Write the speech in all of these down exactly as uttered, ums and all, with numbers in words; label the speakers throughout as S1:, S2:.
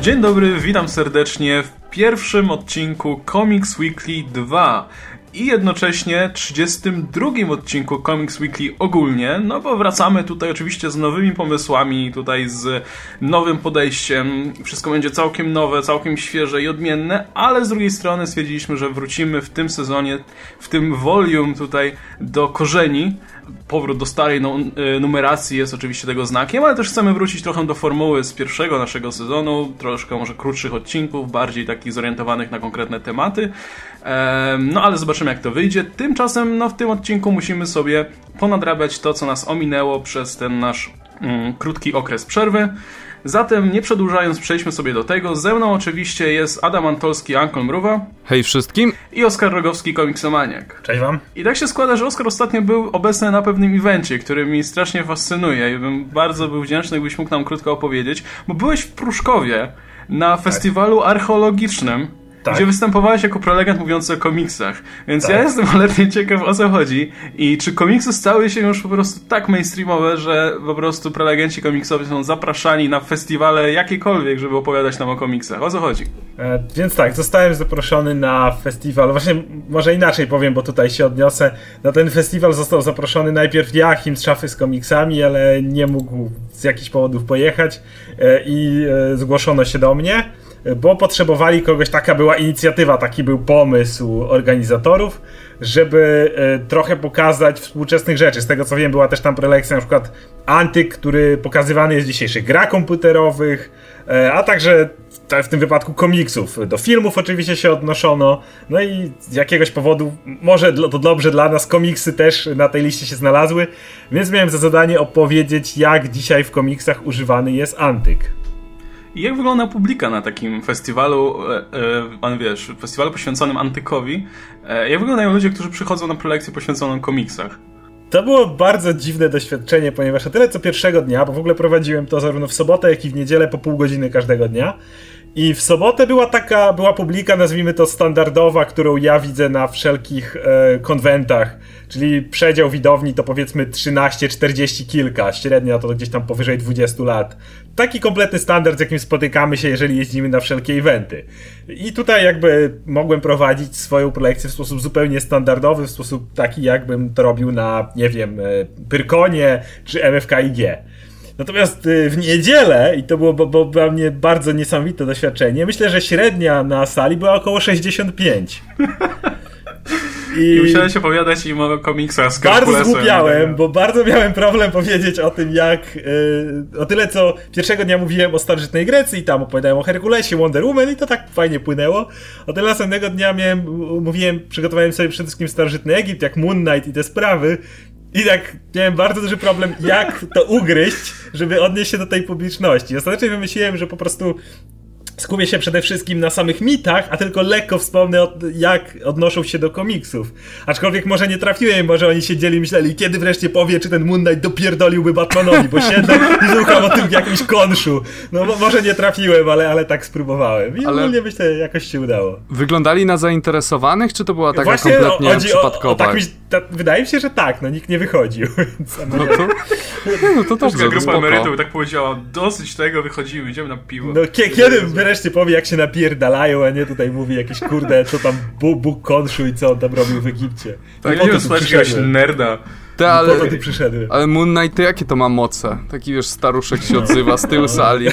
S1: Dzień dobry, witam serdecznie w pierwszym odcinku Comics Weekly dwa i jednocześnie trzydziestym drugim odcinku Comics Weekly ogólnie, no bo wracamy tutaj oczywiście z nowymi pomysłami, tutaj z nowym podejściem, wszystko będzie całkiem nowe, całkiem świeże i odmienne, ale z drugiej strony stwierdziliśmy, że wrócimy w tym sezonie, w tym volume tutaj do korzeni. Powrót do starej numeracji jest oczywiście tego znakiem, ale też chcemy wrócić trochę do formuły z pierwszego naszego sezonu, troszkę może krótszych odcinków, bardziej takich zorientowanych na konkretne tematy. No ale zobaczymy, jak to wyjdzie. Tymczasem no, w tym odcinku musimy sobie ponadrabiać to, co nas ominęło przez ten nasz mm, krótki okres przerwy. Zatem nie przedłużając, przejdźmy sobie do tego. Ze mną oczywiście jest Adam Antolski, Ankol Mruwa.
S2: Hej wszystkim.
S1: I Oskar Rogowski, Komiksomaniak.
S3: Cześć wam.
S1: I tak się składa, że Oskar ostatnio był obecny na pewnym evencie, który mi strasznie fascynuje i bym bardzo był wdzięczny, jakbyś mógł nam krótko opowiedzieć, bo byłeś w Pruszkowie na festiwalu tak. archeologicznym. Tak. Gdzie występowałeś jako prelegent mówiący o komiksach. Więc tak. ja jestem cholernie ciekaw, o co chodzi i czy komiksy stały się już po prostu tak mainstreamowe, że po prostu prelegenci komiksowi są zapraszani na festiwale jakiekolwiek, żeby opowiadać nam o komiksach. O co chodzi?
S3: E, więc tak, zostałem zaproszony na festiwal, właśnie może inaczej powiem, bo tutaj się odniosę. Na ten festiwal został zaproszony najpierw Joachim z Szafy z komiksami, ale nie mógł z jakichś powodów pojechać e, i e, zgłoszono się do mnie, bo potrzebowali kogoś, taka była inicjatywa, taki był pomysł organizatorów, żeby e, trochę pokazać współczesnych rzeczy. Z tego co wiem, była też tam prelekcja na przykład antyk, który pokazywany jest w dzisiejszych grach komputerowych, e, a także w, w tym wypadku komiksów. Do filmów oczywiście się odnoszono, no i z jakiegoś powodu, może to dobrze dla nas, komiksy też na tej liście się znalazły, więc miałem za zadanie opowiedzieć, jak dzisiaj w komiksach używany jest antyk.
S1: I jak wygląda publika na takim festiwalu, e, e, pan wiesz, festiwalu poświęconym antykowi? E, jak wyglądają ludzie, którzy przychodzą na prelekcję poświęconą komiksach?
S3: To było bardzo dziwne doświadczenie, ponieważ o tyle co pierwszego dnia, bo w ogóle prowadziłem to zarówno w sobotę, jak i w niedzielę po pół godziny każdego dnia. I w sobotę była taka, była publika, nazwijmy to standardowa, którą ja widzę na wszelkich e, konwentach, czyli przedział widowni to powiedzmy trzynaście czterdzieści kilka, średnia to gdzieś tam powyżej dwudziestu lat. Taki kompletny standard, z jakim spotykamy się, jeżeli jeździmy na wszelkie eventy. I tutaj jakby mogłem prowadzić swoją prelekcję w sposób zupełnie standardowy, w sposób taki jakbym to robił na, nie wiem, Pyrkonie czy M F K I G. Natomiast w niedzielę, i to było bo, bo dla mnie bardzo niesamowite doświadczenie, myślę, że średnia na sali była około sześćdziesiąt pięć.
S1: I, I musiałeś opowiadać im o komiksach z
S3: Bardzo zgłupiałem, bo bardzo miałem problem powiedzieć o tym, jak yy, o tyle, co pierwszego dnia mówiłem o starożytnej Grecji i tam opowiadałem o Herkulesie, Wonder Woman i to tak fajnie płynęło. O tyle następnego dnia miałem, mówiłem, przygotowałem sobie przede wszystkim starożytny Egipt, jak Moon Knight i te sprawy. I tak miałem bardzo duży problem, jak to ugryźć, żeby odnieść się do tej publiczności. Ostatecznie wymyśliłem, że po prostu skupię się przede wszystkim na samych mitach, a tylko lekko wspomnę, jak odnoszą się do komiksów. Aczkolwiek może nie trafiłem, może oni siedzieli i myśleli, kiedy wreszcie powie, czy ten Moon Knight dopierdoliłby Batmanowi, bo siedzę i słucham o tym w jakimś konszu. No może nie trafiłem, ale, ale tak spróbowałem. I ale ogólnie myślę, jakoś się udało.
S2: Wyglądali na zainteresowanych, czy to była taka
S3: Właśnie
S2: kompletnie
S3: chodzi
S2: przypadkowa?
S3: O, o, tak mi, ta, wydaje mi się, że tak, no nikt nie wychodził. Więc,
S2: no to, no to też
S1: grupa emerytów tak powiedziała, dosyć tego, wychodzimy, idziemy na piwo.
S3: No kie, kiedy wreszcie powie, jak się napierdalają, a nie tutaj mówi jakieś kurde, co tam Bóg, Bóg konszu i co on tam robił w Egipcie.
S1: Tak, nie wiem, słuchaj, jakiegoś nerda.
S2: Te, ale,
S3: po to tu przyszedłem.
S2: Ale Moon Knight, to jakie to ma moce? Taki wiesz, staruszek się odzywa z tyłu sali.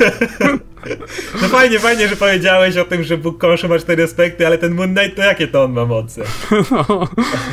S3: No fajnie, fajnie, że powiedziałeś o tym, że Bóg konszu ma cztery aspekty, ale ten Moon Knight, to jakie to on ma moce? No.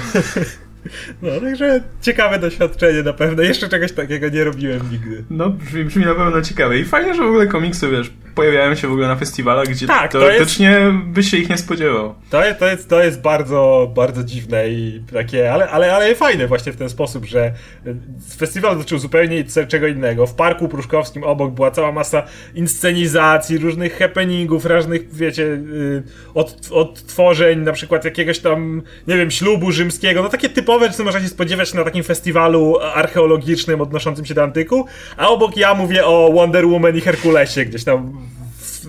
S3: No, także ciekawe doświadczenie na pewno. Jeszcze czegoś takiego nie robiłem nigdy.
S1: No, brzmi, brzmi na pewno ciekawe. I fajnie, że w ogóle komiksy, wiesz, pojawiają się w ogóle na festiwalach, gdzie tak, teoretycznie jest, byś się ich nie spodziewał.
S3: To jest, to jest, to jest bardzo, bardzo dziwne i takie, ale, ale, ale fajne właśnie w ten sposób, że festiwal dotyczył zupełnie czego innego. W Parku Pruszkowskim obok była cała masa inscenizacji, różnych happeningów, różnych, wiecie, od, odtworzeń, na przykład jakiegoś tam, nie wiem, ślubu rzymskiego, no takie typowe, co można się spodziewać na takim festiwalu archeologicznym odnoszącym się do antyku, a obok ja mówię o Wonder Woman i Herkulesie gdzieś tam w,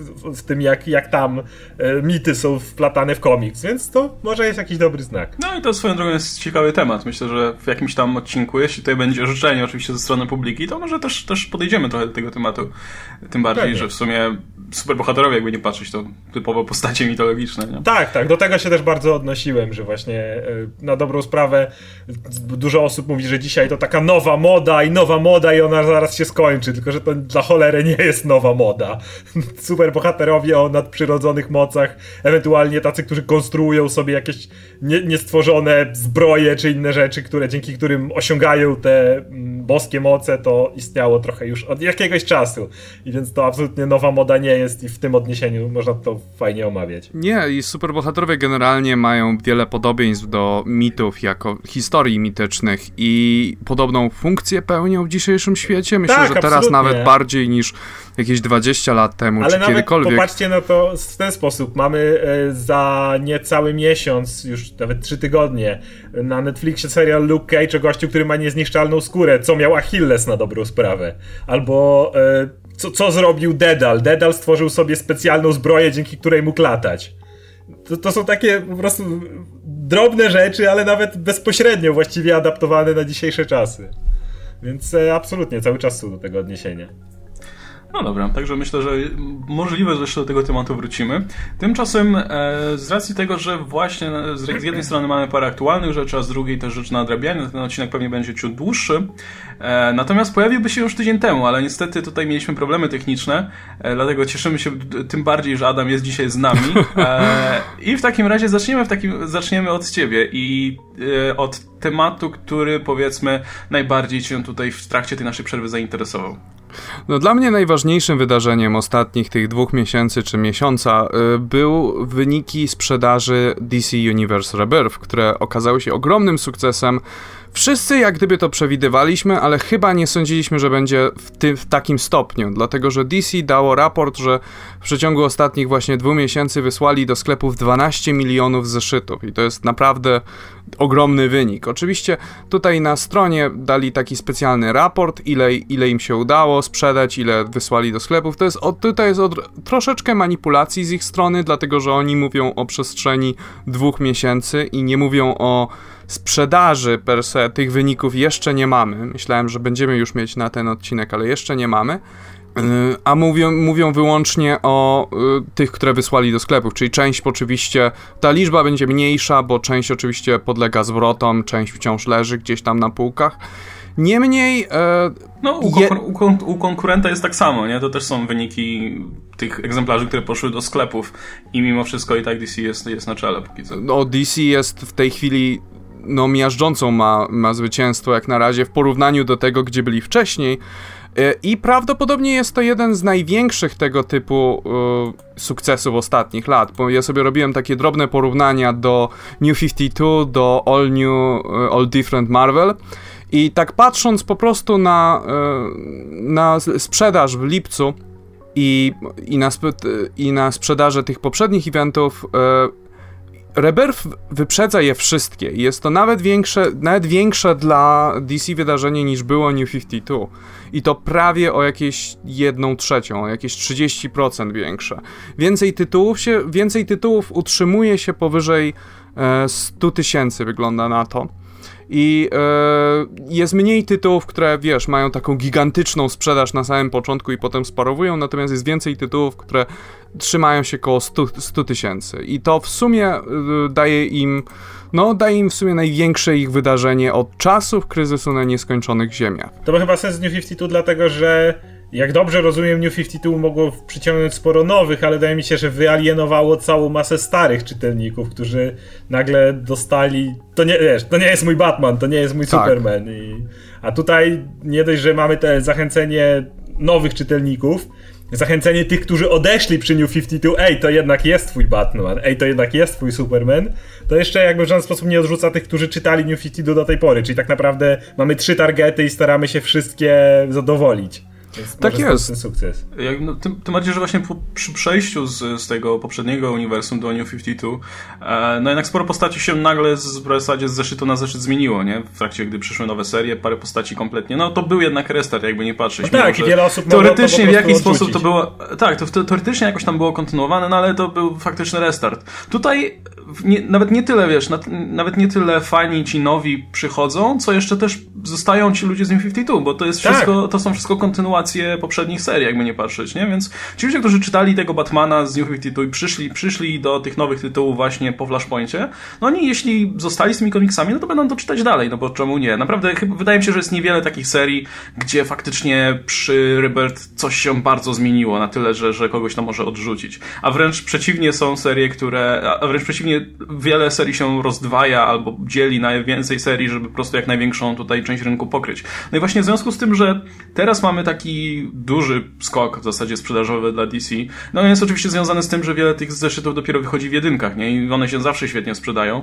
S3: w, w tym, jak, jak tam e, mity są wplatane w komiks, więc to może jest jakiś dobry znak.
S1: No i to swoją drogą jest ciekawy temat. Myślę, że w jakimś tam odcinku, jeśli tutaj będzie życzenie oczywiście ze strony publiki, to może też, też podejdziemy trochę do tego tematu. Tym bardziej, Pewnie. że w sumie superbohaterowie, jakby nie patrzeć, to typowo postacie mitologiczne. Nie?
S3: Tak, tak. Do tego się też bardzo odnosiłem, że właśnie na dobrą sprawę dużo osób mówi, że dzisiaj to taka nowa moda i nowa moda i ona zaraz się skończy, tylko że to dla cholery nie jest nowa moda. Superbohaterowie o nadprzyrodzonych mocach, ewentualnie tacy, którzy konstruują sobie jakieś nie, niestworzone zbroje czy inne rzeczy, które dzięki którym osiągają te boskie moce, to istniało trochę już od jakiegoś czasu. I więc to absolutnie nowa moda nie jest i w tym odniesieniu można to fajnie omawiać.
S2: Nie, i superbohaterowie generalnie mają wiele podobieństw do mitów jako historii mitycznych i podobną funkcję pełnią w dzisiejszym świecie. Myślę,
S3: tak,
S2: że teraz
S3: absolutnie.
S2: nawet bardziej niż jakieś dwadzieścia lat temu,
S3: Ale
S2: czy
S3: nawet
S2: kiedykolwiek.
S3: Popatrzcie na to w ten sposób. Mamy za niecały miesiąc, już nawet trzy tygodnie, na Netflixie serial Luke Cage o gościu, który ma niezniszczalną skórę, co miał Achilles na dobrą sprawę. Albo co, co zrobił Dedal. Dedal stworzył sobie specjalną zbroję, dzięki której mógł latać. To, to są takie po prostu drobne rzeczy, ale nawet bezpośrednio właściwie adaptowane na dzisiejsze czasy. Więc absolutnie cały czas są do tego odniesienia.
S1: No dobra, także myślę, że możliwe, że jeszcze do tego tematu wrócimy. Tymczasem e, z racji tego, że właśnie z, z jednej strony mamy parę aktualnych rzeczy, a z drugiej też rzeczy na nadrabianie, ten odcinek pewnie będzie ciut dłuższy. E, natomiast pojawiłby się już tydzień temu, ale niestety tutaj mieliśmy problemy techniczne, e, dlatego cieszymy się tym bardziej, że Adam jest dzisiaj z nami. E, I w takim razie zaczniemy, w takim, zaczniemy od ciebie i e, od tematu, który powiedzmy najbardziej cię tutaj w trakcie tej naszej przerwy zainteresował.
S2: No dla mnie najważniejszym wydarzeniem ostatnich tych dwóch miesięcy czy miesiąca y, był wyniki sprzedaży D C Universe Rebirth, które okazały się ogromnym sukcesem. Wszyscy jak gdyby to przewidywaliśmy, ale chyba nie sądziliśmy, że będzie w, ty, w takim stopniu, dlatego że D C dało raport, że w przeciągu ostatnich właśnie dwóch miesięcy wysłali do sklepów dwanaście milionów zeszytów i to jest naprawdę ogromny wynik. Oczywiście tutaj na stronie dali taki specjalny raport, ile, ile im się udało sprzedać, ile wysłali do sklepów. To jest od, tutaj jest od, troszeczkę manipulacji z ich strony, dlatego że oni mówią o przestrzeni dwóch miesięcy i nie mówią o sprzedaży per se. Tych wyników jeszcze nie mamy. Myślałem, że będziemy już mieć na ten odcinek, ale jeszcze nie mamy. Yy, a mówią, mówią wyłącznie o yy, tych, które wysłali do sklepów, czyli część oczywiście, ta liczba będzie mniejsza, bo część oczywiście podlega zwrotom, część wciąż leży gdzieś tam na półkach. Niemniej... E,
S1: no, u, konkur- u, kon- u konkurenta jest tak samo, nie? To też są wyniki tych egzemplarzy, które poszły do sklepów i mimo wszystko i tak D C jest, jest na czele póki co.
S2: No, D C jest w tej chwili no miażdżącą ma, ma zwycięstwo jak na razie w porównaniu do tego, gdzie byli wcześniej. I prawdopodobnie jest to jeden z największych tego typu y, sukcesów ostatnich lat, bo ja sobie robiłem takie drobne porównania do New pięćdziesiąt dwa, do All New, y, All Different Marvel i tak patrząc po prostu na, y, na sprzedaż w lipcu i, i, na, i na sprzedaże tych poprzednich eventów, y, Rebirth wyprzedza je wszystkie i jest to nawet większe, nawet większe dla D C wydarzenie niż było New pięćdziesiąt dwa i to prawie o jakieś jedną trzecią, o jakieś trzydzieści procent większe. Więcej tytułów się, więcej tytułów utrzymuje się powyżej e, sto tysięcy, wygląda na to. I e, jest mniej tytułów, które, wiesz, mają taką gigantyczną sprzedaż na samym początku i potem sparowują, natomiast jest więcej tytułów, które trzymają się koło sto tysięcy. I to w sumie e, daje im, no, daje im w sumie największe ich wydarzenie od czasów kryzysu na nieskończonych ziemiach.
S3: To ma chyba sens New pięćdziesiąt dwa, dlatego że jak dobrze rozumiem, New pięćdziesiąt dwa mogło przyciągnąć sporo nowych, ale wydaje mi się, że wyalienowało całą masę starych czytelników, którzy nagle dostali... To nie, wiesz, to nie jest mój Batman, to nie jest mój tak. Superman. I... A tutaj nie dość, że mamy te zachęcenie nowych czytelników, zachęcenie tych, którzy odeszli przy New pięćdziesiąt dwa, ej, to jednak jest twój Batman, ej, to jednak jest twój Superman, to jeszcze jakby w żaden sposób nie odrzuca tych, którzy czytali New pięćdziesiąt dwa do tej pory, czyli tak naprawdę mamy trzy targety i staramy się wszystkie zadowolić. Więc
S2: tak jest.
S3: Ten sukces.
S1: Jak, no, tym, tym bardziej, że właśnie po, przy przejściu z, z tego poprzedniego uniwersum do New pięćdziesiąt dwa, e, no jednak sporo postaci się nagle z, w zasadzie z zeszytu na zeszyt zmieniło, nie? W trakcie, gdy przyszły nowe serie, parę postaci kompletnie. No to był jednak restart, jakby nie patrzeć.
S3: No tak, i wiele osób
S1: teoretycznie w jakiś
S3: odrzucić.
S1: sposób to było. Tak, to, to teoretycznie jakoś tam było kontynuowane, no ale to był faktyczny restart. Tutaj nie, nawet nie tyle, wiesz, na, nawet nie tyle fani ci nowi przychodzą, co jeszcze też zostają ci ludzie z New pięćdziesiąt dwa, bo to jest
S3: tak.
S1: wszystko, to są wszystko kontynuacje poprzednich serii, jakby nie patrzeć, nie? Więc ci ludzie, którzy czytali tego Batmana z New pięćdziesiąt dwa i przyszli, przyszli do tych nowych tytułów właśnie po Flashpoincie, no oni jeśli zostali z tymi komiksami, no to będą to czytać dalej, no bo czemu nie? Naprawdę chyba, wydaje mi się, że jest niewiele takich serii, gdzie faktycznie przy Rebirth coś się bardzo zmieniło na tyle, że, że kogoś to może odrzucić. A wręcz przeciwnie są serie, które, a wręcz przeciwnie wiele serii się rozdwaja albo dzieli na więcej serii, żeby po prostu jak największą tutaj część rynku pokryć. No i właśnie w związku z tym, że teraz mamy taki duży skok w zasadzie sprzedażowy dla D C, no jest oczywiście związany z tym, że wiele tych zeszytów dopiero wychodzi w jedynkach, nie? I one się zawsze świetnie sprzedają.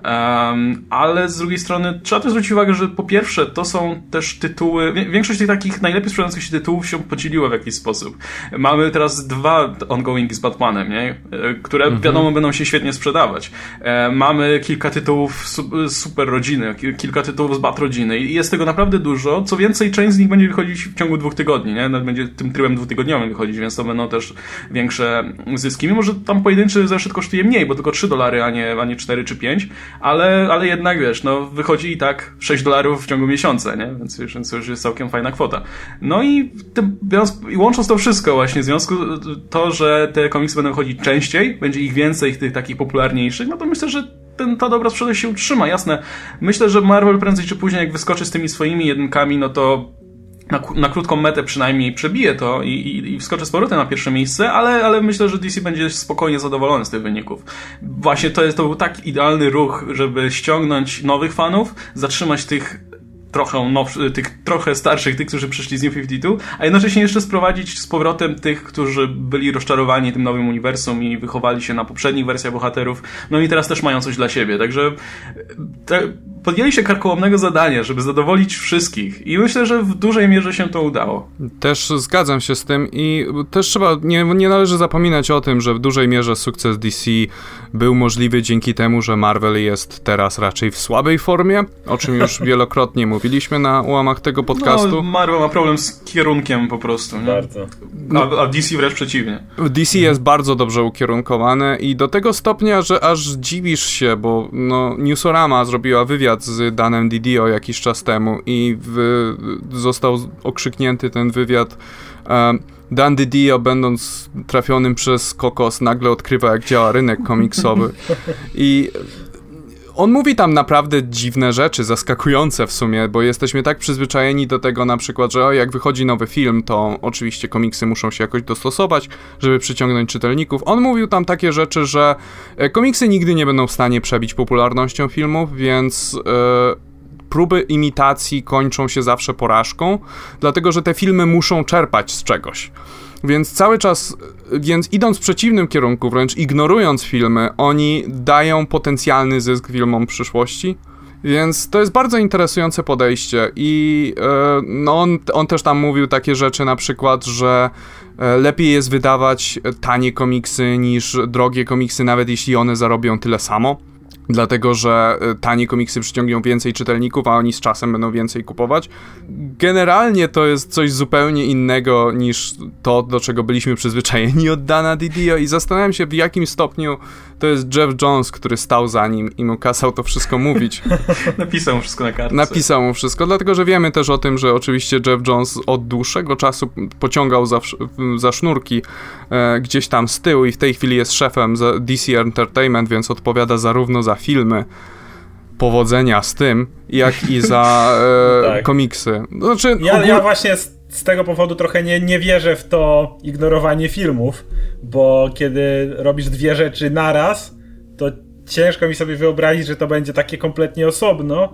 S1: Um, ale z drugiej strony trzeba też zwrócić uwagę, że po pierwsze to są też tytuły, większość tych takich najlepiej sprzedających się tytułów się podzieliła w jakiś sposób. Mamy teraz dwa ongoingi z Batmanem, nie? Które mhm. wiadomo będą się świetnie sprzedawać. E, mamy kilka tytułów su- super rodziny, kilka tytułów z Bat rodziny i jest tego naprawdę dużo. Co więcej, część z nich będzie wychodzić w ciągu dwóch tygodni, nie? Nawet będzie tym trybem dwutygodniowym wychodzić, więc to będą też większe zyski. Mimo, że tam pojedynczy zeszyt kosztuje mniej, bo tylko trzy dolary, a nie, a nie cztery czy pięć, ale, ale jednak wiesz, no wychodzi i tak sześć dolarów w ciągu miesiąca, nie? Więc już, więc już jest całkiem fajna kwota. No i, tym, i łącząc to wszystko właśnie, w związku to, że te komiksy będą chodzić częściej, będzie ich więcej, tych takich popularniejszych, no to myślę, że ten, ta dobra sprzedaż się utrzyma, jasne. Myślę, że Marvel prędzej czy później, jak wyskoczy z tymi swoimi jedynkami, no to na, na krótką metę przynajmniej przebije to i, i, i wskoczy z powrotem na pierwsze miejsce, ale, ale myślę, że D C będzie spokojnie zadowolony z tych wyników. Właśnie to, jest, to był tak idealny ruch, żeby ściągnąć nowych fanów, zatrzymać tych trochę nowszych, tych trochę starszych, tych, którzy przyszli z New pięćdziesiąt dwa, a jednocześnie jeszcze sprowadzić z powrotem tych, którzy byli rozczarowani tym nowym uniwersum i wychowali się na poprzednich wersjach bohaterów, no i teraz też mają coś dla siebie, także te, podjęli się karkołomnego zadania, żeby zadowolić wszystkich i myślę, że w dużej mierze się to udało.
S2: Też zgadzam się z tym i też trzeba, nie, nie należy zapominać o tym, że w dużej mierze sukces D C był możliwy dzięki temu, że Marvel jest teraz raczej w słabej formie, o czym już wielokrotnie mówiliśmy na ułamach tego podcastu.
S1: No, Marvel ma problem z kierunkiem po prostu. Nie?
S3: Bardzo.
S1: A, a D C wręcz przeciwnie.
S2: D C jest bardzo dobrze ukierunkowane i do tego stopnia, że aż dziwisz się, bo no, Newsorama zrobiła wywiad z Danem Didio jakiś czas temu i w, został okrzyknięty ten wywiad. Um, Dan Didio, będąc trafionym przez kokos, nagle odkrywa, jak działa rynek komiksowy. I on mówi tam naprawdę dziwne rzeczy, zaskakujące w sumie, bo jesteśmy tak przyzwyczajeni do tego na przykład, że o, jak wychodzi nowy film, to oczywiście komiksy muszą się jakoś dostosować, żeby przyciągnąć czytelników. On mówił tam takie rzeczy, że komiksy nigdy nie będą w stanie przebić popularnością filmów, więc e, próby imitacji kończą się zawsze porażką, dlatego że te filmy muszą czerpać z czegoś. Więc cały czas, więc idąc w przeciwnym kierunku, wręcz ignorując filmy, oni dają potencjalny zysk filmom przyszłości. Więc to jest bardzo interesujące podejście i e, no on, on też tam mówił takie rzeczy na przykład, że e, lepiej jest wydawać tanie komiksy niż drogie komiksy, nawet jeśli one zarobią tyle samo. Dlatego, że tanie komiksy przyciągną więcej czytelników, a oni z czasem będą więcej kupować. Generalnie to jest coś zupełnie innego niż to, do czego byliśmy przyzwyczajeni od Dana Didio i zastanawiam się, w jakim stopniu to jest Jeff Jones, który stał za nim i mu kazał to wszystko mówić.
S1: Napisał mu wszystko na kartce.
S2: Napisał mu wszystko, dlatego, że wiemy też o tym, że oczywiście Jeff Jones od dłuższego czasu pociągał za, za sznurki e, gdzieś tam z tyłu i w tej chwili jest szefem za D C Entertainment, więc odpowiada zarówno za filmy, powodzenia z tym, jak i za e, tak. komiksy. Znaczy,
S3: ja,
S2: ogól...
S3: ja właśnie z, z tego powodu trochę nie, nie wierzę w to ignorowanie filmów, bo kiedy robisz dwie rzeczy naraz, to ciężko mi sobie wyobrazić, że to będzie takie kompletnie osobno,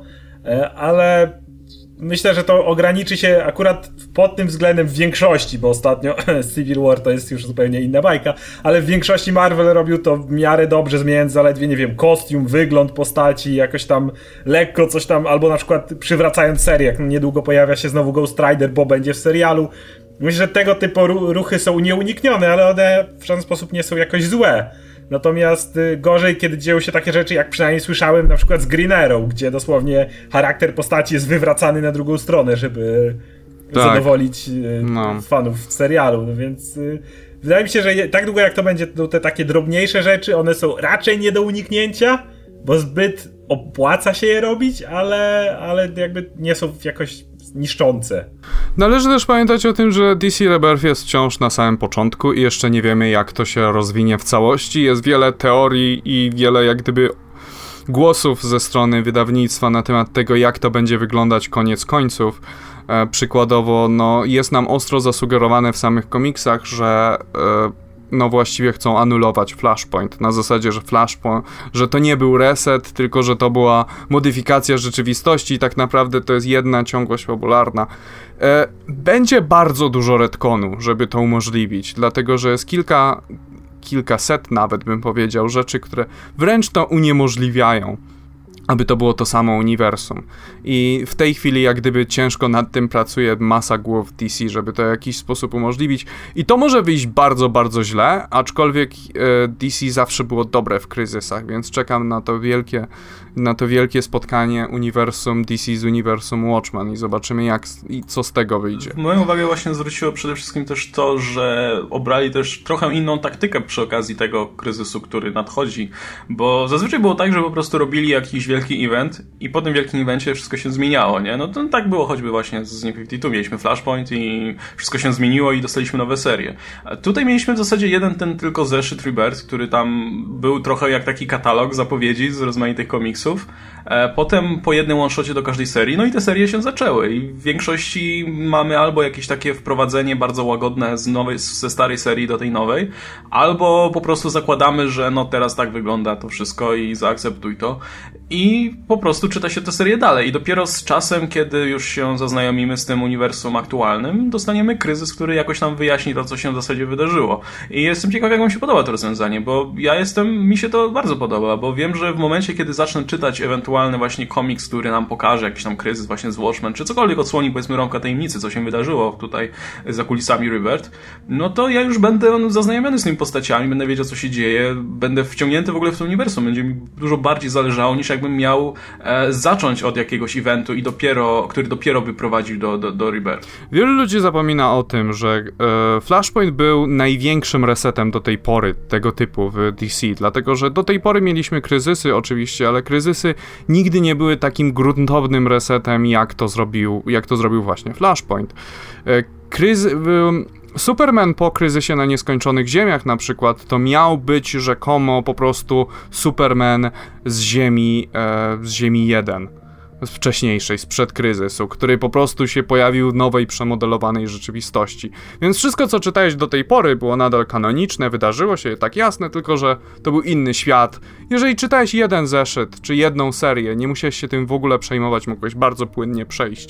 S3: ale myślę, że to ograniczy się akurat pod tym względem w większości, bo ostatnio Civil War to jest już zupełnie inna bajka, ale w większości Marvel robił to w miarę dobrze, zmieniając zaledwie, nie wiem, kostium, wygląd postaci, jakoś tam lekko coś tam, albo na przykład przywracając serię, jak niedługo pojawia się znowu Ghost Rider, bo będzie w serialu, Myślę, że tego typu ruchy są nieuniknione, ale one w żaden sposób nie są jakoś złe. Natomiast gorzej, kiedy dzieją się takie rzeczy, jak przynajmniej słyszałem na przykład z Green Arrow, gdzie dosłownie charakter postaci jest wywracany na drugą stronę, żeby tak. zadowolić no. fanów serialu. No więc wydaje mi się, że tak długo jak to będzie, to te takie drobniejsze rzeczy, one są raczej nie do uniknięcia, bo zbyt opłaca się je robić, ale, ale jakby nie są jakoś niszczące.
S2: Należy też pamiętać o tym, że D C Rebirth jest wciąż na samym początku i jeszcze nie wiemy, jak to się rozwinie w całości. Jest wiele teorii i wiele jak gdyby głosów ze strony wydawnictwa na temat tego, jak to będzie wyglądać koniec końców. E, przykładowo, no, jest nam ostro zasugerowane w samych komiksach, że e, no właściwie chcą anulować Flashpoint, na zasadzie, że Flashpoint, że to nie był reset, tylko że to była modyfikacja rzeczywistości i tak naprawdę to jest jedna ciągłość fabularna. E, będzie bardzo dużo retconu, żeby to umożliwić, dlatego że jest kilka, kilkaset nawet bym powiedział, rzeczy, które wręcz to uniemożliwiają, aby to było to samo uniwersum. I w tej chwili jak gdyby ciężko nad tym pracuje masa głów D C, żeby to w jakiś sposób umożliwić. I to może wyjść bardzo, bardzo źle, aczkolwiek e, D C zawsze było dobre w kryzysach, więc czekam na to wielkie, na to wielkie spotkanie uniwersum D C z uniwersum Watchmen i zobaczymy jak i co z tego wyjdzie.
S1: Moją uwagę właśnie zwróciło przede wszystkim też to, że obrali też trochę inną taktykę przy okazji tego kryzysu, który nadchodzi, bo zazwyczaj było tak, że po prostu robili jakiś wielki event i po tym wielkim evencie wszystko się zmieniało, nie? No to tak było choćby właśnie z New pięćdziesiąt dwa, mieliśmy Flashpoint i wszystko się zmieniło i dostaliśmy nowe serie. A tutaj mieliśmy w zasadzie jeden ten tylko zeszyt Rebirth, który tam był trochę jak taki katalog zapowiedzi z rozmaitych komiksów. Potem po jednym one-shocie do każdej serii, no i te serie się zaczęły i w większości mamy albo jakieś takie wprowadzenie bardzo łagodne z nowej, ze starej serii do tej nowej, albo po prostu zakładamy, że no teraz tak wygląda to wszystko i zaakceptuj to i po prostu czyta się tę serię dalej i dopiero z czasem, kiedy już się zaznajomimy z tym uniwersum aktualnym, dostaniemy kryzys, który jakoś nam wyjaśni to, co się w zasadzie wydarzyło. I jestem ciekaw, jak wam się podoba to rozwiązanie, bo ja jestem, mi się to bardzo podoba, bo wiem, że w momencie, kiedy zacznę czytać ewentualny właśnie komiks, który nam pokaże jakiś tam kryzys właśnie z Watchmen, czy cokolwiek odsłoni, powiedzmy, rąbka tajemnicy, co się wydarzyło tutaj za kulisami Rebirth, no to ja już będę zaznajomiony z tymi postaciami, będę wiedział, co się dzieje, będę wciągnięty w ogóle w to uniwersum, będzie mi dużo bardziej zależało, niż jakbym miał e, zacząć od jakiegoś eventu, i dopiero, który dopiero by prowadził do, do, do Rebirth.
S2: Wielu ludzi zapomina o tym, że e, Flashpoint był największym resetem do tej pory tego typu w D C, dlatego że do tej pory mieliśmy kryzysy oczywiście, ale kryzysy nigdy nie były takim gruntownym resetem, jak to zrobił, jak to zrobił właśnie Flashpoint. E, kryzy... E, Superman po kryzysie na nieskończonych ziemiach na przykład, to miał być rzekomo po prostu Superman z Ziemi, e, z Ziemi jeden, z wcześniejszej, sprzed kryzysu, który po prostu się pojawił w nowej, przemodelowanej rzeczywistości. Więc wszystko, co czytałeś do tej pory, było nadal kanoniczne, wydarzyło się tak jasne, tylko że to był inny świat. Jeżeli czytałeś jeden zeszyt, czy jedną serię, nie musiałeś się tym w ogóle przejmować, mogłeś bardzo płynnie przejść.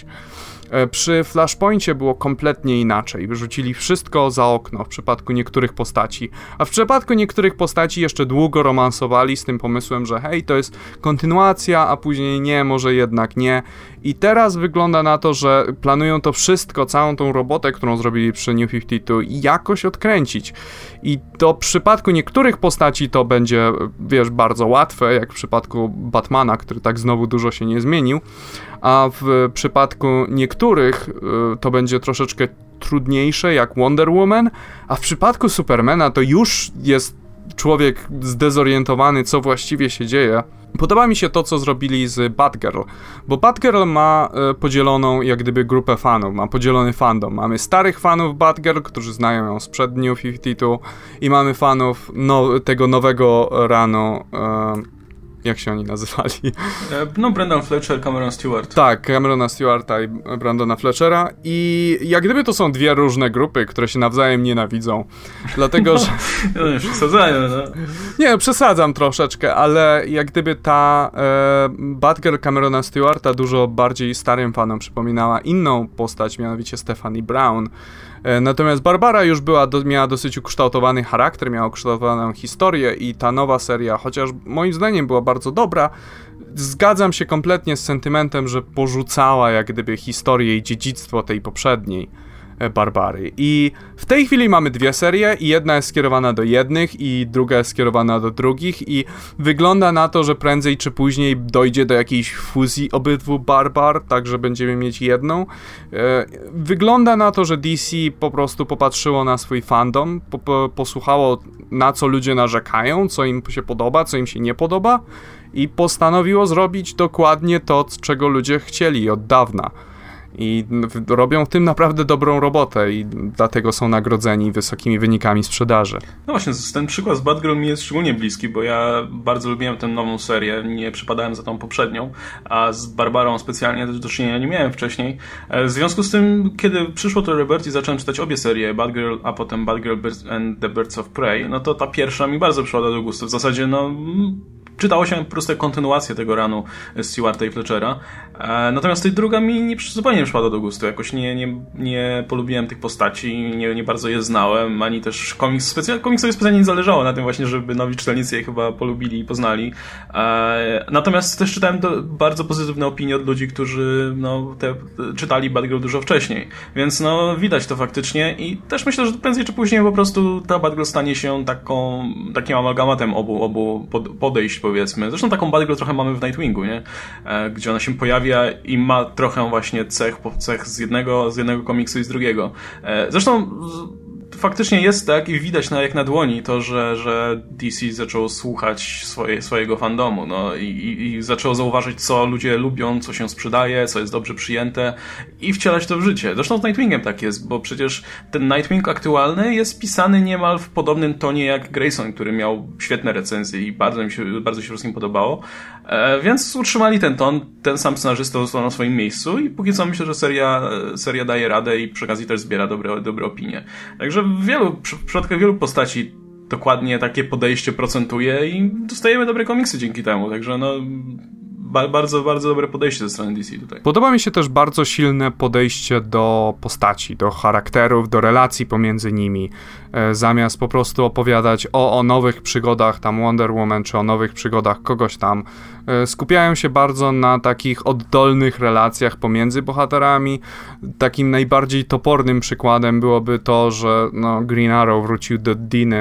S2: Przy Flashpoincie było kompletnie inaczej. Wyrzucili wszystko za okno w przypadku niektórych postaci, a w przypadku niektórych postaci jeszcze długo romansowali z tym pomysłem, że hej, to jest kontynuacja, a później nie, może jednak nie. I teraz wygląda na to, że planują to wszystko, całą tą robotę, którą zrobili przy New pięćdziesiąt dwa, jakoś odkręcić. I to w przypadku niektórych postaci to będzie, wiesz, bardzo łatwe, jak w przypadku Batmana, który tak znowu dużo się nie zmienił, a w przypadku niektórych y, to będzie troszeczkę trudniejsze, jak Wonder Woman, a w przypadku Supermana to już jest człowiek zdezorientowany, co właściwie się dzieje. Podoba mi się to, co zrobili z Batgirl, bo Batgirl ma e, podzieloną jak gdyby grupę fanów, ma podzielony fandom. Mamy starych fanów Batgirl, którzy znają ją sprzed New pięćdziesiąt dwa i mamy fanów no, tego nowego rano, e, jak się oni nazywali?
S1: No, Brandon Fletcher, Cameron Stewart.
S2: Tak, Camerona Stewarta i Brandona Fletchera i jak gdyby to są dwie różne grupy, które się nawzajem nienawidzą, dlatego, że...
S1: No, już przesadzają, no.
S2: Nie, przesadzam troszeczkę, ale jak gdyby ta e, Batgirl Camerona Stewarta dużo bardziej starym fanom przypominała inną postać, mianowicie Stephanie Brown. E, natomiast Barbara już była, do, miała dosyć ukształtowany charakter, miała ukształtowaną historię i ta nowa seria, chociaż moim zdaniem była bardzo dobra, zgadzam się kompletnie z sentymentem, że porzucała jak gdyby historię i dziedzictwo tej poprzedniej. Barbary. I w tej chwili mamy dwie serie i jedna jest skierowana do jednych i druga jest skierowana do drugich i wygląda na to, że prędzej czy później dojdzie do jakiejś fuzji obydwu Barbar, tak że będziemy mieć jedną. Wygląda na to, że D C po prostu popatrzyło na swój fandom, po, po, posłuchało na co ludzie narzekają, co im się podoba, co im się nie podoba i postanowiło zrobić dokładnie to, czego ludzie chcieli od dawna. I robią w tym naprawdę dobrą robotę i dlatego są nagrodzeni wysokimi wynikami sprzedaży.
S1: No właśnie, ten przykład z Batgirl mi jest szczególnie bliski, bo ja bardzo lubiłem tę nową serię, nie przypadałem za tą poprzednią, a z Barbarą specjalnie też do czynienia nie miałem wcześniej. W związku z tym, kiedy przyszło to Rebirth i zacząłem czytać obie serie, Batgirl, a potem Batgirl and the Birds of Prey, no to ta pierwsza mi bardzo przypadła do gustu. W zasadzie, no... czytało się po prostu kontynuację tego runu Stewarta i Fletchera. E, natomiast tej druga mi nie, zupełnie nie przypadła do gustu. Jakoś nie, nie, nie polubiłem tych postaci, nie, nie bardzo je znałem, ani też komiks specjalnie, komiksowi specjalnie nie zależało na tym właśnie, żeby nowi czytelnicy je chyba polubili i poznali. E, natomiast też czytałem do, bardzo pozytywne opinie od ludzi, którzy no, te, czytali Batgirl dużo wcześniej. Więc no, widać to faktycznie i też myślę, że prędzej czy później po prostu ta Batgirl stanie się taką, takim amalgamatem obu, obu podejść, powiedzmy. Zresztą taką Batgirl trochę mamy w Nightwingu, nie? E, gdzie ona się pojawia i ma trochę właśnie cech, cech z jednego, z jednego komiksu i z drugiego. E, zresztą faktycznie jest tak i widać na, jak na dłoni to, że, że D C zaczęło słuchać swoje, swojego fandomu, no i, i, i zaczęło zauważyć, co ludzie lubią, co się sprzedaje, co jest dobrze przyjęte i wcielać to w życie. Zresztą z Nightwingiem tak jest, bo przecież ten Nightwing aktualny jest pisany niemal w podobnym tonie jak Grayson, który miał świetne recenzje i bardzo mi się, bardzo się wszystkim podobało, e, więc utrzymali ten ton, ten sam scenarzysta został na swoim miejscu i póki co myślę, że seria, seria daje radę i przy okazji też zbiera dobre, dobre opinie. Także w wielu, w przypadku wielu postaci dokładnie takie podejście procentuje i dostajemy dobre komiksy dzięki temu, także no ba- bardzo, bardzo dobre podejście ze strony D C tutaj.
S2: Podoba mi się też bardzo silne podejście do postaci, do charakterów, do relacji pomiędzy nimi, e, zamiast po prostu opowiadać o, o nowych przygodach tam Wonder Woman, czy o nowych przygodach kogoś tam, e, skupiają się bardzo na takich oddolnych relacjach pomiędzy bohaterami. Takim najbardziej topornym przykładem byłoby to, że no, Green Arrow wrócił do Diny.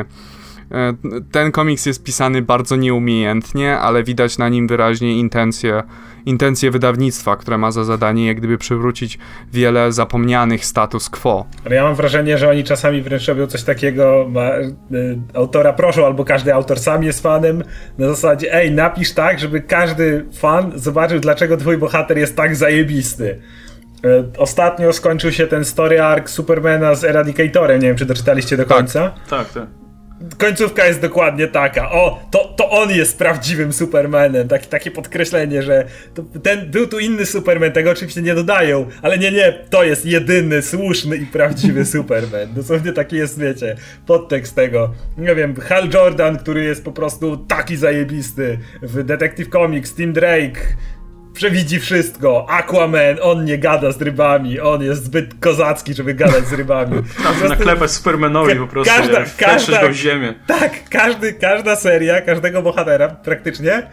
S2: Ten komiks jest pisany bardzo nieumiejętnie, ale widać na nim wyraźnie intencje, intencje wydawnictwa, które ma za zadanie jak gdyby przywrócić wiele zapomnianych status quo.
S3: Ale ja mam wrażenie, że oni czasami wręcz robią coś takiego, ma, y, autora proszą, albo każdy autor sam jest fanem, na zasadzie ej, napisz tak, żeby każdy fan zobaczył, dlaczego twój bohater jest tak zajebisty. Y, ostatnio skończył się ten story arc Supermana z Eradicatorem, nie wiem, czy doczytaliście do końca?
S1: Tak, tak. tak.
S3: Końcówka jest dokładnie taka. O, to, to on jest prawdziwym Supermanem. Taki, takie podkreślenie, że to, ten, był tu inny Superman, tego oczywiście nie dodają, ale nie, nie, to jest jedyny, słuszny i prawdziwy Superman. Dosłownie taki jest, wiecie, podtekst tego. Nie wiem, Hal Jordan, który jest po prostu taki zajebisty. W Detective Comics, Tim Drake przewidzi wszystko. Aquaman, on nie gada z rybami, on jest zbyt kozacki, żeby gadać z rybami.
S1: Prostu, naklepać Supermanowi po prostu,
S3: każda,
S1: nie, każda, go w ziemię.
S3: Tak, każdy, każda seria, każdego bohatera praktycznie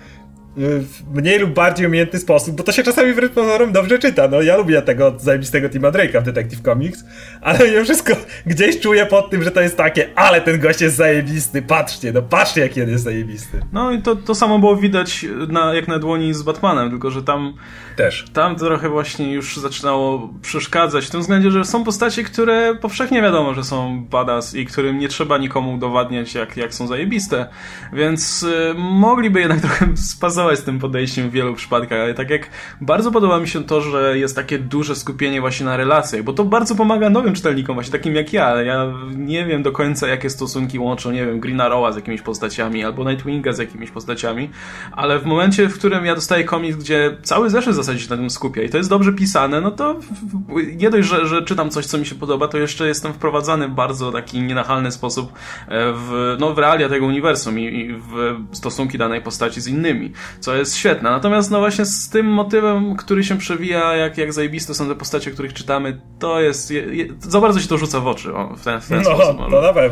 S3: w mniej lub bardziej umiejętny sposób, bo to się czasami wręcz pozorom dobrze czyta. No ja lubię tego zajebistego Tima Drake'a w Detective Comics, ale mimo wszystko gdzieś czuję pod tym, że to jest takie, ale ten gość jest zajebisty, patrzcie, no patrzcie jaki on jest zajebisty.
S1: No i to, to samo było widać na, jak na dłoni z Batmanem, tylko że tam
S3: też.
S1: Tam trochę właśnie już zaczynało przeszkadzać w tym względzie, że są postacie, które powszechnie wiadomo, że są badass i którym nie trzeba nikomu udowadniać, jak, jak są zajebiste, więc y, mogliby jednak trochę spazować z tym podejściem w wielu przypadkach, ale tak jak bardzo podoba mi się to, że jest takie duże skupienie właśnie na relacjach, bo to bardzo pomaga nowym czytelnikom, właśnie takim jak ja, ale ja nie wiem do końca, jakie stosunki łączą, nie wiem, Green Arrowa z jakimiś postaciami, albo Nightwinga z jakimiś postaciami, ale w momencie, w którym ja dostaję komiks, gdzie cały zeszyt w zasadzie się na tym skupia i to jest dobrze pisane, no to nie dość, że, że czytam coś, co mi się podoba, to jeszcze jestem wprowadzany w bardzo taki nienachalny sposób w, no, w realia tego uniwersum i, i w stosunki danej postaci z innymi, co jest świetne. Natomiast no właśnie z tym motywem, który się przewija, jak, jak zajebiste są te postacie, których czytamy, to jest, je, je, za bardzo się to rzuca w oczy o, w ten, w ten
S3: no,
S1: sposób.
S3: No, to na pewno.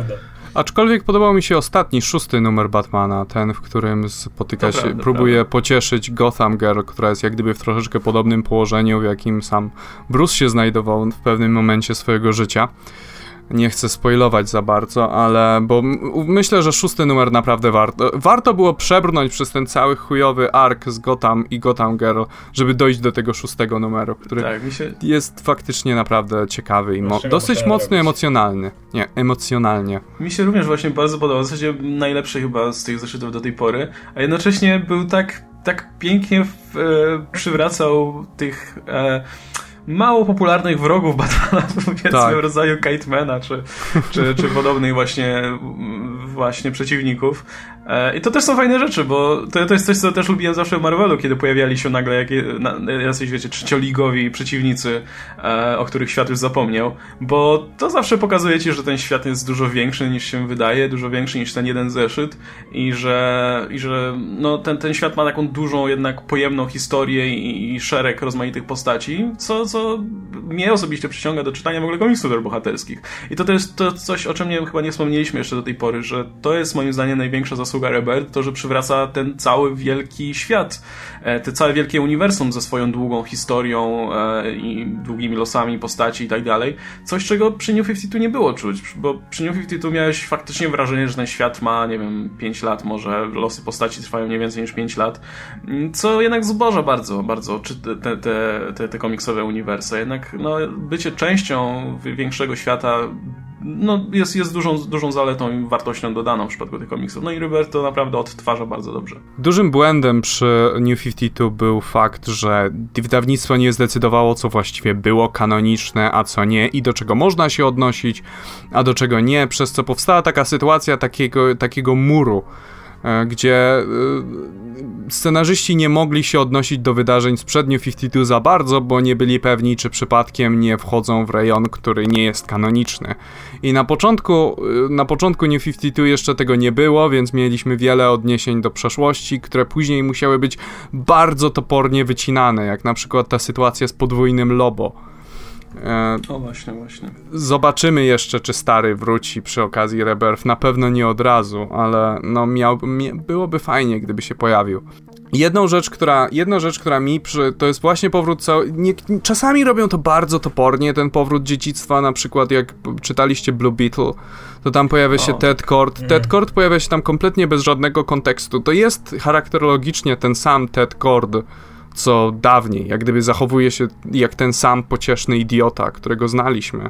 S2: Aczkolwiek podobał mi się ostatni, szósty numer Batmana, ten, w którym spotyka
S1: to
S2: się,
S1: prawda,
S2: próbuje
S1: prawda.
S2: pocieszyć Gotham Girl, która jest jak gdyby w troszeczkę podobnym położeniu, w jakim sam Bruce się znajdował w pewnym momencie swojego życia. Nie chcę spoilować za bardzo, ale bo m- myślę, że szósty numer naprawdę warto. Warto było przebrnąć przez ten cały chujowy ark z Gotham i Gotham Girl, żeby dojść do tego szóstego numeru, który
S1: Tak, mi się...
S2: jest faktycznie naprawdę ciekawy i mo-
S3: Dlaczego
S2: dosyć
S3: musiałem
S2: mocno
S3: robić?
S2: emocjonalny. Nie, emocjonalnie.
S1: Mi się również właśnie bardzo podobał, w zasadzie najlepszy chyba z tych zeszytów do tej pory, a jednocześnie był tak, tak pięknie w, e, przywracał tych e, mało popularnych wrogów Batmana, powiedzmy
S2: Tak.
S1: w rodzaju Kitemana, czy, czy, czy podobnych właśnie, właśnie przeciwników. E, I to też są fajne rzeczy, bo to, to jest coś, co też lubiłem zawsze w Marvelu, kiedy pojawiali się nagle jakie, na, jacyś, wiecie, trzecioligowi przeciwnicy, e, o których świat już zapomniał, bo to zawsze pokazuje ci, że ten świat jest dużo większy niż się wydaje, dużo większy niż ten jeden zeszyt i że, i że no, ten, ten świat ma taką dużą, jednak pojemną historię i, i szereg rozmaitych postaci, co, co mnie osobiście przyciąga do czytania w ogóle komiksów superbohaterskich. I to, to jest to coś, o czym nie, chyba nie wspomnieliśmy jeszcze do tej pory, że to jest moim zdaniem największa zasługa Rebirth, to, że przywraca ten cały wielki świat, te całe wielkie uniwersum ze swoją długą historią e, i długimi losami postaci i tak dalej. Coś, czego przy New pięćdziesiąt dwa nie było czuć, bo przy New pięćdziesiąt dwa miałeś faktycznie wrażenie, że ten świat ma, nie wiem, pięć lat może, losy postaci trwają nie więcej niż pięć lat, co jednak zuboża bardzo, bardzo czy te, te, te, te komiksowe uniwersa. Jednak no, bycie częścią większego świata no, jest, jest dużą, dużą zaletą i wartością dodaną w przypadku tych komiksów. No i Rebirth to naprawdę odtwarza bardzo dobrze.
S2: Dużym błędem przy New pięćdziesiąt dwa był fakt, że wydawnictwo nie zdecydowało, co właściwie było kanoniczne, a co nie i do czego można się odnosić, a do czego nie, przez co powstała taka sytuacja takiego, takiego muru, gdzie scenarzyści nie mogli się odnosić do wydarzeń sprzed New pięćdziesiąt dwa za bardzo, bo nie byli pewni, czy przypadkiem nie wchodzą w rejon, który nie jest kanoniczny. I na początku, na początku New pięćdziesiąt dwa jeszcze tego nie było, więc mieliśmy wiele odniesień do przeszłości, które później musiały być bardzo topornie wycinane, jak na przykład ta sytuacja z podwójnym Lobo.
S1: O właśnie, właśnie.
S2: Zobaczymy jeszcze, czy stary wróci przy okazji Rebirth. Na pewno nie od razu, ale no miał, mia, byłoby fajnie, gdyby się pojawił. Jedną rzecz, która, jedna rzecz, która mi przy, to jest właśnie powrót cały, nie, czasami robią to bardzo topornie, ten powrót dziedzictwa, na przykład jak czytaliście Blue Beetle, to tam pojawia się o. Ted Kord. Mm. Ted Kord pojawia się tam kompletnie bez żadnego kontekstu. To jest charakterologicznie ten sam Ted Kord, co dawniej, jak gdyby zachowuje się jak ten sam pocieszny idiota, którego znaliśmy.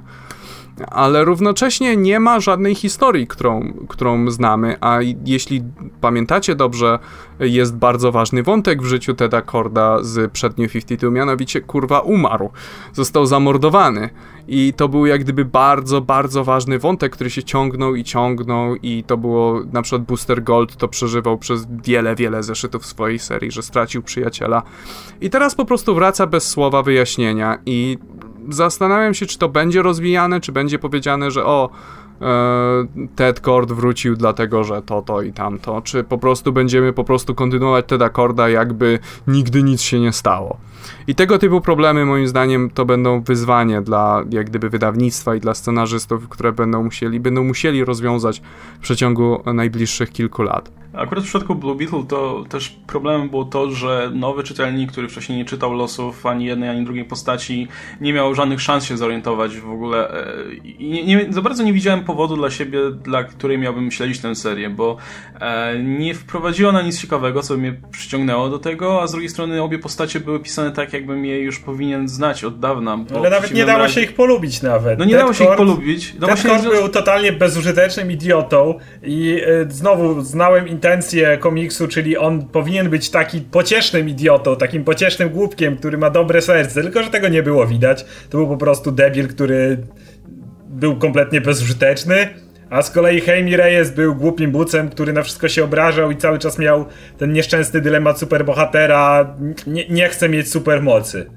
S2: Ale równocześnie nie ma żadnej historii, którą, którą znamy, a jeśli pamiętacie dobrze, jest bardzo ważny wątek w życiu Teda Korda z przed New pięćdziesiąt dwa, mianowicie kurwa umarł. Został zamordowany i to był jak gdyby bardzo, bardzo ważny wątek, który się ciągnął i ciągnął i to było, na przykład Booster Gold to przeżywał przez wiele, wiele zeszytów swojej serii, że stracił przyjaciela i teraz po prostu wraca bez słowa wyjaśnienia i zastanawiam się, czy to będzie rozwijane, czy będzie powiedziane, że o, e, Ted Kord wrócił dlatego, że to, to i tamto, czy po prostu będziemy po prostu kontynuować Teda Korda, jakby nigdy nic się nie stało. I tego typu problemy, moim zdaniem, to będą wyzwanie dla, jak gdyby, wydawnictwa i dla scenarzystów, które będą musieli, będą musieli rozwiązać w przeciągu najbliższych kilku lat.
S1: Akurat w przypadku Blue Beetle to też problemem było to, że nowy czytelnik, który wcześniej nie czytał losów ani jednej, ani drugiej postaci, nie miał żadnych szans się zorientować w ogóle i nie, nie, za bardzo nie widziałem powodu dla siebie, dla której miałbym śledzić tę serię, bo e, nie wprowadziła ona nic ciekawego, co by mnie przyciągnęło do tego, a z drugiej strony obie postacie były pisane tak, jakbym je już powinien znać od dawna. Bo
S3: ale nawet nie dało
S1: razie...
S3: się ich polubić nawet.
S1: No nie
S3: Ted
S1: dało się
S3: Kord,
S1: ich polubić. No
S3: Ted Kord był totalnie bezużytecznym idiotą i y, znowu znałem intencje komiksu, czyli on powinien być taki pociesznym idiotą, takim pociesznym głupkiem, który ma dobre serce, tylko że tego nie było widać. To był po prostu debil, który był kompletnie bezużyteczny. A z kolei Jaime Reyes był głupim bucem, który na wszystko się obrażał i cały czas miał ten nieszczęsny dylemat superbohatera. Nie, nie chce mieć supermocy.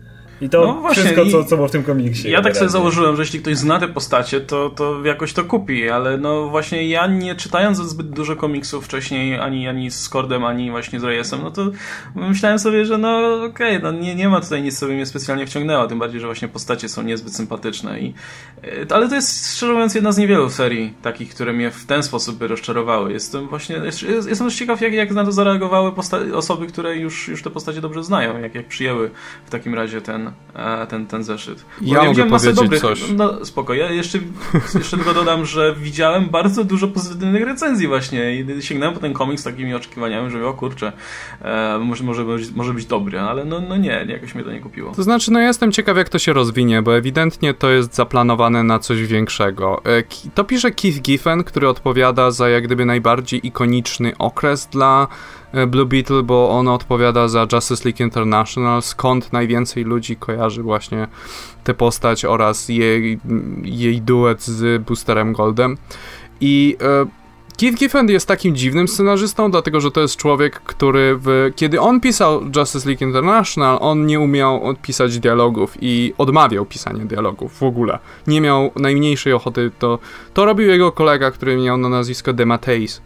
S3: I to no właśnie, wszystko, co, co było w tym komiksie.
S1: Ja tak sobie założyłem, że jeśli ktoś zna te postacie, to, to jakoś to kupi, ale no właśnie ja nie czytając zbyt dużo komiksów wcześniej, ani, ani z Kordem, ani właśnie z Reyesem, no to myślałem sobie, że no okej, okay, no nie, nie ma tutaj nic, co by mnie specjalnie wciągnęło, tym bardziej, że właśnie postacie są niezbyt sympatyczne. I, ale to jest, szczerze mówiąc, jedna z niewielu serii takich, które mnie w ten sposób by rozczarowały. Jestem właśnie, jestem też ciekaw, jak, jak na to zareagowały posta- osoby, które już, już te postacie dobrze znają, jak, jak przyjęły w takim razie ten, ten, ten zeszyt.
S2: Bo ja, ja mogę powiedzieć dobrych, coś.
S1: No spoko, ja jeszcze, jeszcze tylko dodam, że widziałem bardzo dużo pozytywnych recenzji właśnie i sięgnąłem po ten komiks z takimi oczekiwaniami, że o kurczę, e, może, może, być, może być dobry, ale no, no nie, jakoś mnie to nie kupiło.
S2: To znaczy, no ja jestem ciekaw, jak to się rozwinie, bo ewidentnie to jest zaplanowane na coś większego. To pisze Keith Giffen, który odpowiada za jak gdyby najbardziej ikoniczny okres dla Blue Beetle, bo on odpowiada za Justice League International, skąd najwięcej ludzi kojarzy właśnie tę postać oraz jej, jej duet z Boosterem Goldem. I e, Keith Giffen jest takim dziwnym scenarzystą, dlatego że to jest człowiek, który w, kiedy on pisał Justice League International, on nie umiał pisać dialogów i odmawiał pisania dialogów w ogóle. Nie miał najmniejszej ochoty, to, to robił jego kolega, który miał na nazwisko DeMatteis.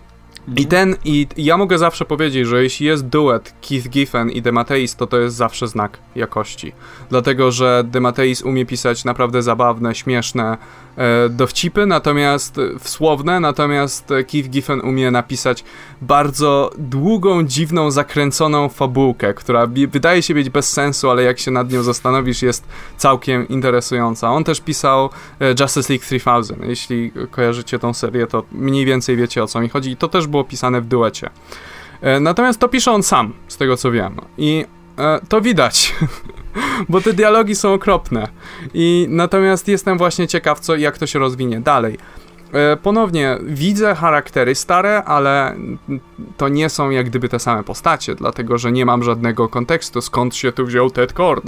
S2: I ten, i ja mogę zawsze powiedzieć, że jeśli jest duet Keith Giffen i DeMatteis, to to jest zawsze znak jakości. Dlatego, że DeMatteis umie pisać naprawdę zabawne, śmieszne e, dowcipy, natomiast słowne, natomiast Keith Giffen umie napisać bardzo długą, dziwną, zakręconą fabułkę, która b- wydaje się być bez sensu, ale jak się nad nią zastanowisz, jest całkiem interesująca. On też pisał e, Justice League trzy tysiące. Jeśli kojarzycie tą serię, to mniej więcej wiecie, o co mi chodzi. I to też było pisane w duecie. E, natomiast to pisze on sam, z tego co wiem. I e, to widać, bo te dialogi są okropne. I natomiast jestem właśnie ciekaw, co, jak to się rozwinie dalej. E, ponownie, widzę charaktery stare, ale to nie są jak gdyby te same postacie, dlatego, że nie mam żadnego kontekstu, skąd się tu wziął Ted Kord.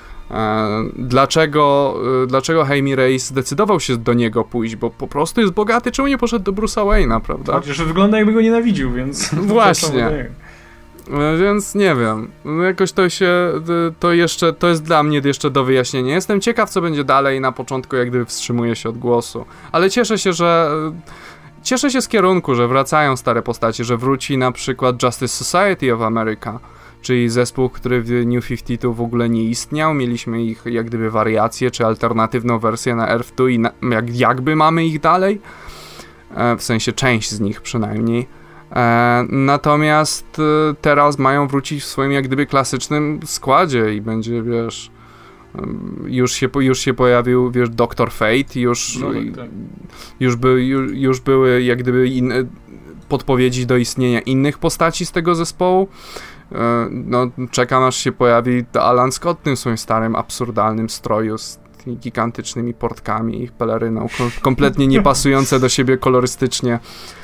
S2: Dlaczego, dlaczego Jaime Reyes zdecydował się do niego pójść, bo po prostu jest bogaty, czemu nie poszedł do Bruce'a Wayne'a, prawda?
S1: Chociaż wygląda jakby go nienawidził, więc...
S2: Właśnie. Więc nie wiem, jakoś to się, to jeszcze, to jest dla mnie jeszcze do wyjaśnienia. Jestem ciekaw, co będzie dalej, na początku jak gdyby wstrzymuję się od głosu, ale cieszę się, że... Cieszę się z kierunku, że wracają stare postacie, że wróci na przykład Justice Society of America, czyli zespół, który w New pięćdziesiąt dwa w ogóle nie istniał. Mieliśmy ich jak gdyby wariację, czy alternatywną wersję na Earth dwa i na, jak, jakby mamy ich dalej. E, w sensie część z nich przynajmniej. E, natomiast e, teraz mają wrócić w swoim jak gdyby klasycznym składzie i będzie, wiesz... Już się, już się pojawił, wiesz, doktor Fate, już, no, tak. już, by, już, już były jak gdyby inne podpowiedzi do istnienia innych postaci z tego zespołu. No, czekam aż się pojawi Alan Scott w tym swoim starym, absurdalnym stroju z tymi gigantycznymi portkami i ich peleryną, kompletnie niepasujące do siebie kolorystycznie.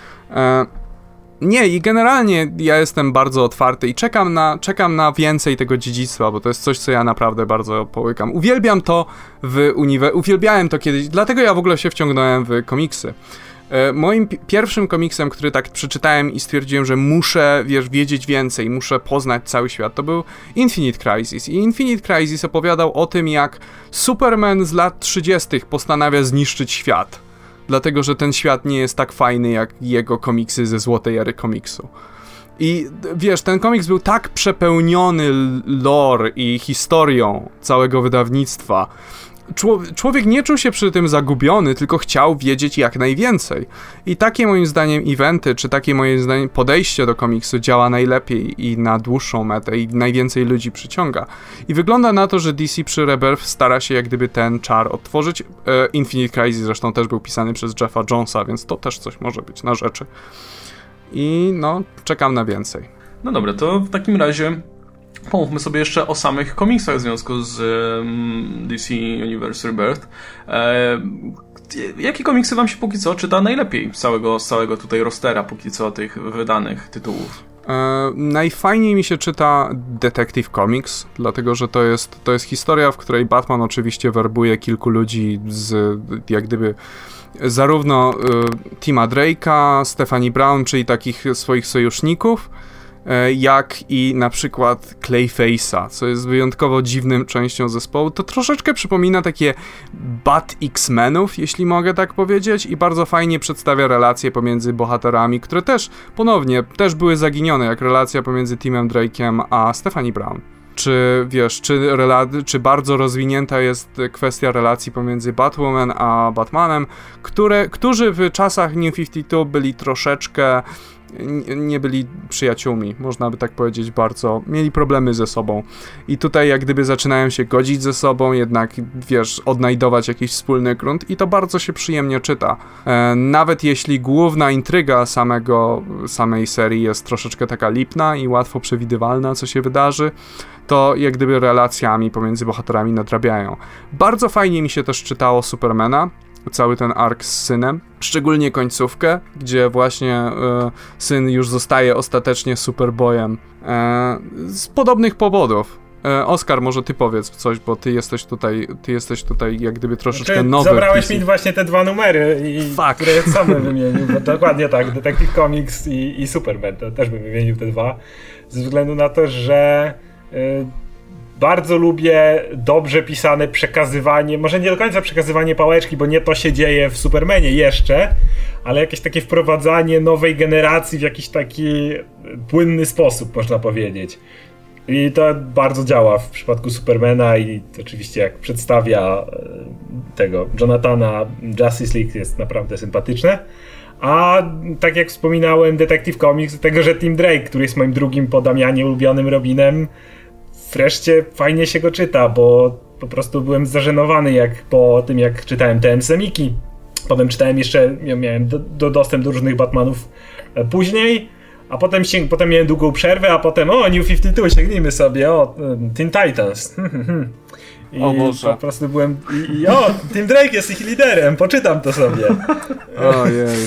S2: Nie, i generalnie ja jestem bardzo otwarty i czekam na, czekam na więcej tego dziedzictwa, bo to jest coś, co ja naprawdę bardzo połykam. Uwielbiam to w uniwersum, uwielbiałem to kiedyś, dlatego ja w ogóle się wciągnąłem w komiksy. E, moim pi- pierwszym komiksem, który tak przeczytałem i stwierdziłem, że muszę, wiesz, wiedzieć więcej, muszę poznać cały świat, to był Infinite Crisis. I Infinite Crisis opowiadał o tym, jak Superman z lat trzydziestych postanawia zniszczyć świat. Dlatego, że ten świat nie jest tak fajny jak jego komiksy ze złotej ery komiksu. I wiesz, ten komiks był tak przepełniony lore i historią całego wydawnictwa. Czło- człowiek nie czuł się przy tym zagubiony, tylko chciał wiedzieć jak najwięcej. I takie moim zdaniem eventy, czy takie moim zdaniem podejście do komiksu działa najlepiej i na dłuższą metę i najwięcej ludzi przyciąga. I wygląda na to, że D C przy Rebirth stara się jak gdyby ten czar odtworzyć. E, Infinite Crisis zresztą też był pisany przez Jeffa Jonesa, więc to też coś może być na rzeczy. I no, czekam na więcej.
S1: No dobra, to w takim razie pomówmy sobie jeszcze o samych komiksach w związku z um, D C Universe Rebirth. E, jakie komiksy wam się póki co czyta najlepiej z całego, z całego tutaj rostera póki co tych wydanych tytułów?
S2: E, najfajniej mi się czyta Detective Comics, dlatego że to jest, to jest historia, w której Batman oczywiście werbuje kilku ludzi z jak gdyby zarówno e, Tima Drake'a, Stephanie Brown, czyli takich swoich sojuszników, jak i na przykład Clayface'a, co jest wyjątkowo dziwnym częścią zespołu. To troszeczkę przypomina takie Bat X-Menów, jeśli mogę tak powiedzieć, i bardzo fajnie przedstawia relacje pomiędzy bohaterami, które też, ponownie, też były zaginione, jak relacja pomiędzy Timem Drake'em a Stephanie Brown. Czy, wiesz, czy, rela- czy bardzo rozwinięta jest kwestia relacji pomiędzy Batwoman a Batmanem, które, którzy w czasach New pięćdziesiąt dwa byli troszeczkę, nie byli przyjaciółmi, można by tak powiedzieć, bardzo, mieli problemy ze sobą. I tutaj jak gdyby zaczynają się godzić ze sobą, jednak, wiesz, odnajdować jakiś wspólny grunt i to bardzo się przyjemnie czyta. E, nawet jeśli główna intryga samego, samej serii jest troszeczkę taka lipna i łatwo przewidywalna, co się wydarzy, to jak gdyby relacjami pomiędzy bohaterami nadrabiają. Bardzo fajnie mi się też czytało Supermana, cały ten ark z synem, szczególnie końcówkę, gdzie właśnie e, syn już zostaje ostatecznie Superboyem e, z podobnych powodów. E, Oskar, może ty powiedz coś, bo ty jesteś tutaj, ty jesteś tutaj jak gdyby troszeczkę znaczy, nowy.
S3: Zabrałeś mi właśnie te dwa numery, i, które sam bym wymienił, bo dokładnie tak, Detective Comics i, i Superman, to też bym wymienił te dwa, ze względu na to, że y, bardzo lubię dobrze pisane przekazywanie, może nie do końca przekazywanie pałeczki, bo nie to się dzieje w Supermanie jeszcze, ale jakieś takie wprowadzanie nowej generacji w jakiś taki płynny sposób, można powiedzieć. I to bardzo działa w przypadku Supermana i oczywiście jak przedstawia tego Jonathana Justice League jest naprawdę sympatyczne. A tak jak wspominałem, Detective Comics, tego, że Tim Drake, który jest moim drugim po Damianie ulubionym Robinem, wreszcie fajnie się go czyta, bo po prostu byłem zażenowany jak po tym, jak czytałem T M Semiki. Potem czytałem jeszcze, miałem do, do dostęp do różnych Batmanów później, a potem, się, potem miałem długą przerwę, a potem o, New pięćdziesiąt dwa, sięgnijmy sobie, o, Teen Titans. I o Boże. Po prostu byłem, i, i o, Tim Drake jest ich liderem, poczytam to sobie.
S2: Ojej.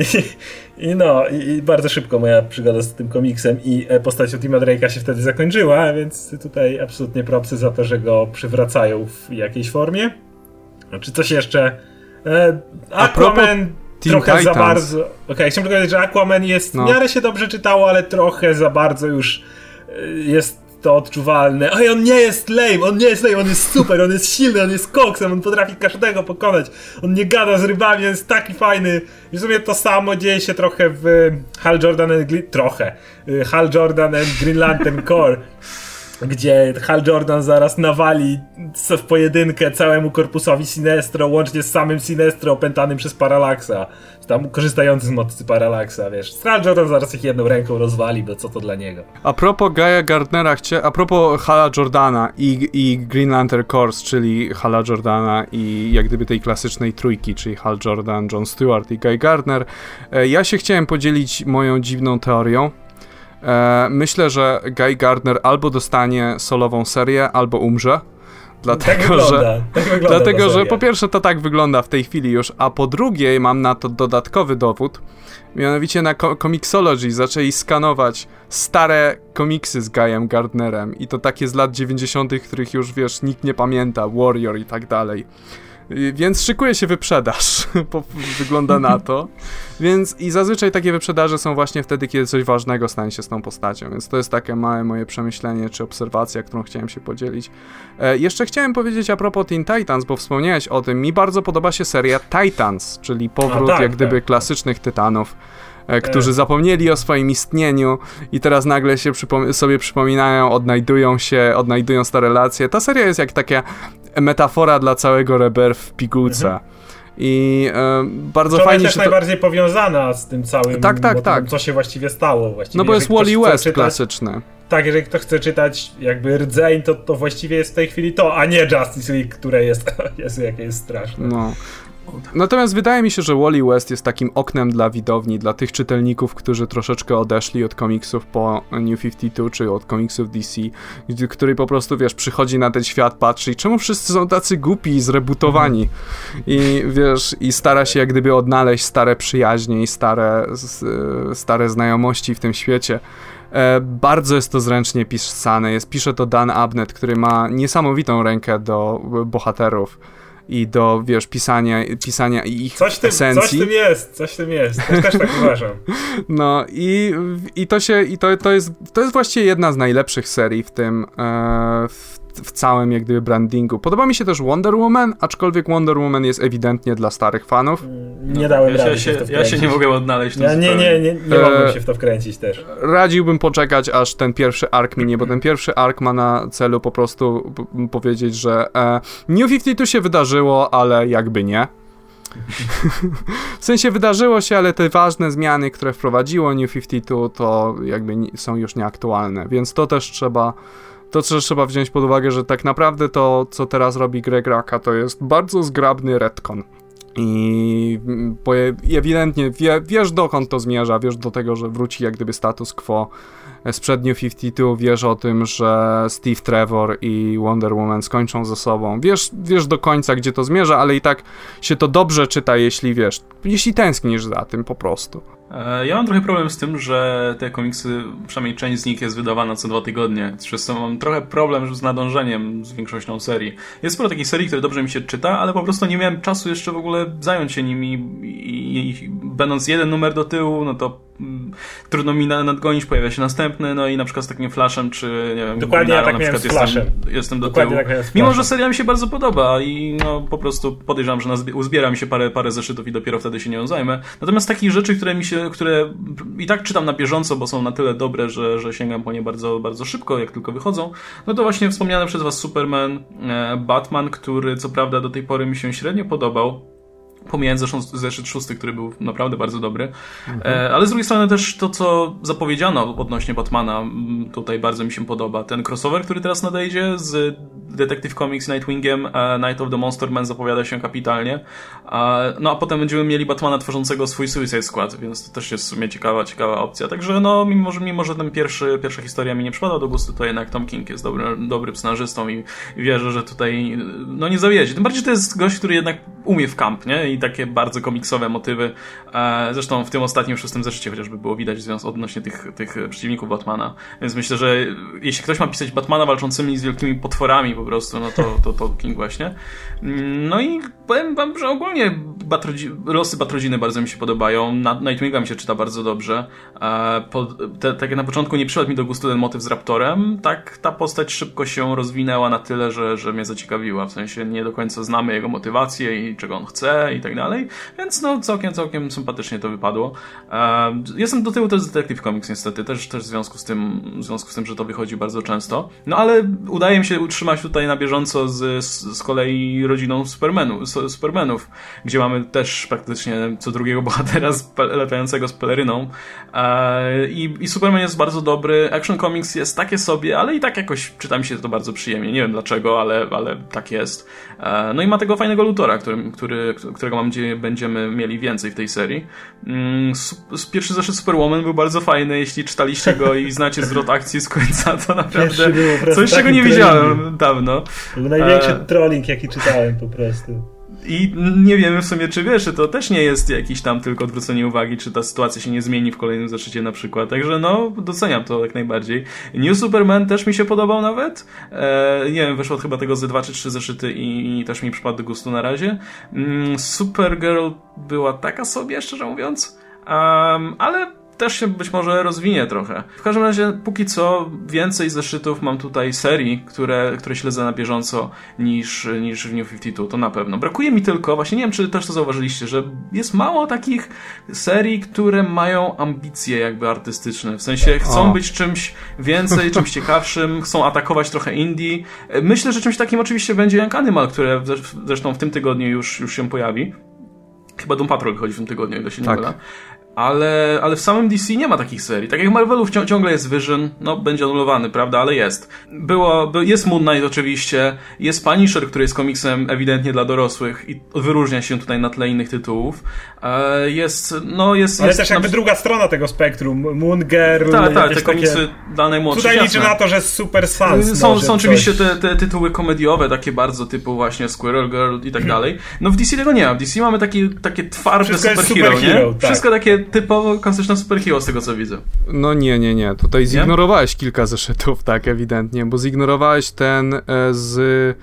S3: I, i no, i, i bardzo szybko moja przygoda z tym komiksem i postacią Tima Drake'a się wtedy zakończyła, więc tutaj absolutnie propsy za to, że go przywracają w jakiejś formie. Czy coś jeszcze? E, Aquaman trochę Titans. Za bardzo... Okej, okay, chciałem powiedzieć, że Aquaman jest, no. w miarę się dobrze czytało, ale trochę za bardzo już jest to odczuwalne. Oj, on nie jest lame, on nie jest lame, on jest super, on jest silny, on jest koksem, on potrafi każdego pokonać, on nie gada z rybami, on jest taki fajny. I w sumie to samo dzieje się trochę w Hal Jordan and Green... trochę. Hal Jordan and Green Lantern Corps, gdzie Hal Jordan zaraz nawali w pojedynkę całemu korpusowi Sinestro, łącznie z samym Sinestro opętanym przez Parallaxa, tam korzystający z mocy Parallaxa, wiesz. Hal Jordan zaraz ich jedną ręką rozwali, bo co to dla niego.
S2: A propos Guy'a Gardnera, chcia... a propos Hala Jordana i, i Green Lantern Corps, czyli Hala Jordana i jak gdyby tej klasycznej trójki, czyli Hal Jordan, John Stewart i Guy Gardner, ja się chciałem podzielić moją dziwną teorią. Myślę, że Guy Gardner albo dostanie solową serię, albo umrze. Dlatego,
S3: tak wygląda,
S2: że,
S3: tak wygląda
S2: dlatego że po pierwsze to tak wygląda w tej chwili już, a po drugie mam na to dodatkowy dowód. Mianowicie na Comixology zaczęli skanować stare komiksy z Guyem Gardnerem i to takie z lat dziewięćdziesiątych, których już wiesz, nikt nie pamięta, Warrior i tak dalej. Więc szykuje się wyprzedaż, wygląda na to. Więc i zazwyczaj takie wyprzedaże są właśnie wtedy, kiedy coś ważnego stanie się z tą postacią. Więc to jest takie małe moje przemyślenie czy obserwacja, którą chciałem się podzielić. E, jeszcze chciałem powiedzieć a propos Teen Titans, bo wspomniałeś o tym. Mi bardzo podoba się seria Titans, czyli powrót a, tak, jak gdyby tak. klasycznych tytanów, e, którzy e. zapomnieli o swoim istnieniu i teraz nagle się przypom- sobie przypominają, odnajdują się, odnajdują stare relacje. Ta seria jest jak taka metafora dla całego Rebirth w pigułce. Mhm. I e, bardzo
S3: to
S2: fajnie
S3: jest
S2: się
S3: to... najbardziej powiązana z tym całym,
S2: tak, tak, tak.
S3: co się właściwie stało. Właściwie.
S2: No bo jest Wally West
S3: czytać,
S2: klasyczny.
S3: Tak, jeżeli ktoś chce czytać jakby rdzeń, to, to właściwie jest w tej chwili to, a nie Justice League, które jest, jest jakie jest straszne.
S2: No. Natomiast wydaje mi się, że Wally West jest takim oknem dla widowni, dla tych czytelników, którzy troszeczkę odeszli od komiksów po New pięćdziesiąt dwa, czy od komiksów D C, który po prostu, wiesz, przychodzi na ten świat, patrzy i czemu wszyscy są tacy głupi i zrebutowani i wiesz, i stara się jak gdyby odnaleźć stare przyjaźnie i stare, stare znajomości w tym świecie. E, bardzo jest to zręcznie pisane, jest, pisze to Dan Abnett, który ma niesamowitą rękę do bohaterów. i do, wiesz, pisania, pisania ich
S3: coś tym,
S2: esencji.
S3: Coś tym jest, coś tym jest. Też, też tak uważam.
S2: No i, i to się, i to, to jest, to jest właściwie jedna z najlepszych serii w tym, e, w, w całym jak gdyby brandingu. Podoba mi się też Wonder Woman, aczkolwiek Wonder Woman jest ewidentnie dla starych fanów.
S3: Nie dałem
S1: ja
S3: rady
S1: się,
S3: się w to
S1: Ja się nie mogę odnaleźć.
S3: Ja nie, nie, nie, nie mogłem się w to wkręcić też.
S2: Radziłbym poczekać, aż ten pierwszy ark minie, bo ten pierwszy ark ma na celu po prostu p- powiedzieć, że e, New pięćdziesiąt dwa się wydarzyło, ale jakby nie. W sensie wydarzyło się, ale te ważne zmiany, które wprowadziło New pięćdziesiąt dwa, to jakby nie, są już nieaktualne, więc to też trzeba to też trzeba wziąć pod uwagę, że tak naprawdę to, co teraz robi Greg Rucka, to jest bardzo zgrabny retcon. I bo ewidentnie wie, wiesz, dokąd to zmierza, wiesz do tego, że wróci jak gdyby status quo sprzed New pięćdziesiąt dwa, wiesz o tym, że Steve Trevor i Wonder Woman skończą ze sobą, wiesz, wiesz do końca, gdzie to zmierza, ale i tak się to dobrze czyta, jeśli wiesz, jeśli tęsknisz za tym po prostu.
S1: Ja mam trochę problem z tym, że te komiksy, przynajmniej część z nich jest wydawana co dwa tygodnie, przez co mam trochę problem z nadążeniem z większością serii. Jest sporo takich serii, które dobrze mi się czyta, ale po prostu nie miałem czasu jeszcze w ogóle zająć się nimi i, i będąc jeden numer do tyłu, no to mm, trudno mi nadgonić, pojawia się następny, no i na przykład z takim Flashem, czy nie wiem,
S3: dokładnie ja tak
S1: na
S3: miałem
S1: przykład
S3: z Flashem.
S1: Jestem, jestem do
S3: dokładnie
S1: tyłu.
S3: Tak
S1: Mimo, że seria mi się bardzo podoba i no po prostu podejrzewam, że nazbie- uzbiera mi się parę, parę zeszytów i dopiero wtedy się nią zajmę. Natomiast takich rzeczy, które mi się, które i tak czytam na bieżąco, bo są na tyle dobre, że, że sięgam po nie bardzo, bardzo szybko, jak tylko wychodzą, no to właśnie wspomniany przez was Superman, e, Batman, który co prawda do tej pory mi się średnio podobał, pomijając zresztą zeszyt szósty, który był naprawdę bardzo dobry. Mhm. E, ale z drugiej strony też to, co zapowiedziano odnośnie Batmana, tutaj bardzo mi się podoba. Ten crossover, który teraz nadejdzie z Detective Comics Nightwingiem, e, Night of the Monster Man zapowiada się kapitalnie. E, no a potem będziemy mieli Batmana tworzącego swój Suicide Squad, więc to też jest w sumie ciekawa, ciekawa opcja. Także no, mimo że, mimo, że ten pierwszy, pierwsza historia mi nie przypadła do gustu, to jednak Tom King jest dobry, dobrym scenarzystą i, i wierzę, że tutaj no nie zawiedzie. Tym bardziej, że to jest gość, który jednak umie w camp, nie? I takie bardzo komiksowe motywy. Zresztą w tym ostatnim, szóstym zeszycie chociażby było widać związek odnośnie tych, tych przeciwników Batmana. Więc myślę, że jeśli ktoś ma pisać Batmana walczącymi z wielkimi potworami po prostu, no to, to, to King właśnie. No i powiem wam, że ogólnie Batrodzi- losy Batrodziny bardzo mi się podobają. Nightwinga mi się czyta bardzo dobrze. Po, te, tak jak na początku nie przypadł mi do gustu ten motyw z Raptorem, tak ta postać szybko się rozwinęła na tyle, że, że mnie zaciekawiła. W sensie nie do końca znamy jego motywację i czego on chce i tak dalej, więc no całkiem, całkiem sympatycznie to wypadło. E, jestem do tyłu też z Detective Comics niestety, też, też w związku z tym, w związku z tym, że to wychodzi bardzo często. No ale udaje mi się utrzymać tutaj na bieżąco z, z, z kolei rodziną Supermanu, Supermanów, gdzie mamy też praktycznie co drugiego bohatera z, latającego z peleryną. E, i, I Superman jest bardzo dobry, Action Comics jest takie sobie, ale i tak jakoś czyta mi się to bardzo przyjemnie. Nie wiem dlaczego, ale, ale tak jest. E, no i ma tego fajnego Luthora, który, który, którego mam nadzieję będziemy mieli więcej w tej serii. Mm, pierwszy zeszyt Superwoman był bardzo fajny, jeśli czytaliście go i znacie zwrot akcji z końca, to naprawdę coś, czego nie widziałem dawno.
S3: To był największy e... trolling, jaki czytałem po prostu.
S1: I nie wiemy w sumie, czy wiesz, czy to też nie jest jakiś tam tylko odwrócenie uwagi, czy ta sytuacja się nie zmieni w kolejnym zeszycie na przykład. Także no, doceniam to jak najbardziej. New Superman też mi się podobał nawet. E, nie wiem, wyszło chyba tego ze dwa czy trzy zeszyty i, i też mi przypadł do gustu na razie. Mm, Supergirl była taka sobie, szczerze mówiąc. Um, ale też się być może rozwinie trochę. W każdym razie, póki co więcej zeszytów mam tutaj serii, które, które śledzę na bieżąco niż, niż w New pięćdziesiąt dwa, to na pewno. Brakuje mi tylko, właśnie nie wiem, czy też to zauważyliście, że jest mało takich serii, które mają ambicje jakby artystyczne. W sensie chcą o. być czymś więcej, czymś ciekawszym, chcą atakować trochę indie. Myślę, że czymś takim oczywiście będzie Young Animal, które zresztą w tym tygodniu już, już się pojawi. Chyba Doom Patrol wychodzi w tym tygodniu, jak to się nie
S2: tak.
S1: mylę. Ale, ale w samym D C nie ma takich serii. Tak jak w Marvelu wcią- ciągle jest Vision, no będzie anulowany, prawda, ale jest. Było, by, jest Moon Knight oczywiście, jest Punisher, który jest komiksem ewidentnie dla dorosłych i wyróżnia się tutaj na tle innych tytułów. E, jest, no jest...
S3: Ale
S1: jest,
S3: też jakby
S1: na...
S3: druga strona tego spektrum, Moon Girl...
S1: Tak, tak, te komiksy takie... dla najmłodszych.
S3: Tutaj liczę na to, że super fans.
S1: Są, są oczywiście te, te tytuły komediowe, takie bardzo typu właśnie Squirrel Girl i tak dalej. No w D C tego nie ma. W D C mamy takie, takie twarde superhero, nie?
S3: Tak.
S1: Wszystko takie typowo klasyczne superhero z tego co widzę.
S2: No nie, nie, nie. Tutaj zignorowałeś nie? kilka zeszytów, tak, ewidentnie, bo zignorowałeś ten e, z...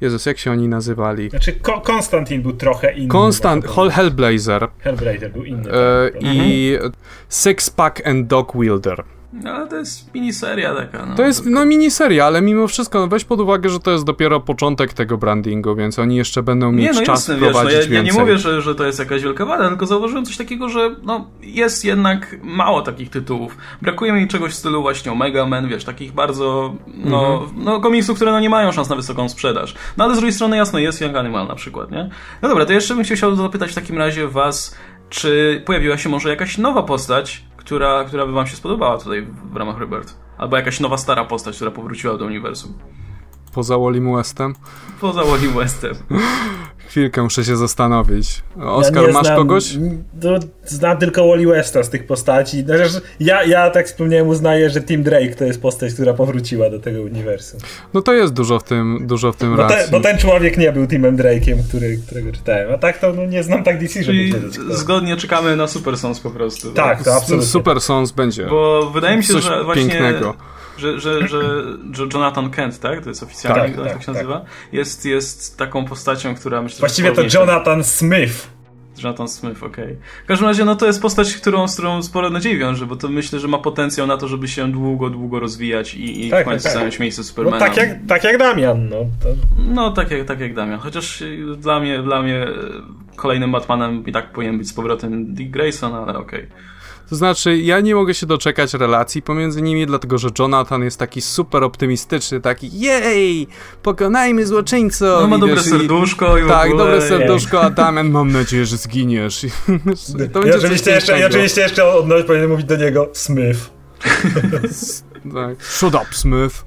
S2: Jezus, jak się oni nazywali?
S3: Znaczy, Ko- Konstantin był trochę inny.
S2: Konstant, Hol- Hellblazer.
S3: Hellblazer był inny.
S2: E,
S3: tak,
S2: I mhm. Six Pack and Dog Wielder.
S1: No, ale to jest miniseria taka, no.
S2: To jest, no, miniseria, ale mimo wszystko, no, weź pod uwagę, że to jest dopiero początek tego brandingu, więc oni jeszcze będą mieć
S1: nie, no
S2: czas
S1: jasne,
S2: wprowadzić
S1: wiesz, no, ja, ja nie
S2: więcej.
S1: mówię, że, że to jest jakaś wielka wada, tylko zauważyłem coś takiego, że no, jest jednak mało takich tytułów. Brakuje mi czegoś w stylu właśnie Omega Man, wiesz, takich bardzo, no, mhm. no komiksów, które no, nie mają szans na wysoką sprzedaż. No ale z drugiej strony, jasno, jest Young Animal na przykład, nie? No dobra, to jeszcze bym chciał zapytać w takim razie was, czy pojawiła się może jakaś nowa postać, która, która by wam się spodobała tutaj w ramach Rebirth? Albo jakaś nowa, stara postać, która powróciła do uniwersum?
S2: Poza Wallim Westem?
S1: Poza Wallim Westem.
S2: Chwilkę, muszę się zastanowić. Oskar,
S3: ja
S2: masz
S3: znam,
S2: kogoś?
S3: To znam tylko Wally Westa z tych postaci. Ja, ja tak wspomniałem, uznaję, że Tim Drake to jest postać, która powróciła do tego uniwersum.
S2: No to jest dużo w tym, dużo w tym
S3: bo
S2: racji.
S3: Te, bo ten człowiek nie był Timem Drake'iem, który, którego czytałem. A tak to no, nie znam tak D C, żeby wiedzieć.
S1: Zgodnie czekamy na Super Sons po prostu.
S3: Tak, to absolutnie.
S2: Super Sons będzie.
S1: Bo wydaje mi się,
S2: coś
S1: że właśnie...
S2: pięknego.
S1: Że, że, że, że Jonathan Kent, tak? To jest oficjalnie,
S3: tak,
S1: tak,
S3: tak,
S1: tak się
S3: tak.
S1: nazywa? Jest, jest taką postacią, która myślę,
S3: Właściwie
S1: że...
S3: to Jonathan Smith.
S1: Jonathan Smith, okej. Okay. W każdym razie, no to jest postać, którą, z którą sporo nadziei wiąże, bo to myślę, że ma potencjał na to, żeby się długo, długo rozwijać i, i
S3: tak,
S1: w końcu
S3: tak,
S1: zająć
S3: tak.
S1: miejsce Supermana.
S3: No tak jak, tak jak Damian, no. To...
S1: No tak jak, tak jak Damian. Chociaż dla mnie, dla mnie kolejnym Batmanem i tak powinien być z powrotem Dick Grayson, ale okej. Okay.
S2: To znaczy, ja nie mogę się doczekać relacji pomiędzy nimi, dlatego że Jonathan jest taki super optymistyczny, taki jej, pokonajmy złoczyńców.
S1: No ma
S2: I
S1: dobre
S2: wiesz,
S1: serduszko i w
S2: tak,
S1: ogóle...
S2: dobre serduszko, a Damian, mam nadzieję, że zginiesz. To będzie
S3: I oczywiście jeszcze, i oczywiście jeszcze odnoś powinien mówić do niego Smith.
S2: Tak. Shut up, Smith.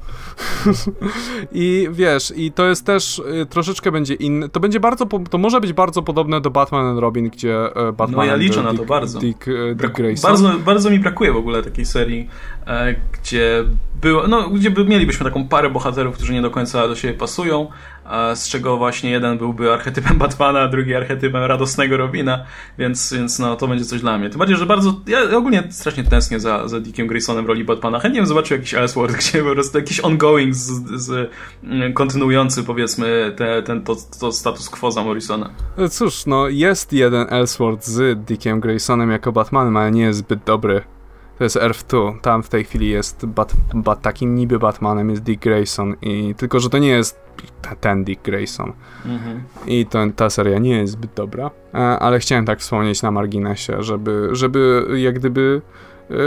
S2: I wiesz, i to jest też y, troszeczkę będzie inny, to będzie bardzo, po, to może być bardzo podobne do Batman and Robin, gdzie y, Batman
S1: No ja liczę
S2: Dick,
S1: na to bardzo.
S2: Dick, y, Dick Grayson.
S1: Bardzo, bardzo mi brakuje w ogóle takiej serii, e, gdzie było, no, gdzie by mielibyśmy taką parę bohaterów, którzy nie do końca do siebie pasują, e, z czego właśnie jeden byłby archetypem Batmana, a drugi archetypem radosnego Robina, więc, więc no, to będzie coś dla mnie. Tym bardziej, że bardzo, ja ogólnie strasznie tęsknię za, za Dickiem Graysonem w roli Batmana. Chętnie bym zobaczył jakiś Elseworld, gdzie po prostu jakiś ongoing z, z, kontynuujący, powiedzmy, te, ten, to, to status quo za Morrisona.
S2: Cóż, no jest jeden Elseworld z Dickiem Graysonem jako Batmanem, ale nie jest zbyt dobry. To jest Earth dwa, tam w tej chwili jest bat, bat, takim niby Batmanem jest Dick Grayson, i tylko że to nie jest ten Dick Grayson. Mhm. I to, ta seria nie jest zbyt dobra, ale chciałem tak wspomnieć na marginesie, żeby, żeby jak gdyby yy,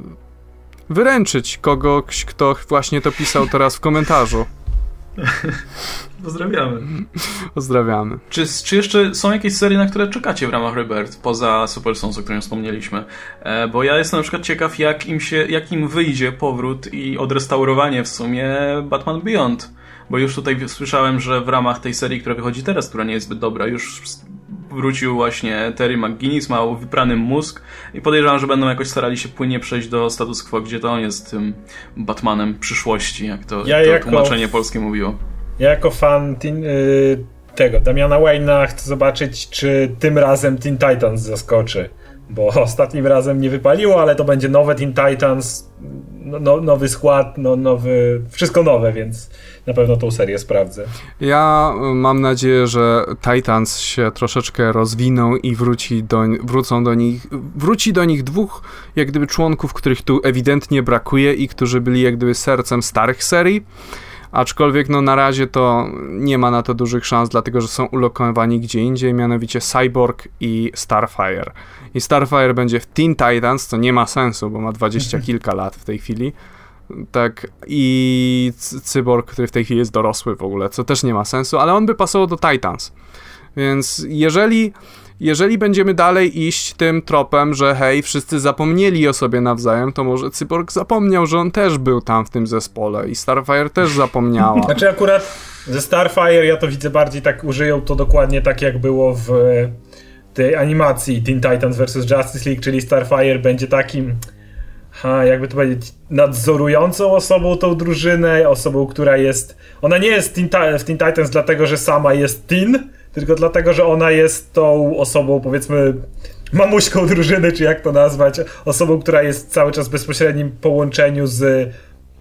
S2: wyręczyć kogoś, kto właśnie to pisał teraz w komentarzu.
S1: Pozdrawiamy.
S2: Pozdrawiamy.
S1: Czy, czy jeszcze są jakieś serie, na które czekacie w ramach Rebirth, poza Super Sons, o którym wspomnieliśmy? E, bo ja jestem na przykład ciekaw, jak im, się, jak im wyjdzie powrót i odrestaurowanie w sumie Batman Beyond. Bo już tutaj słyszałem, że w ramach tej serii, która wychodzi teraz, która nie jest zbyt dobra, już wrócił właśnie Terry McGinnis, ma wyprany mózg i podejrzewam, że będą jakoś starali się płynnie przejść do status quo, gdzie to on jest tym Batmanem przyszłości, jak to,
S3: ja
S1: to
S3: jako...
S1: tłumaczenie polskie mówiło.
S3: Ja jako fan teen, y, tego Damiana Wayne'a chcę zobaczyć, czy tym razem Teen Titans zaskoczy. Bo ostatnim razem nie wypaliło, ale to będzie nowe Teen Titans, no, nowy skład, no, nowy, wszystko nowe, więc na pewno tą serię sprawdzę.
S2: Ja mam nadzieję, że Titans się troszeczkę rozwiną i wróci do, wrócą do nich, wróci do nich dwóch jak gdyby członków, których tu ewidentnie brakuje i którzy byli jak gdyby sercem starych serii. Aczkolwiek no na razie to nie ma na to dużych szans, dlatego że są ulokowani gdzie indziej, mianowicie Cyborg i Starfire. I Starfire będzie w Teen Titans, co nie ma sensu, bo ma dwadzieścia kilka lat w tej chwili. Tak, i Cyborg, który w tej chwili jest dorosły w ogóle, co też nie ma sensu, ale on by pasował do Titans. Więc jeżeli... Jeżeli będziemy dalej iść tym tropem, że hej, wszyscy zapomnieli o sobie nawzajem, to może Cyborg zapomniał, że on też był tam w tym zespole i Starfire też zapomniała.
S3: Znaczy akurat ze Starfire ja to widzę bardziej tak, użyją to dokładnie tak jak było w tej animacji Teen Titans versus. Justice League, czyli Starfire będzie takim, ha, jakby to powiedzieć, nadzorującą osobą tą drużynę, osobą, która jest, ona nie jest teen, w Teen Titans dlatego, że sama jest teen, tylko dlatego, że ona jest tą osobą, powiedzmy, mamuśką drużyny, czy jak to nazwać, osobą, która jest cały czas w bezpośrednim połączeniu z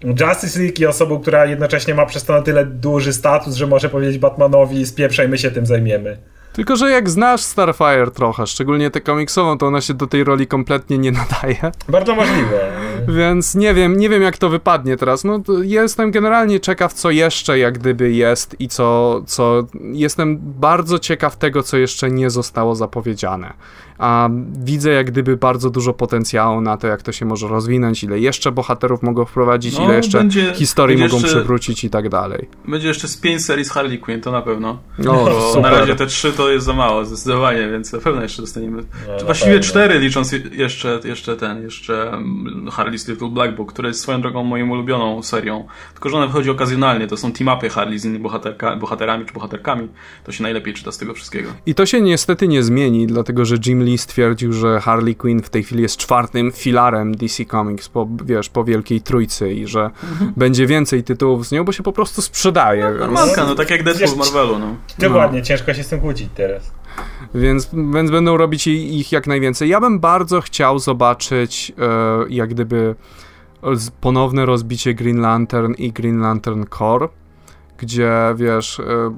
S3: Justice League i osobą, która jednocześnie ma przez to na tyle duży status, że może powiedzieć Batmanowi: spieprzaj, my się tym zajmiemy.
S2: Tylko że jak znasz Starfire trochę, szczególnie tę komiksową, to ona się do tej roli kompletnie nie nadaje.
S3: Bardzo możliwe.
S2: Więc nie wiem, nie wiem jak to wypadnie teraz. No jestem generalnie ciekaw, co jeszcze jak gdyby jest i co, co... Jestem bardzo ciekaw tego, co jeszcze nie zostało zapowiedziane. A widzę jak gdyby bardzo dużo potencjału na to, jak to się może rozwinąć, ile jeszcze bohaterów mogą wprowadzić, no, ile jeszcze będzie, historii będzie mogą jeszcze, przywrócić i tak dalej.
S1: Będzie jeszcze z pięć serii z Harley Quinn, to na pewno.
S2: No,
S1: bo na razie te trzy to jest za mało, zdecydowanie, więc na pewno jeszcze dostaniemy. No, właściwie cztery, licząc jeszcze, jeszcze ten, jeszcze Harley's Little Black Book, który jest swoją drogą moją ulubioną serią. Tylko że ona wychodzi okazjonalnie, to są team-upy Harley z innymi bohaterka, bohaterami czy bohaterkami. To się najlepiej czyta z tego wszystkiego.
S2: I to się niestety nie zmieni, dlatego że Jim Lee stwierdził, że Harley Quinn w tej chwili jest czwartym filarem D C Comics, po, wiesz, po Wielkiej Trójcy i że mhm. będzie więcej tytułów z nią, bo się po prostu sprzedaje.
S1: No, normalka, no tak jak Deadpool w Marvelu. No.
S3: Dokładnie,
S2: no.
S3: Ciężko się z tym kłócić teraz.
S2: Więc, więc będą robić ich jak najwięcej. Ja bym bardzo chciał zobaczyć e, jak gdyby ponowne rozbicie Green Lantern i Green Lantern Corps, gdzie, wiesz,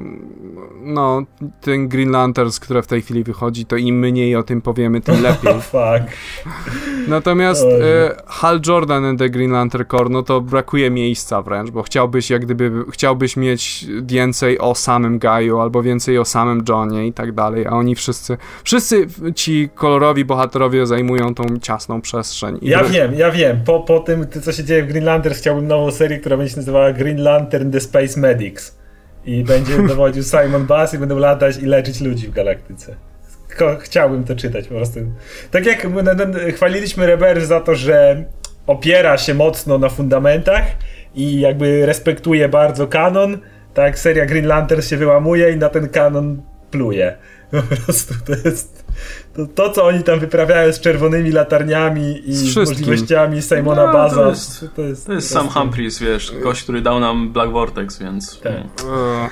S2: no, ten Green Lanterns, które w tej chwili wychodzi, to im mniej o tym powiemy, tym lepiej.
S3: Oh, fuck.
S2: Natomiast e, Hal Jordan and the Green Lantern Corps, no to brakuje miejsca wręcz, bo chciałbyś jak gdyby, chciałbyś mieć więcej o samym Gaju, albo więcej o samym Johnie i tak dalej, a oni wszyscy, wszyscy ci kolorowi bohaterowie zajmują tą ciasną przestrzeń.
S3: Ja wy... wiem, ja wiem. Po, po tym, co się dzieje w Green Lanterns, chciałbym nową serię, która będzie się nazywała Green Lantern The Space Medic. I będzie dowodził Simon Bass i będą latać i leczyć ludzi w galaktyce. Chciałbym to czytać po prostu. Tak jak chwaliliśmy Rebirth za to, że opiera się mocno na fundamentach i jakby respektuje bardzo kanon, tak seria Green Lantern się wyłamuje i na ten kanon pluje. Po prostu to jest to, to co oni tam wyprawiają z czerwonymi latarniami i z możliwościami Simona no, Baza.
S1: To jest, to jest, to jest Sam Humphries, wiesz, gość, który dał nam Black Vortex, więc...
S3: Tak.
S1: Hmm.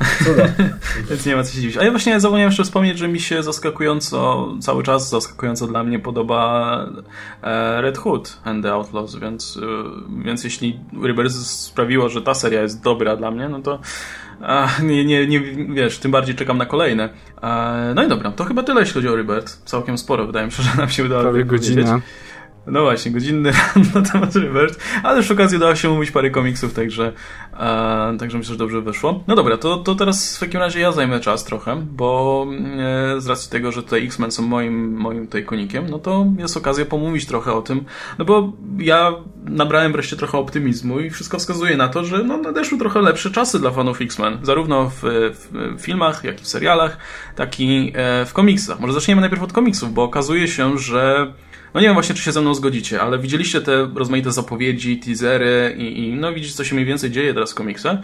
S1: Więc nie ma co się dziwić. A ja właśnie zapomniałem jeszcze wspomnieć, że mi się zaskakująco, cały czas zaskakująco dla mnie podoba e, Red Hood and the Outlaws, więc, e, więc jeśli Rebirth sprawiło, że ta seria jest dobra dla mnie, no to a, nie, nie, nie, wiesz, tym bardziej czekam na kolejne. E, no i dobra, to chyba tyle, jeśli chodzi o Rebirth. Całkiem sporo, wydaje mi się, że nam się udało
S2: prawie godzina.
S1: No właśnie, godzinny ran na temat Rebirth, ale przy okazji udało się mówić parę komiksów, także, e, także myślę, że dobrze wyszło. No dobra, to, to teraz w takim razie ja zajmę czas trochę, bo e, z racji tego, że tutaj X-Men są moim, moim tutaj konikiem, no to jest okazja pomówić trochę o tym, no bo ja nabrałem wreszcie trochę optymizmu i wszystko wskazuje na to, że no, nadeszły trochę lepsze czasy dla fanów X-Men, zarówno w, w filmach, jak i w serialach, tak i e, w komiksach. Może zaczniemy najpierw od komiksów, bo okazuje się, że no nie wiem właśnie, czy się ze mną zgodzicie, ale widzieliście te rozmaite zapowiedzi, teasery i, i no widzicie, co się mniej więcej dzieje teraz w komiksach.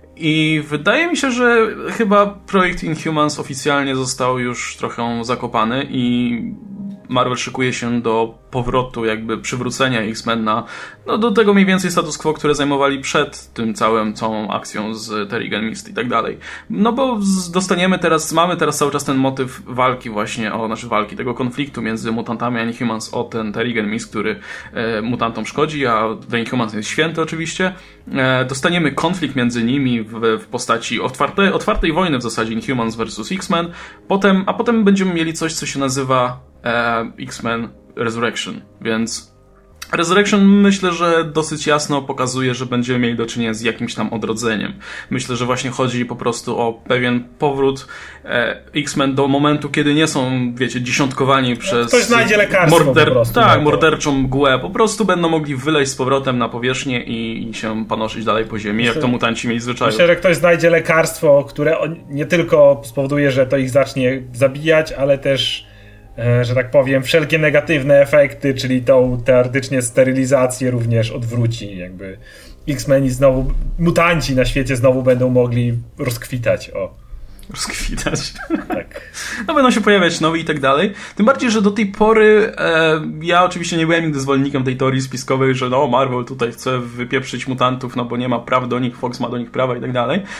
S1: I wydaje mi się, że chyba projekt Inhumans oficjalnie został już trochę zakopany i Marvel szykuje się do powrotu, jakby przywrócenia X-Men na, no do tego mniej więcej status quo, które zajmowali przed tym całym, całą akcją z Terrigen Mist i tak dalej. No bo dostaniemy teraz, mamy teraz cały czas ten motyw walki właśnie, o nasze walki, tego konfliktu między mutantami a Inhumans o ten Terrigen Mist, który e, mutantom szkodzi, a dla Inhumans jest święty oczywiście. E, dostaniemy konflikt między nimi w, w postaci otwartej, otwartej wojny w zasadzie Inhumans versus X-Men, potem, a potem będziemy mieli coś, co się nazywa e, X-Men Resurrection, więc Resurrection myślę, że dosyć jasno pokazuje, że będziemy mieli do czynienia z jakimś tam odrodzeniem. Myślę, że właśnie chodzi po prostu o pewien powrót e, X-Men do momentu, kiedy nie są, wiecie, dziesiątkowani przez
S3: ktoś znajdzie lekarstwo morder- po prostu,
S1: tak, morderczą mgłę. Po prostu będą mogli wyleźć z powrotem na powierzchnię i, i się panoszyć dalej po ziemi, myślę, jak to mutanci mieli zwyczaju.
S3: Myślę, że ktoś znajdzie lekarstwo, które nie tylko spowoduje, że to ich zacznie zabijać, ale też, że tak powiem, wszelkie negatywne efekty, czyli tą teoretycznie sterylizację również odwróci. Jakby X-Meni znowu, mutanci na świecie znowu będą mogli rozkwitać. O.
S1: Rozkwitać.
S3: Tak.
S1: No będą się pojawiać nowi i tak dalej. Tym bardziej, że do tej pory e, ja oczywiście nie byłem nigdy zwolennikiem tej teorii spiskowej, że no Marvel tutaj chce wypieprzyć mutantów, no bo nie ma praw do nich, Fox ma do nich prawa i tak dalej.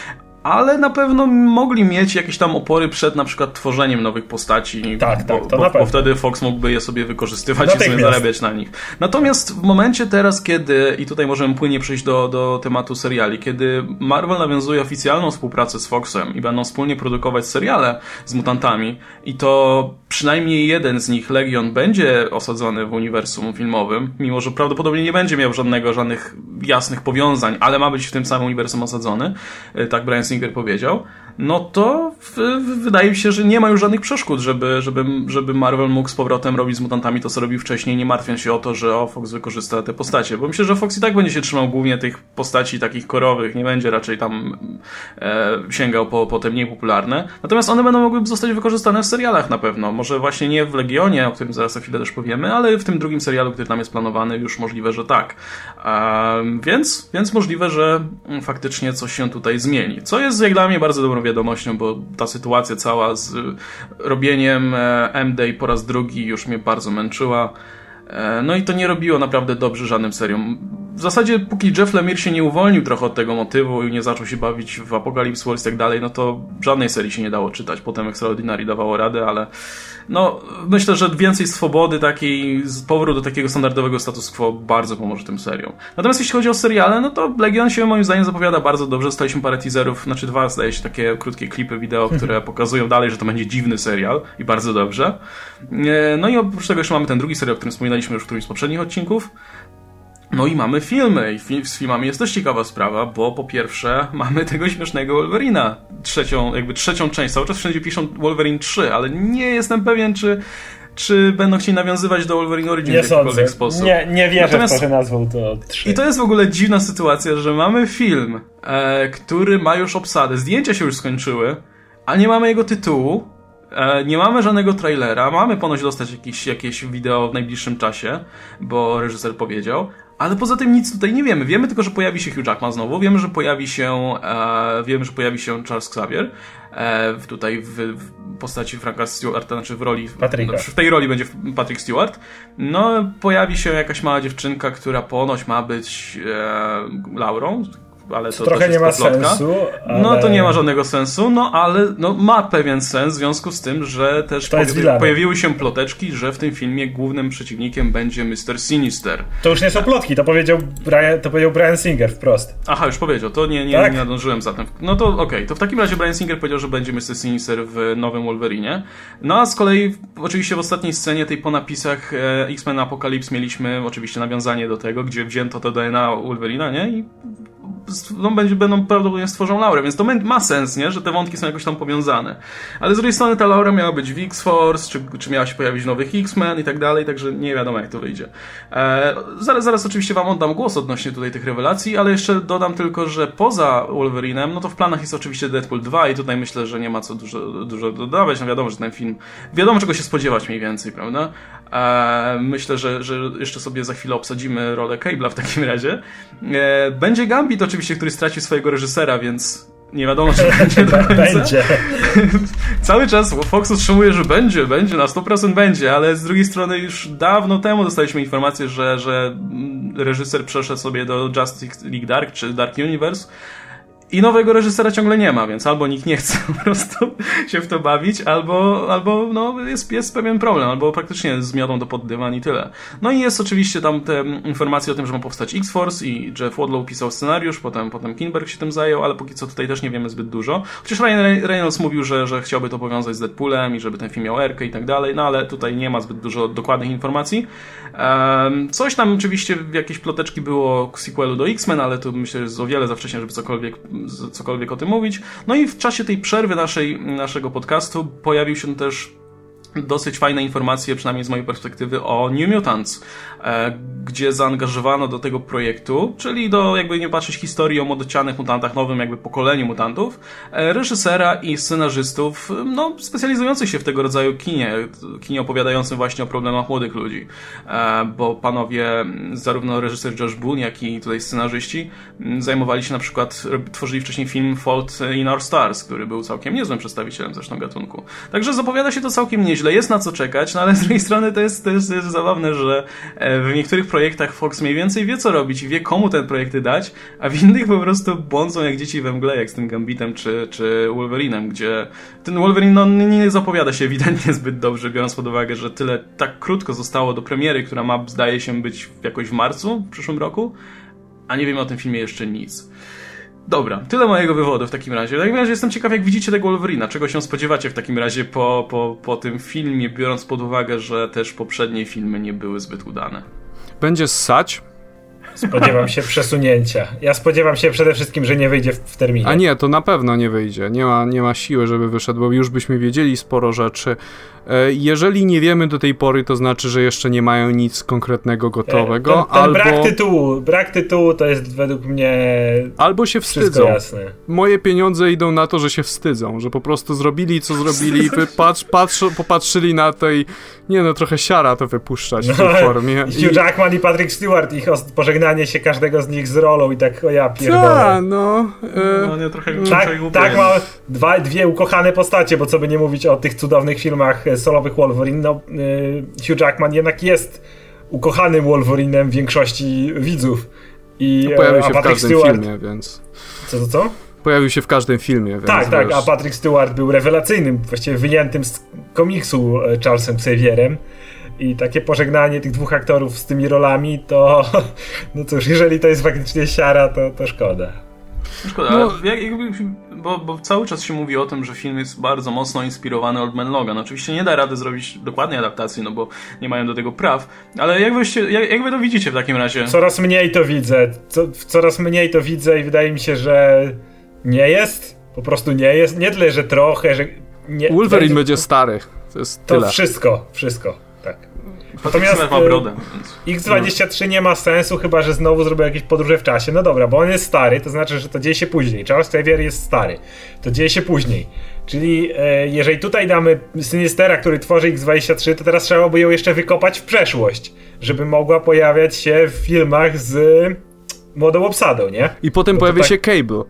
S1: ale na pewno mogli mieć jakieś tam opory przed na przykład tworzeniem nowych postaci,
S3: tak, tak,
S1: bo,
S3: to
S1: bo,
S3: na pewno.
S1: bo wtedy Fox mógłby je sobie wykorzystywać i sobie zarabiać na nich. Natomiast w momencie teraz, kiedy, i tutaj możemy płynnie przejść do, do tematu seriali, kiedy Marvel nawiązuje oficjalną współpracę z Foxem i będą wspólnie produkować seriale z mutantami i to przynajmniej jeden z nich, Legion, będzie osadzony w uniwersum filmowym, mimo że prawdopodobnie nie będzie miał żadnego, żadnych jasnych powiązań, ale ma być w tym samym uniwersum osadzony, tak Bryan Singer powiedział, no to w, w, wydaje mi się, że nie ma już żadnych przeszkód, żeby, żeby, żeby Marvel mógł z powrotem robić z mutantami to, co robił wcześniej, nie martwiąc się o to, że o, Fox wykorzysta te postacie, bo myślę, że Fox i tak będzie się trzymał głównie tych postaci takich korowych, nie będzie raczej tam e, sięgał po, po te mniej popularne, natomiast one będą mogły zostać wykorzystane w serialach na pewno, może właśnie nie w Legionie, o którym zaraz za chwilę też powiemy, ale w tym drugim serialu, który tam jest planowany, już możliwe, że tak. E, więc, więc możliwe, że faktycznie coś się tutaj zmieni, co jest jak dla mnie bardzo dobrą wiadomością, bo ta sytuacja cała z robieniem M-Day po raz drugi już mnie bardzo męczyła. No i to nie robiło naprawdę dobrze żadnym seriom. W zasadzie póki Jeff Lemire się nie uwolnił trochę od tego motywu i nie zaczął się bawić w Apocalypse Wars i tak dalej, no to żadnej serii się nie dało czytać. Potem Extraordinary dawało radę, ale no myślę, że więcej swobody takiej, z powrotu do takiego standardowego status quo bardzo pomoże tym seriom. Natomiast jeśli chodzi o seriale, no to Legion się moim zdaniem zapowiada bardzo dobrze. Dostaliśmy parę teaserów, znaczy dwa zdaje się takie krótkie klipy wideo, które pokazują dalej, że to będzie dziwny serial i bardzo dobrze. No i oprócz tego jeszcze mamy ten drugi serial, o którym wspominaliśmy już w którymś z poprzednich odcinków. No i mamy filmy i fi- z filmami jest też ciekawa sprawa, bo po pierwsze mamy tego śmiesznego Wolverina, trzecią, jakby trzecią część, cały czas wszędzie piszą Wolverine trzy, ale nie jestem pewien, czy, czy będą chcieli nawiązywać do Wolverine Origins w jakikolwiek sposób.
S3: Nie, nie wierzę
S1: Natomiast,
S3: w to, że nazwą to trzy.
S1: I to jest w ogóle dziwna sytuacja, że mamy film, e, który ma już obsadę, zdjęcia się już skończyły, a nie mamy jego tytułu. Nie mamy żadnego trailera, mamy ponoć dostać jakieś, jakieś wideo w najbliższym czasie, bo reżyser powiedział, ale poza tym nic tutaj nie wiemy. Wiemy tylko, że pojawi się Hugh Jackman znowu, wiemy, że pojawi się e, wiemy, że pojawi się Charles Xavier e, tutaj w, w postaci Franka Stewarta, znaczy w roli
S3: Patryka.
S1: W tej roli będzie Patrick Stewart. No, pojawi się jakaś mała dziewczynka, która ponoć ma być e, Laurą, ale to
S3: trochę
S1: też
S3: nie
S1: jest
S3: ma
S1: plotka.
S3: sensu. Ale...
S1: No to nie ma żadnego sensu, no ale no, ma pewien sens w związku z tym, że też pojawi, pojawiły się ploteczki, że w tym filmie głównym przeciwnikiem będzie mister Sinister.
S3: To już nie są plotki, to powiedział Brian, to powiedział Bryan Singer wprost.
S1: Aha, już powiedział, to nie, nie, tak? nie nadążyłem zatem. No to okej, okay. To w takim razie Bryan Singer powiedział, że będzie mister Sinister w nowym Wolverinie. No a z kolei oczywiście w ostatniej scenie tej po napisach e, X-Men Apocalypse mieliśmy oczywiście nawiązanie do tego, gdzie wzięto to D N A Wolverina, nie? I no, będzie, będą prawdopodobnie stworzą Laurę, więc to ma sens, nie? Że te wątki są jakoś tam powiązane. Ale z drugiej strony ta Laura miała być w X-Force, czy, czy miała się pojawić nowych X-Men i tak dalej, także nie wiadomo jak to wyjdzie. E, zaraz, zaraz oczywiście wam oddam głos odnośnie tutaj tych rewelacji, ale jeszcze dodam tylko, że poza Wolverinem, no to w planach jest oczywiście Deadpool dwa i tutaj myślę, że nie ma co dużo, dużo dodawać, no wiadomo, że ten film, wiadomo czego się spodziewać mniej więcej, prawda? E, myślę, że, że jeszcze sobie za chwilę obsadzimy rolę Cable'a w takim razie. E, będzie Gambit oczywiście, który stracił swojego reżysera, więc nie wiadomo, czy będzie do końca. Będzie. Cały czas Fox utrzymuje, że będzie, będzie, na sto procent będzie, ale z drugiej strony już dawno temu dostaliśmy informację, że, że reżyser przeszedł sobie do Justice League Dark, czy Dark Universe. I nowego reżysera ciągle nie ma, więc albo nikt nie chce po prostu się w to bawić, albo, albo no, jest, jest pewien problem, albo praktycznie zmiotą to pod dywan i tyle. No i jest oczywiście tam te informacje o tym, że ma powstać X-Force i Jeff Wadlow pisał scenariusz, potem, potem Kinberg się tym zajął, ale póki co tutaj też nie wiemy zbyt dużo. Chociaż Ryan Reynolds mówił, że, że chciałby to powiązać z Deadpoolem i żeby ten film miał erkę i tak dalej, no ale tutaj nie ma zbyt dużo dokładnych informacji. Um, coś tam oczywiście, jakieś ploteczki było k sequelu do X-Men, ale to myślę, że jest o wiele za wcześnie, żeby cokolwiek cokolwiek o tym mówić. No i w czasie tej przerwy naszej, naszego podcastu pojawił się też dosyć fajne informacje, przynajmniej z mojej perspektywy, o New Mutants, e, gdzie zaangażowano do tego projektu, czyli do, jakby nie patrzeć, historii o młodocianych mutantach, nowym jakby pokoleniu mutantów, e, reżysera i scenarzystów, no, specjalizujących się w tego rodzaju kinie, kinie opowiadającym właśnie o problemach młodych ludzi, e, bo panowie, zarówno reżyser Josh Boone, jak i tutaj scenarzyści, zajmowali się na przykład, tworzyli wcześniej film Fault in Our Stars, który był całkiem niezłym przedstawicielem zresztą gatunku. Także zapowiada się to całkiem nieźle. nieźle, jest na co czekać, no ale z drugiej strony to jest, to jest, to jest zabawne, że w niektórych projektach Fox mniej więcej wie, co robić i wie, komu ten projekt dać, a w innych po prostu błądzą jak dzieci we mgle, jak z tym Gambitem czy, czy Wolverinem, gdzie ten Wolverine no, nie zapowiada się ewidentnie zbyt dobrze, biorąc pod uwagę, że tyle tak krótko zostało do premiery, która ma, zdaje się, być jakoś w marcu w przyszłym roku, a nie wiemy o tym filmie jeszcze nic. Dobra, tyle mojego wywodu w takim razie. W takim razie jestem ciekaw, jak widzicie tego Wolverina. Czego się spodziewacie w takim razie po, po, po tym filmie, biorąc pod uwagę, że też poprzednie filmy nie były zbyt udane.
S2: Będzie ssać?
S3: Spodziewam się przesunięcia. Ja spodziewam się przede wszystkim, że nie wyjdzie w, w terminie.
S2: A nie, to na pewno nie wyjdzie. Nie ma, nie ma siły, żeby wyszedł, bo już byśmy wiedzieli sporo rzeczy. Jeżeli nie wiemy do tej pory, to znaczy, że jeszcze nie mają nic konkretnego gotowego.
S3: Ten, ten
S2: albo...
S3: brak tytułu, brak tytułu to jest według mnie
S2: albo się wstydzą.
S3: Jasne.
S2: Moje pieniądze idą na to, że się wstydzą, że po prostu zrobili, co zrobili, patrz, patrz, popatrzyli na to i nie no, trochę siara to wypuszczać w tej no, formie.
S3: Hugh Jackman i Patrick Stewart, ich pożegnanie się każdego z nich z rolą i tak, o ja pierdolę.
S2: Ta, no. E...
S1: no nie, trochę,
S3: tak,
S1: trochę
S3: tak ma dwa, dwie ukochane postacie, bo co by nie mówić o tych cudownych filmach solowych Wolverine, no y, Hugh Jackman jednak jest ukochanym Wolverinem większości widzów. I,
S2: no, pojawił się
S3: a
S2: w każdym
S3: Stewart...
S2: filmie, więc...
S3: Co, co, co?
S2: Pojawił się w każdym filmie, więc...
S3: Tak, tak,
S2: wiesz...
S3: a Patrick Stewart był rewelacyjnym, właściwie wyjętym z komiksu Charlesem Xavierem. I takie pożegnanie tych dwóch aktorów z tymi rolami, to no cóż, jeżeli to jest faktycznie siara, to, to szkoda.
S1: Szkoda, no, jak, jakby, bo, bo cały czas się mówi o tym, że film jest bardzo mocno inspirowany Old Man Logan. Oczywiście nie da rady zrobić dokładnej adaptacji, no bo nie mają do tego praw, ale jak, wyście, jak, jak wy to widzicie w takim razie?
S3: Coraz mniej to widzę, Co, coraz mniej to widzę i wydaje mi się, że nie jest, po prostu nie jest, nie tyle, że trochę, że... Nie,
S2: Wolverine
S3: będzie,
S2: będzie stary, to jest
S3: to
S2: tyle.
S3: wszystko, wszystko, tak.
S1: Natomiast ma brodę, więc...
S3: X dwadzieścia trzy nie ma sensu, chyba że znowu zrobił jakieś podróże w czasie. No dobra, bo on jest stary, to znaczy, że to dzieje się później. Charles Xavier jest stary, to dzieje się później. Czyli e, jeżeli tutaj damy Sinistera, który tworzy X dwadzieścia trzy, to teraz trzeba by ją jeszcze wykopać w przeszłość, żeby mogła pojawiać się w filmach z młodą obsadą, nie?
S2: I potem
S3: bo
S2: pojawi
S3: tak...
S2: się Cable.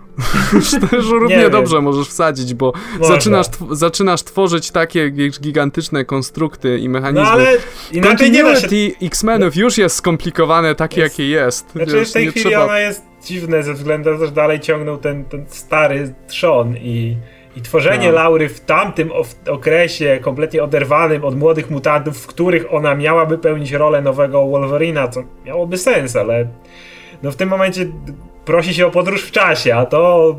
S2: Też równie dobrze możesz wsadzić, bo zaczynasz, tw- zaczynasz tworzyć takie gigantyczne konstrukty i mechanizmy. No ale
S3: inaczej nie da się...
S2: X-Menów już jest skomplikowane takie, jest... jakie jest.
S3: Znaczy wiesz, w tej chwili trzeba... ona jest dziwne ze względu na to, że dalej ciągnął ten, ten stary trzon i, i tworzenie no. Laury w tamtym okresie kompletnie oderwanym od młodych mutantów, w których ona miałaby pełnić rolę nowego Wolverina, co miałoby sens, ale no w tym momencie prosi się o podróż w czasie, a to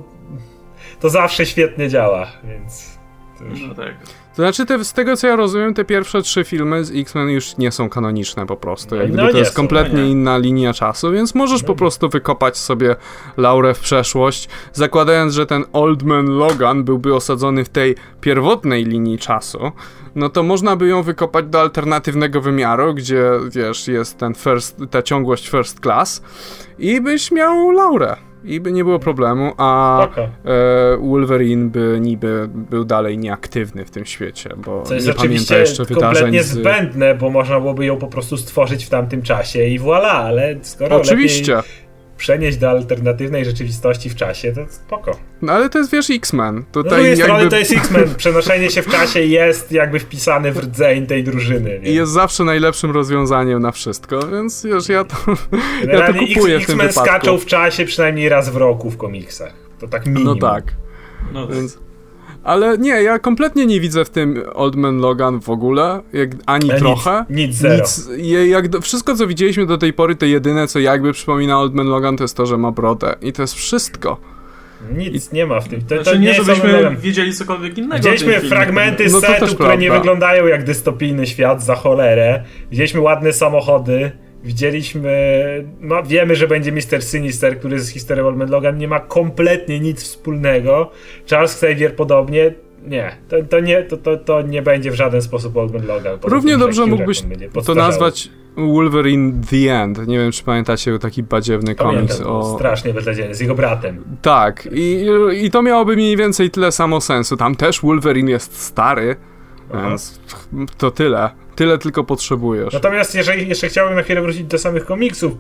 S3: to zawsze świetnie działa, więc to już...
S1: No tak.
S2: To znaczy, te, z tego co ja rozumiem, te pierwsze trzy filmy z X-Men już nie są kanoniczne po prostu. Jak gdyby
S3: no
S2: to jest
S3: są,
S2: kompletnie
S3: no
S2: inna linia czasu, więc możesz
S3: no
S2: po prostu wykopać sobie Laurę w przeszłość, zakładając, że ten Old Man Logan byłby osadzony w tej pierwotnej linii czasu, no to można by ją wykopać do alternatywnego wymiaru, gdzie, wiesz, jest ten first, ta ciągłość first class i byś miał Laurę. I by nie było problemu, a e, Wolverine by niby był dalej nieaktywny w tym świecie, bo
S3: co jest
S2: nie pamięta jeszcze wydarzeń.
S3: Kompletnie
S2: z...
S3: zbędne, bo można byłoby ją po prostu stworzyć w tamtym czasie i voilà, ale skoro
S2: oczywiście
S3: lepiej przenieść do alternatywnej rzeczywistości w czasie, to spoko.
S2: No ale to jest, wiesz, X-Men. Tutaj
S3: no z drugiej
S2: jakby...
S3: strony to jest X-Men. Przenoszenie się w czasie jest jakby wpisane w rdzeń tej drużyny.
S2: I jest zawsze najlepszym rozwiązaniem na wszystko, więc wiesz, ja to, ja to kupuję
S3: X-
S2: w tym
S3: X-Men
S2: wypadku.
S3: skaczą w czasie przynajmniej raz w roku w komiksach. To tak minimum.
S2: No tak.
S1: No
S2: więc... Ale nie, ja kompletnie nie widzę w tym Old Man Logan w ogóle, jak, ani
S3: nic,
S2: trochę.
S3: Nic, zero.
S2: Nic, jak do, wszystko, co widzieliśmy do tej pory, to jedyne, co jakby przypomina Old Man Logan, to jest to, że ma brodę. I to jest wszystko.
S3: Nic I... nie ma w tym. To,
S1: znaczy
S3: to nie,
S1: nie żebyśmy
S3: jest
S1: wiedzieli cokolwiek innego.
S3: Widzieliśmy fragmenty
S2: no
S3: setu, które
S2: prawda.
S3: nie wyglądają jak dystopijny świat za cholerę. Widzieliśmy ładne samochody. Widzieliśmy, no wiemy, że będzie mister Sinister, który z historią Old Man Logan nie ma kompletnie nic wspólnego. Charles Xavier podobnie. Nie, to, to, nie, to, to, to nie będzie w żaden sposób Old Man Logan.
S2: Równie tym, dobrze mógłbyś to nazwać Wolverine The End. Nie wiem, czy pamiętacie taki badziewny komiks.
S3: Pamiętam,
S2: o...
S3: strasznie beznadziejny, z jego bratem.
S2: Tak, i, i to miałoby mniej więcej tyle samo sensu. Tam też Wolverine jest stary, aha, więc to tyle. Tyle tylko potrzebujesz.
S3: Natomiast jeżeli jeszcze chciałbym na chwilę wrócić do samych komiksów,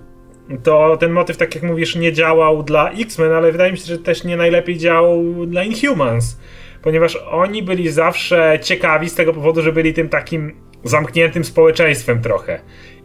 S3: to ten motyw, tak jak mówisz, nie działał dla X-Men, ale wydaje mi się, że też nie najlepiej działał dla Inhumans. ponieważ oni byli zawsze ciekawi z tego powodu, że byli tym takim zamkniętym społeczeństwem trochę.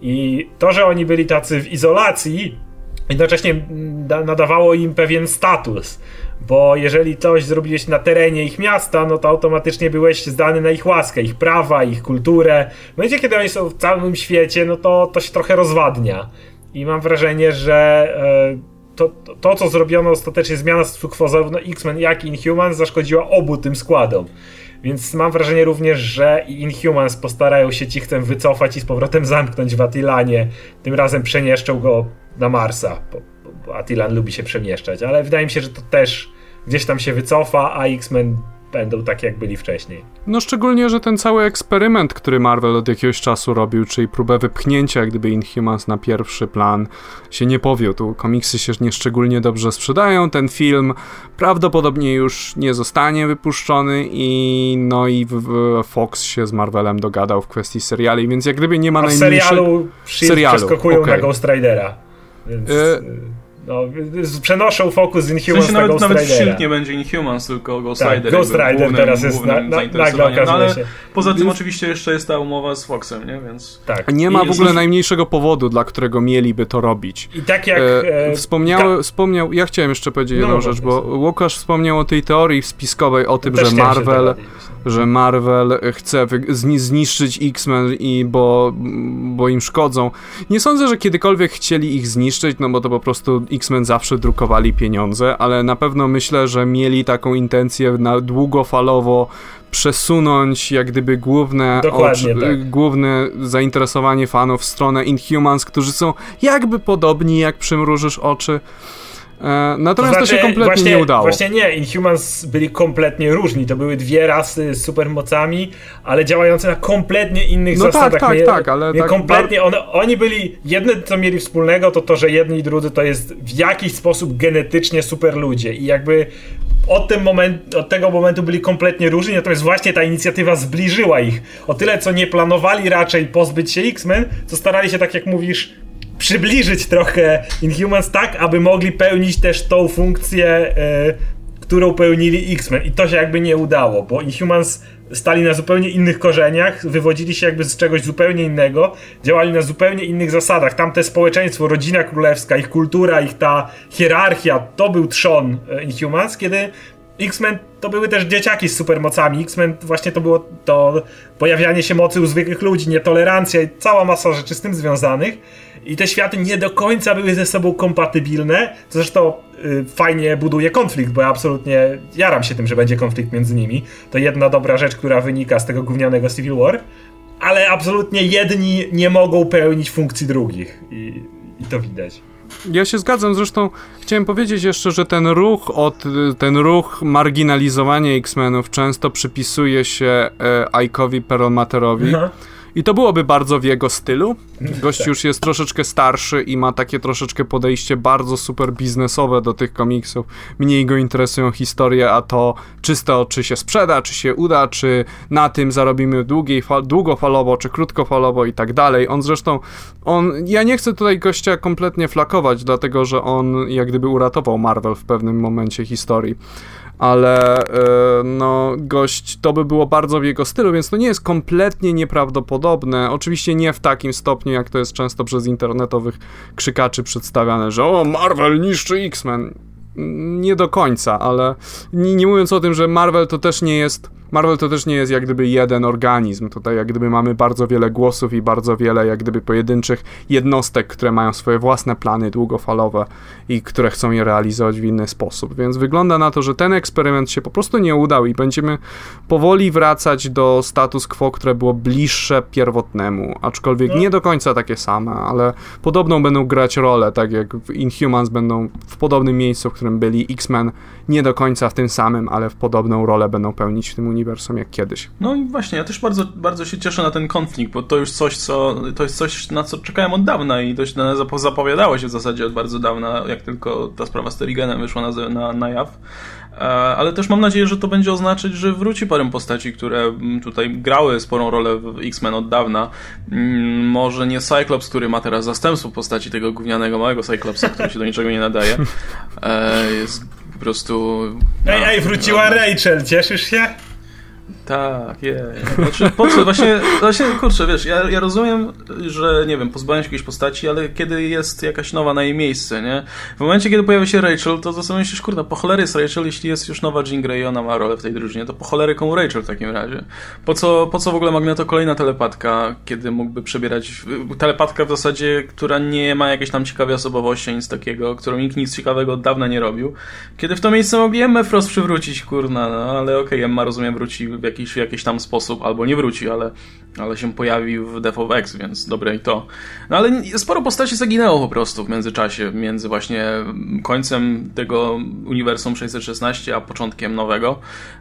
S3: I to, że oni byli tacy w izolacji, jednocześnie nadawało im pewien status, bo jeżeli coś zrobiłeś na terenie ich miasta, no to automatycznie byłeś zdany na ich łaskę, ich prawa, ich kulturę. W momencie, kiedy oni są w całym świecie, no to to się trochę rozwadnia. I mam wrażenie, że e, to, to, to, co zrobiono ostatecznie, zmiana statu quo zarówno X-Men, jak i Inhumans zaszkodziła obu tym składom. Więc mam wrażenie również, że Inhumans postarają się cichcem wycofać i z powrotem zamknąć w Attilanie. Tym razem przemieszczą go na Marsa, bo, bo Attilan lubi się przemieszczać, ale wydaje mi się, że to też gdzieś tam się wycofa, a X-Men będą tak, jak byli wcześniej.
S2: No szczególnie, że ten cały eksperyment, który Marvel od jakiegoś czasu robił, czyli próbę wypchnięcia jak gdyby Inhumans na pierwszy plan, się nie powiódł. Komiksy się nieszczególnie dobrze sprzedają, ten film prawdopodobnie już nie zostanie wypuszczony i no i w, w Fox się z Marvelem dogadał w kwestii seriali, więc jak gdyby nie ma
S3: a
S2: najmniejszej...
S3: serialu, serialu przeskakują okay. na Ghost Ridera, więc... Y- No, przenoszą fokus z Inhumans w sensie na Ghost Ridera.
S1: Nawet Shield nie będzie Inhumans, tylko Ghost
S3: tak,
S1: Rider.
S3: Ghost Rider głównym, teraz jest na, na, nagle okazuje
S1: no, ale
S3: się.
S1: Poza tym oczywiście jeszcze jest ta umowa z Foxem, nie? Więc...
S2: Tak. Nie ma I w ogóle jest... najmniejszego powodu, dla którego mieliby to robić.
S3: I tak jak...
S2: E, wspomniał, wspomniał, ja chciałem jeszcze powiedzieć no, jedną rzecz, bo Łukasz wspomniał o tej teorii spiskowej, o tym, że Marvel... że Marvel chce zniszczyć X-Men i bo, bo im szkodzą. Nie sądzę, że kiedykolwiek chcieli ich zniszczyć, no bo to po prostu X-Men zawsze drukowali pieniądze, ale na pewno myślę, że mieli taką intencję na długofalowo przesunąć jak gdyby główne, ocz, tak. główne zainteresowanie fanów w stronę Inhumans, którzy są jakby podobni, jak przymrużysz oczy. Natomiast to, znaczy, to się kompletnie
S3: właśnie,
S2: nie udało.
S3: Właśnie nie, Inhumans byli kompletnie różni. To były dwie rasy z supermocami, ale działające na kompletnie innych
S2: no
S3: zasadach.
S2: Tak, tak,
S3: mnie,
S2: tak, ale
S3: mnie
S2: tak
S3: kompletnie, bar... one, oni byli, jedne co mieli wspólnego, to to, że jedni i drudzy to jest w jakiś sposób genetycznie super ludzie i jakby od, tym moment, od tego momentu byli kompletnie różni, natomiast właśnie ta inicjatywa zbliżyła ich. O tyle, co nie planowali raczej pozbyć się X-Men, co starali się, tak jak mówisz, przybliżyć trochę Inhumans tak, aby mogli pełnić też tą funkcję, e, którą pełnili X-Men. I to się jakby nie udało, bo Inhumans stali na zupełnie innych korzeniach, wywodzili się jakby z czegoś zupełnie innego, działali na zupełnie innych zasadach. Tamte społeczeństwo, rodzina królewska, ich kultura, ich ta hierarchia, to był trzon Inhumans, kiedy X-Men to były też dzieciaki z supermocami. X-Men właśnie to było to pojawianie się mocy u zwykłych ludzi, nietolerancja i cała masa rzeczy z tym związanych. I te światy nie do końca były ze sobą kompatybilne, co zresztą y, fajnie buduje konflikt, bo ja absolutnie jaram się tym, że będzie konflikt między nimi. To jedna dobra rzecz, która wynika z tego gównianego Civil War, ale absolutnie jedni nie mogą pełnić funkcji drugich i, i to widać.
S2: Ja się zgadzam, zresztą chciałem powiedzieć jeszcze, że ten ruch od, ten ruch marginalizowania X-Menów często przypisuje się e, Ike'owi Perlmutterowi. Aha. I to byłoby bardzo w jego stylu. Gość tak. już jest troszeczkę starszy i ma takie troszeczkę podejście bardzo super biznesowe do tych komiksów. Mniej go interesują historie, a to czysto czy się sprzeda, czy się uda, czy na tym zarobimy długiej, długofalowo, czy krótkofalowo i tak dalej. On zresztą, on, ja nie chcę tutaj gościa kompletnie flakować, dlatego że on jak gdyby uratował Marvel w pewnym momencie historii. Ale yy, no gość, to by było bardzo w jego stylu, więc to nie jest kompletnie nieprawdopodobne. Oczywiście nie w takim stopniu, jak to jest często przez internetowych krzykaczy przedstawiane, że o, Marvel niszczy X-Men. Nie do końca, ale nie, nie mówiąc o tym, że Marvel to też nie jest Marvel to też nie jest jak gdyby jeden organizm. Tutaj jak gdyby mamy bardzo wiele głosów i bardzo wiele jak gdyby pojedynczych jednostek, które mają swoje własne plany długofalowe i które chcą je realizować w inny sposób. Więc wygląda na to, że ten eksperyment się po prostu nie udał i będziemy powoli wracać do status quo, które było bliższe pierwotnemu, aczkolwiek no. nie do końca takie same, ale podobną będą grać rolę, tak jak w Inhumans będą w podobnym miejscu, w którym byli X-Men, nie do końca w tym samym, ale w podobną rolę będą pełnić w tym uniwersum jak kiedyś.
S1: No i właśnie, ja też bardzo, bardzo się cieszę na ten konflikt, bo to już coś, co, to jest coś, na co czekałem od dawna i dość zapowiadało się w zasadzie od bardzo dawna, jak tylko ta sprawa z Terrigenem wyszła na, na, na jaw. Ale też mam nadzieję, że to będzie oznaczać, że wróci parę postaci, które tutaj grały sporą rolę w X-Men od dawna. Może nie Cyclops, który ma teraz zastępstwo w postaci tego gównianego małego Cyclopsa, który się do niczego nie nadaje. Jest prostu...
S3: Ej, no, ej, wróciła no. Rachel, cieszysz się?
S1: Tak, je. Znaczy, po co? Właśnie, właśnie, kurczę, wiesz, ja, ja rozumiem, że, nie wiem, pozbawiam się jakiejś postaci, ale kiedy jest jakaś nowa na jej miejsce, nie? W momencie, kiedy pojawia się Rachel, to to sobie myślisz, kurde, po cholery jest Rachel, jeśli jest już nowa Jean Grey i ona ma rolę w tej drużynie, to po cholery komu Rachel w takim razie? Po co, po co w ogóle Magneto kolejna telepatka, kiedy mógłby przebierać... Telepatka w zasadzie, która nie ma jakiejś tam ciekawej osobowości, nic takiego, którą nikt nic ciekawego od dawna nie robił. Kiedy w to miejsce mogli Emmę Frost przywrócić, kurna, no ale okej, okay, Emma, rozumiem, wróci w jakiś, w jakiś tam sposób, albo nie wróci, ale, ale się pojawi w Death of X, więc dobre i to. No ale sporo postaci zaginęło po prostu w międzyczasie, między właśnie końcem tego uniwersum sześćset szesnaście, a początkiem nowego.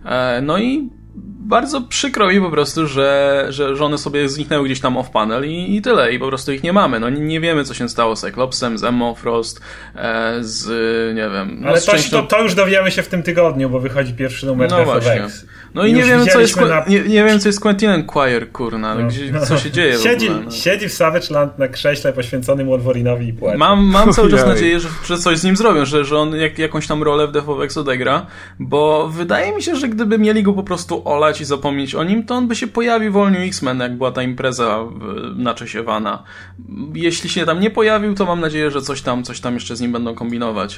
S1: No i bardzo przykro mi po prostu, że, że, że one sobie zniknęły gdzieś tam off-panel i, i tyle, i po prostu ich nie mamy. No nie, nie wiemy, co się stało z Cyclopsem, z Emmą Frost, e, z, nie wiem... No
S3: ale
S1: z
S3: to,
S1: częścią...
S3: to, to już dowiemy się w tym tygodniu, bo wychodzi pierwszy numer
S1: no
S3: Death
S1: właśnie.
S3: of X.
S1: No i, i nie wiem, co jest, na... nie, nie wiem, co jest Quentinem Quire, kurna, no. Gdzie, co się dzieje
S3: siedzi,
S1: w ogóle. No.
S3: Siedzi w Savage Land na krześle poświęconym Wolverinowi i płacze.
S1: Mam, mam cały czas nadzieję, że, że coś z nim zrobią, że, że on jak, jakąś tam rolę w Death of X odegra, bo wydaje mi się, że gdyby mieli go po prostu olać i zapomnieć o nim, to on by się pojawił w All New X-Men, jak była ta impreza w, na cześć Ewana. Jeśli się tam nie pojawił, to mam nadzieję, że coś tam, coś tam jeszcze z nim będą kombinować.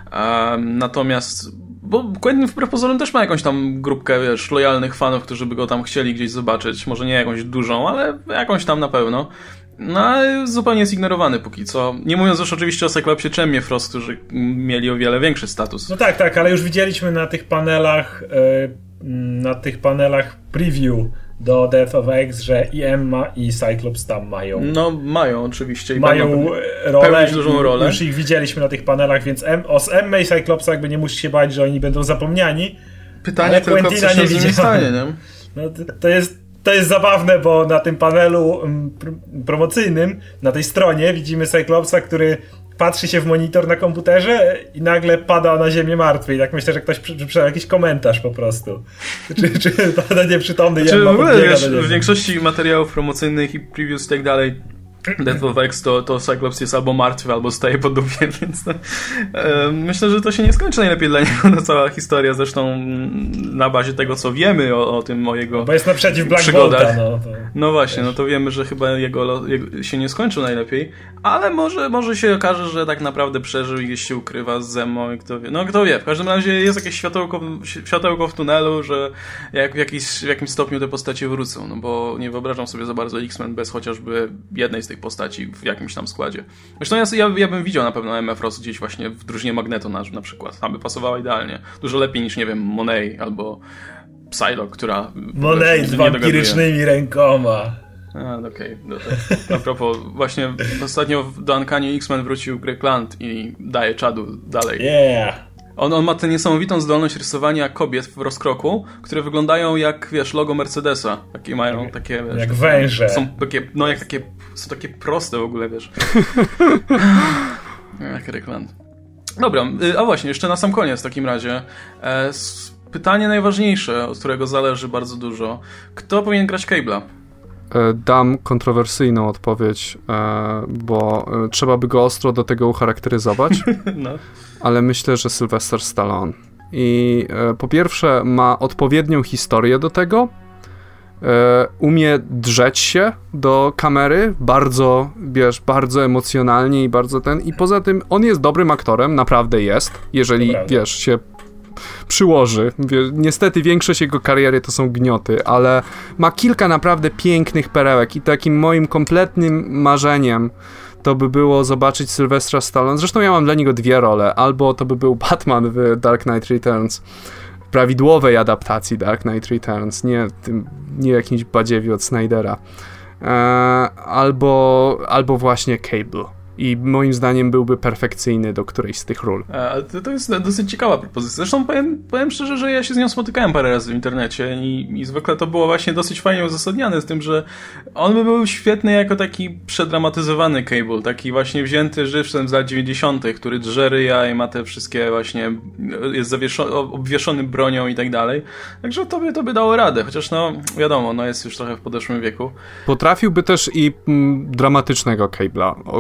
S1: Um, natomiast, bo Quentin wbrew pozorom też ma jakąś tam grupkę, wiesz, lojalnych fanów, którzy by go tam chcieli gdzieś zobaczyć. Może nie jakąś dużą, ale jakąś tam na pewno. No, ale zupełnie jest ignorowany póki co. Nie mówiąc już oczywiście o Cyclopsie czy Emmie Frost, którzy mieli o wiele większy status.
S3: No tak, tak, ale już widzieliśmy na tych panelach yy, na tych panelach preview do Death of X, że i Emma i Cyclops tam mają.
S1: No, mają oczywiście. I
S3: mają rolę,
S1: dużą rolę.
S3: Już ich widzieliśmy na tych panelach, więc em, o Emmę i Cyclopsa jakby nie musisz się bać, że oni będą zapomniani.
S1: Pytanie tylko,
S3: Quentina
S1: co się
S3: nie
S1: z nimi stanie, nie?
S3: No, to jest To jest zabawne, bo na tym panelu promocyjnym, na tej stronie widzimy Cyclopsa, który patrzy się w monitor na komputerze i nagle pada na ziemię martwy. I tak myślę, że ktoś przeczytał jakiś komentarz po prostu. Czy, czy pada nieprzytomny.
S1: Czy w ogóle, wiesz, w większości materiałów promocyjnych i previews i tak dalej Death of X to, to Cyclops jest albo martwy, albo staje po dupie, więc no, e, myślę, że to się nie skończy najlepiej dla niego na cała historia, zresztą na bazie tego, co wiemy o, o tym, o jego
S3: bo jest naprzeciw Black Bolta, no, to,
S1: no właśnie, wiesz. No to wiemy, że chyba jego, jego się nie skończył najlepiej, ale może, może się okaże, że tak naprawdę przeżył i gdzieś się ukrywa z Zemmą i kto wie. No kto wie, w każdym razie jest jakieś światełko, światełko w tunelu, że jak w, jakiś, w jakimś stopniu te postacie wrócą, no bo nie wyobrażam sobie za bardzo X-Men bez chociażby jednej z tych postaci w jakimś tam składzie. Zresztą ja, ja, ja bym widział na pewno Emmę Frost gdzieś właśnie w drużynie Magneto na, na przykład. Tam by pasowała idealnie. Dużo lepiej niż, nie wiem, Monet albo Psylocke, która...
S3: Monet z wampirycznymi rękoma.
S1: A, okej. Okay. A propos, właśnie ostatnio do Uncanny X-Men wrócił Greg Land i daje czadu dalej.
S3: Yeah!
S1: On, on ma tę niesamowitą zdolność rysowania kobiet w rozkroku, które wyglądają jak, wiesz, logo Mercedesa. Takie mają takie, wiesz...
S3: Jak węże.
S1: Są takie, no jak takie, są takie proste w ogóle, wiesz. Jak reklam. Dobra, a właśnie, jeszcze na sam koniec w takim razie. E, pytanie najważniejsze, od którego zależy bardzo dużo. Kto powinien grać Cable'a?
S2: Dam kontrowersyjną odpowiedź, bo trzeba by go ostro do tego ucharakteryzować, no. Ale myślę, że Sylvester Stallone. I po pierwsze ma odpowiednią historię do tego, umie drzeć się do kamery, bardzo, wiesz, bardzo emocjonalnie i bardzo ten, i poza tym on jest dobrym aktorem, naprawdę jest, jeżeli, wiesz, się przyłoży. Niestety większość jego kariery to są gnioty, ale ma kilka naprawdę pięknych perełek i takim moim kompletnym marzeniem to by było zobaczyć Sylwestra Stallone. Zresztą ja mam dla niego dwie role. Albo to by był Batman w Dark Knight Returns, prawidłowej adaptacji Dark Knight Returns, nie, tym, nie jakimś badziewiu od Snydera. Eee, albo, albo właśnie Cable. I moim zdaniem byłby perfekcyjny do którejś z tych ról.
S1: A, to, to jest dosyć ciekawa propozycja. Zresztą powiem, powiem szczerze, że ja się z nią spotykałem parę razy w internecie i, i zwykle to było właśnie dosyć fajnie uzasadniane z tym, że on by był świetny jako taki przedramatyzowany Cable, taki właśnie wzięty żywcem z lat dziewięćdziesiątych, który drze ryja i ma te wszystkie właśnie, jest zawieszony, obwieszony bronią i tak dalej. Także to by, to by dało radę, chociaż no wiadomo, no jest już trochę w podeszłym wieku.
S2: Potrafiłby też i mm, dramatycznego Cable'a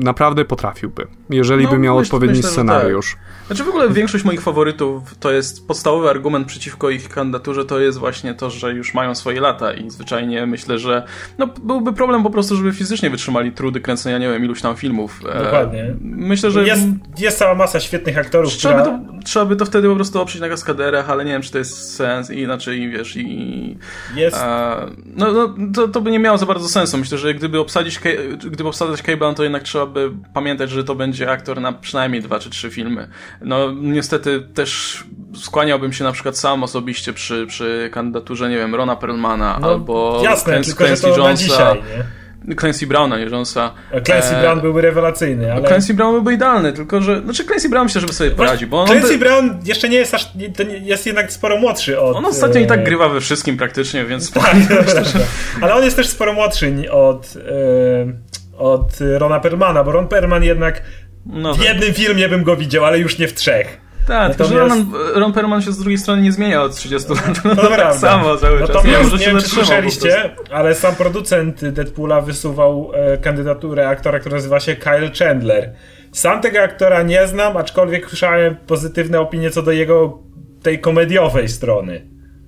S2: naprawdę potrafiłby, jeżeli
S1: no,
S2: by miał
S1: myśl,
S2: odpowiedni
S1: myślę,
S2: scenariusz.
S1: Tak. Znaczy w ogóle większość moich faworytów to jest podstawowy argument przeciwko ich kandydaturze, to jest właśnie to, że już mają swoje lata i zwyczajnie myślę, że no, byłby problem po prostu, żeby fizycznie wytrzymali trudy kręcenia, nie wiem, iluś tam filmów.
S3: Dokładnie.
S1: E, myślę, że...
S3: Jest, jest cała masa świetnych aktorów,
S1: trzeba,
S3: która...
S1: by to, trzeba by to wtedy po prostu oprzeć na kaskaderach, ale nie wiem, czy to jest sens i inaczej, wiesz, i...
S3: Jest...
S1: E, no, no to, to by nie miało za bardzo sensu. Myślę, że gdyby obsadzić, gdyby obsadzać Cable'a, to jednak trzeba by pamiętać, że to będzie aktor na przynajmniej dwa czy trzy filmy. No niestety też skłaniałbym się na przykład sam osobiście przy, przy kandydaturze, nie wiem, Rona Perlmana no, albo
S3: jasne,
S1: Clancy,
S3: tylko,
S1: Clancy
S3: że to
S1: Jonesa.
S3: na dzisiaj, nie?
S1: Clancy Browna, nie Jonesa.
S3: Clancy e... Brown byłby rewelacyjny, ale...
S1: Clancy Brown byłby idealny, tylko że... Znaczy Clancy Brown myślę, żeby sobie poradził, bo on...
S3: Clancy
S1: to...
S3: Brown jeszcze nie jest aż... To jest jednak sporo młodszy od...
S1: On ostatnio i tak grywa we wszystkim praktycznie, więc...
S3: Tak, myślę, że... Ale on jest też sporo młodszy od... E... od Rona Perlmana, bo Ron Perlman jednak no w tak. jednym filmie bym go widział, ale już nie w trzech.
S1: Tak, tylko że Ron, Ron Perlman się z drugiej strony nie zmienia od trzydziestu lat. No, no tak samo cały czas.
S3: Natomiast nie, nie wiem, czy słyszeliście, ale sam producent Deadpoola wysuwał e, kandydaturę aktora, który nazywa się Kyle Chandler. Sam tego aktora nie znam, aczkolwiek słyszałem pozytywne opinie co do jego tej komediowej strony.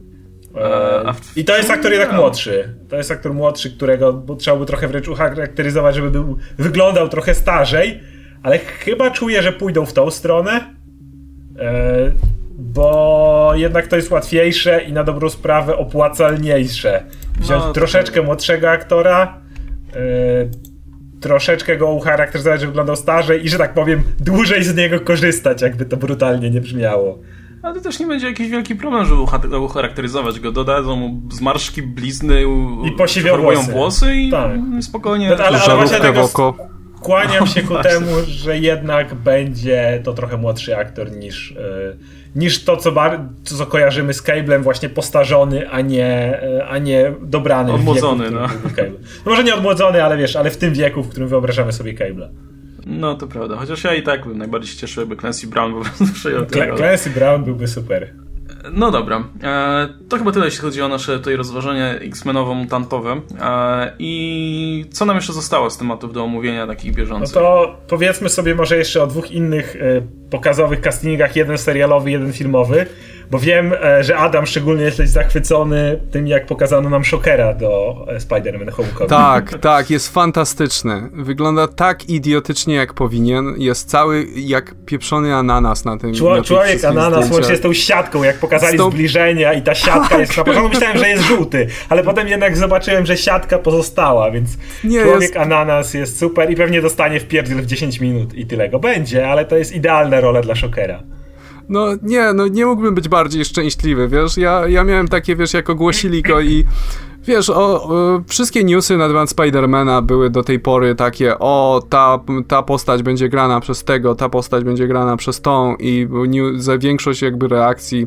S3: E, I to jest aktor jednak młodszy. To jest aktor młodszy, którego bo trzeba by trochę wręcz ucharakteryzować, żeby był, wyglądał trochę starzej, ale chyba czuję, że pójdą w tą stronę, e, bo jednak to jest łatwiejsze i na dobrą sprawę opłacalniejsze. Wziąć no, troszeczkę młodszego aktora, e, troszeczkę go ucharakteryzować, żeby wyglądał starzej i, że tak powiem, dłużej z niego korzystać, jakby to brutalnie nie brzmiało.
S1: Ale to też nie będzie jakiś wielki problem, żeby ucharakteryzować go. Dodadzą mu zmarszczki, blizny i
S3: posiwią włosy.
S1: włosy i tak. spokojnie.
S3: No, ale, ale właśnie tego kłaniam się ku temu, że jednak będzie to trochę młodszy aktor niż, yy, niż to, co, bar- co kojarzymy z Cable'em, właśnie postarzony, a nie, yy, a nie dobrany.
S1: Odmłodzony,
S3: w wieku,
S1: no.
S3: no. Może nie odmłodzony, ale wiesz, ale w tym wieku, w którym wyobrażamy sobie Cable'a.
S1: No to prawda, chociaż ja i tak bym najbardziej się cieszył, jakby Clancy Brown po prostu przyjął
S3: Cl- Clancy Brown byłby super.
S1: No dobra, e, to chyba tyle, jeśli chodzi o nasze tutaj rozważanie X-menowo-mutantowe. E, I co nam jeszcze zostało z tematów do omówienia takich bieżących?
S3: No to powiedzmy sobie może jeszcze o dwóch innych e, pokazowych castingach, jeden serialowy, jeden filmowy, bo wiem, e, że Adam szczególnie jesteś zachwycony tym, jak pokazano nam Shockera do e, Spider-Man Homecoming.
S2: Tak, tak, jest fantastyczny. Wygląda tak idiotycznie, jak powinien. Jest cały jak pieprzony ananas na tym.
S3: Czło, na człowiek ananas łącznie z tą siatką, jak pokazali tą... zbliżenia i ta siatka tak. jest... Na początku myślałem, że jest żółty, ale potem jednak zobaczyłem, że siatka pozostała, więc nie, człowiek jest... ananas jest super i pewnie dostanie wpierdziel w dziesięć minut i tyle go będzie, ale to jest idealna rola dla Shockera.
S2: No nie, no nie mógłbym być bardziej szczęśliwy, wiesz, ja, ja miałem takie, wiesz, jak ogłosili go i wiesz, o, o, wszystkie newsy na temat Spidermana były do tej pory takie, o, ta, ta postać będzie grana przez tego, ta postać będzie grana przez tą i new, za większość jakby reakcji,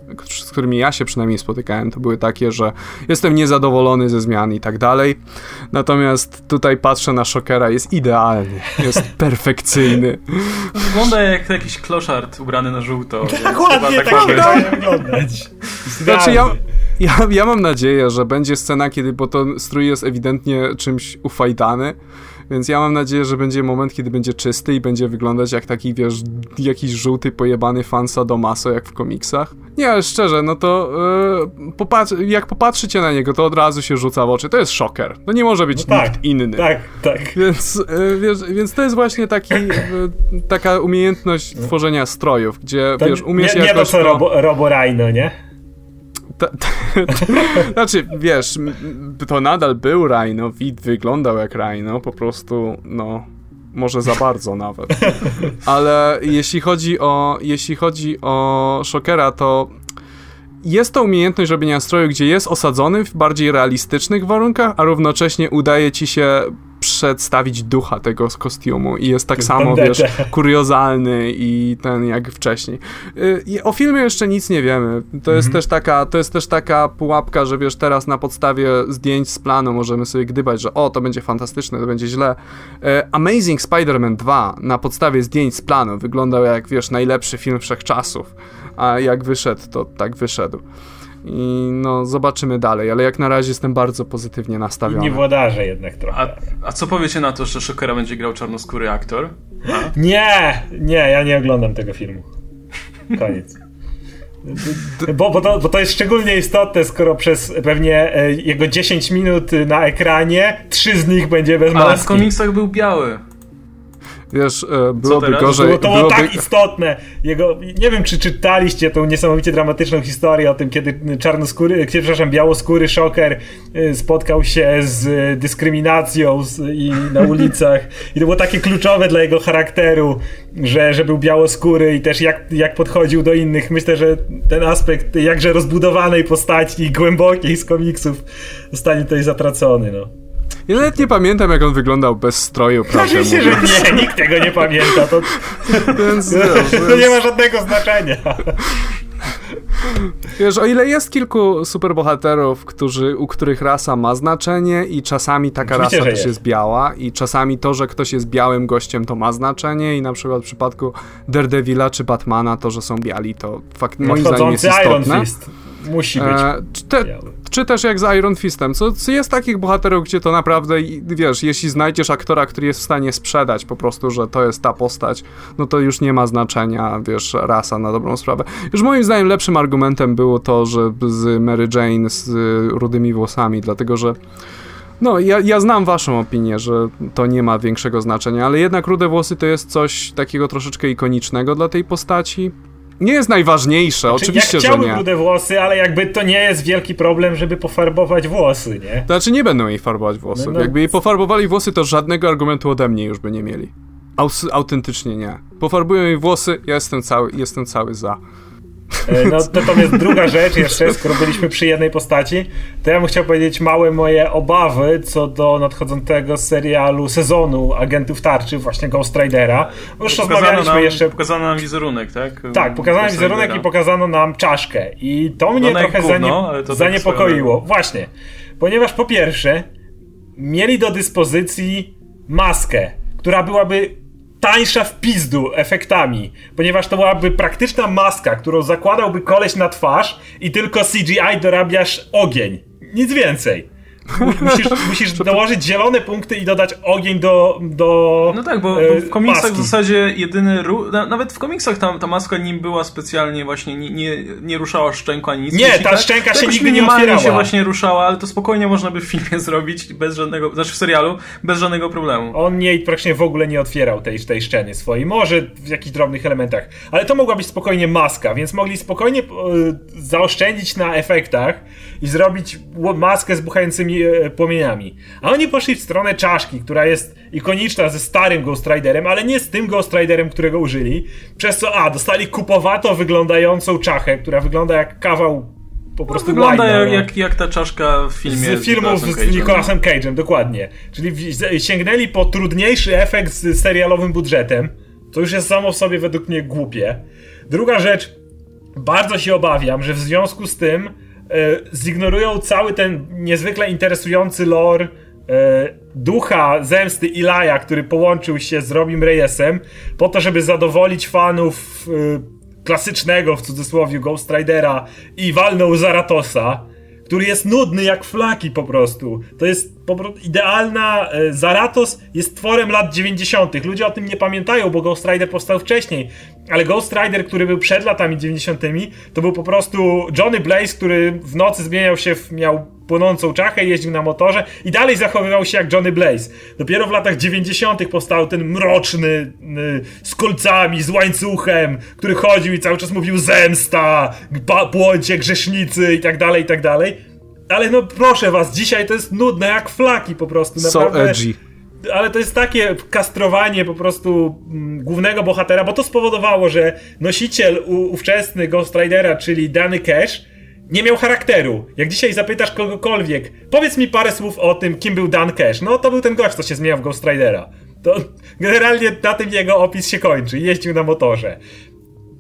S2: z którymi ja się przynajmniej spotykałem, to były takie, że jestem niezadowolony ze zmian i tak dalej. Natomiast tutaj patrzę na Shockera, jest idealny, jest perfekcyjny.
S1: Wygląda jak jakiś kloszard ubrany na żółto.
S3: Dokładnie tak, tak powinien wyglądać.
S2: Znaczy ja, ja, ja mam nadzieję, że będzie scena, kiedy, bo to strój jest ewidentnie czymś ufajdany, więc ja mam nadzieję, że będzie moment, kiedy będzie czysty i będzie wyglądać jak taki, wiesz, jakiś żółty, pojebany fan sadomaso, jak w komiksach. Nie, ale szczerze, no to yy, popatr- jak popatrzycie na niego, to od razu się rzuca w oczy. To jest Shocker. To nie może być no
S3: tak,
S2: nikt inny.
S3: Tak, tak.
S2: Więc, yy, wiesz, więc to jest właśnie taki, yy, taka umiejętność tworzenia strojów, gdzie,
S3: to
S2: wiesz, umiesz
S3: nie, nie
S2: jakoś...
S3: Nie to co Robo, Robo Rhino, nie?
S2: Ta, ta, ta, znaczy, wiesz, to nadal był Rhino, Wid wyglądał jak Rhino, po prostu, no, może za bardzo nawet. Ale jeśli chodzi o, jeśli chodzi o Shockera, to jest to umiejętność robienia stroju, gdzie jest osadzony w bardziej realistycznych warunkach, a równocześnie udaje ci się przedstawić ducha tego z kostiumu i jest tak samo, wiesz, kuriozalny i ten jak wcześniej. I o filmie jeszcze nic nie wiemy. To jest mhm. też taka, to jest też taka pułapka, że wiesz, teraz na podstawie zdjęć z planu możemy sobie gdybać, że o, to będzie fantastyczne, to będzie źle. Amazing Spider-Man dwa na podstawie zdjęć z planu wyglądał jak, wiesz, najlepszy film wszechczasów, a jak wyszedł, to tak wyszedł. I no, zobaczymy dalej, ale jak na razie jestem bardzo pozytywnie nastawiony.
S3: I nie władarze jednak trochę.
S1: A, a co powiecie na to, że Shockera będzie grał czarnoskóry aktor? A?
S3: Nie, nie, ja nie oglądam tego filmu. Koniec. Bo, bo, to, bo to jest szczególnie istotne, skoro przez pewnie jego dziesięć minut na ekranie trzy z nich będzie bez maski.
S1: Ale w komiksach był biały.
S2: Wiesz, byłoby gorzej...
S3: Było, to było
S2: byłoby...
S3: tak istotne. Jego, nie wiem, czy czytaliście tą niesamowicie dramatyczną historię o tym, kiedy czarnoskóry, kiedy, przepraszam, białoskóry Shocker spotkał się z dyskryminacją z, i na ulicach. I to było takie kluczowe dla jego charakteru, że, że był białoskóry i też jak, jak podchodził do innych. Myślę, że ten aspekt jakże rozbudowanej postaci i głębokiej z komiksów zostanie tutaj zatracony, no.
S2: Ja nawet nie pamiętam, jak on wyglądał bez stroju, prawda?
S3: Oczywiście, że nie, nikt tego nie pamięta. To,
S2: więc,
S3: to,
S2: wiesz,
S3: to nie ma żadnego znaczenia.
S2: Wiesz, o ile jest kilku superbohaterów, którzy, u których rasa ma znaczenie i czasami taka
S3: Oczywiście,
S2: rasa też
S3: jest.
S2: jest biała i czasami to, że ktoś jest białym gościem, to ma znaczenie i na przykład w przypadku Daredevila czy Batmana to, że są biali, to fakt, moim zdaniem jest istotne.
S3: Iron Fist musi być
S2: e, czy, te, czy też jak z Iron Fistem, co, co jest takich bohaterów, gdzie to naprawdę, wiesz, jeśli znajdziesz aktora, który jest w stanie sprzedać po prostu, że to jest ta postać, no to już nie ma znaczenia, wiesz, rasa na dobrą sprawę. Już moim zdaniem lepszym argumentem było to, że z Mary Jane z rudymi włosami, dlatego że no, ja, ja znam waszą opinię, że to nie ma większego znaczenia, ale jednak rude włosy to jest coś takiego troszeczkę ikonicznego dla tej postaci. Nie jest najważniejsze, znaczy, oczywiście,
S3: ja
S2: że nie.
S3: chciałbym rude włosy, ale jakby to nie jest wielki problem, żeby pofarbować włosy, nie?
S2: To znaczy nie będą jej farbować włosów. No, no... Jakby jej pofarbowali włosy, to żadnego argumentu ode mnie już by nie mieli. Aus- autentycznie nie. Pofarbują jej włosy, ja jestem cały, jestem cały za.
S3: No natomiast druga rzecz jeszcze, skoro byliśmy przy jednej postaci, to ja bym chciał powiedzieć małe moje obawy co do nadchodzącego serialu, sezonu Agentów Tarczy, właśnie Ghost Ridera. Już
S1: pokazano
S3: rozmawialiśmy
S1: nam,
S3: jeszcze...
S1: Pokazano nam wizerunek, tak?
S3: Tak, pokazano nam wizerunek
S1: Ridera.
S3: I pokazano nam czaszkę. I to mnie
S1: no
S3: trochę
S1: gówno,
S3: zanie...
S1: ale to
S3: zaniepokoiło.
S1: Tak
S3: właśnie, ponieważ po pierwsze mieli do dyspozycji maskę, która byłaby tańsza w pizdu efektami, ponieważ to byłaby praktyczna maska, którą zakładałby koleś na twarz i tylko C G I dorabiasz ogień. Nic więcej. Musisz, musisz dołożyć zielone punkty i dodać ogień do, do
S1: No tak, bo, bo w komiksach maski. W zasadzie jedyny ru... Nawet w komiksach ta, ta maska nim była specjalnie właśnie, nie, nie, nie ruszała szczęką ani nic.
S3: Nie, ta tak, szczęka się nigdy nie otwierała.
S1: się właśnie ruszała, ale to spokojnie można by w filmie zrobić bez żadnego, znaczy w serialu, bez żadnego problemu.
S3: On jej praktycznie w ogóle nie otwierał tej, tej szczeny swojej, może w jakichś drobnych elementach, ale to mogła być spokojnie maska, więc mogli spokojnie e, zaoszczędzić na efektach i zrobić maskę z buchającymi płomieniami. A oni poszli w stronę czaszki, która jest ikoniczna ze starym Ghost Riderem, ale nie z tym Ghost Riderem, którego użyli. Przez co, a, dostali kupowato wyglądającą czachę, która wygląda jak kawał po prostu
S1: no, wygląda
S3: wajna,
S1: jak, jak, jak ta czaszka w filmie
S3: z filmów z, z Nicolasem Cage'em, dokładnie. Czyli w, sięgnęli po trudniejszy efekt z serialowym budżetem. To już jest samo w sobie według mnie głupie. Druga rzecz, bardzo się obawiam, że w związku z tym zignorują cały ten niezwykle interesujący lore e, ducha zemsty Ilaja, który połączył się z Robim Reyesem po to, żeby zadowolić fanów e, klasycznego, w cudzysłowie, Ghost Ridera i walnął Zaratosa, który jest nudny jak flaki po prostu. To jest po prostu idealna... E, Zaratos jest tworem lat dziewięćdziesiątych. Ludzie o tym nie pamiętają, bo Ghost Rider powstał wcześniej. Ale Ghost Rider, który był przed latami dziewięćdziesiątymi, to był po prostu Johnny Blaze, który w nocy zmieniał się, w, miał płonącą czachę, jeździł na motorze i dalej zachowywał się jak Johnny Blaze. Dopiero w latach dziewięćdziesiątych powstał ten mroczny, y, z kolcami, z łańcuchem, który chodził i cały czas mówił zemsta, płońcie, grzesznicy i tak dalej, i tak dalej. Ale no proszę was, dzisiaj to jest nudne jak flaki po prostu. Naprawdę.
S2: So edgy.
S3: Ale to jest takie kastrowanie po prostu mm, głównego bohatera, bo to spowodowało, że nosiciel u, ówczesny Ghost Ridera, czyli Danny Cash, nie miał charakteru. Jak dzisiaj zapytasz kogokolwiek, powiedz mi parę słów o tym, kim był Dan Cash. No to był ten gość, co się zmieniał w Ghost Ridera. To generalnie na tym jego opis się kończy. Jeździł na motorze.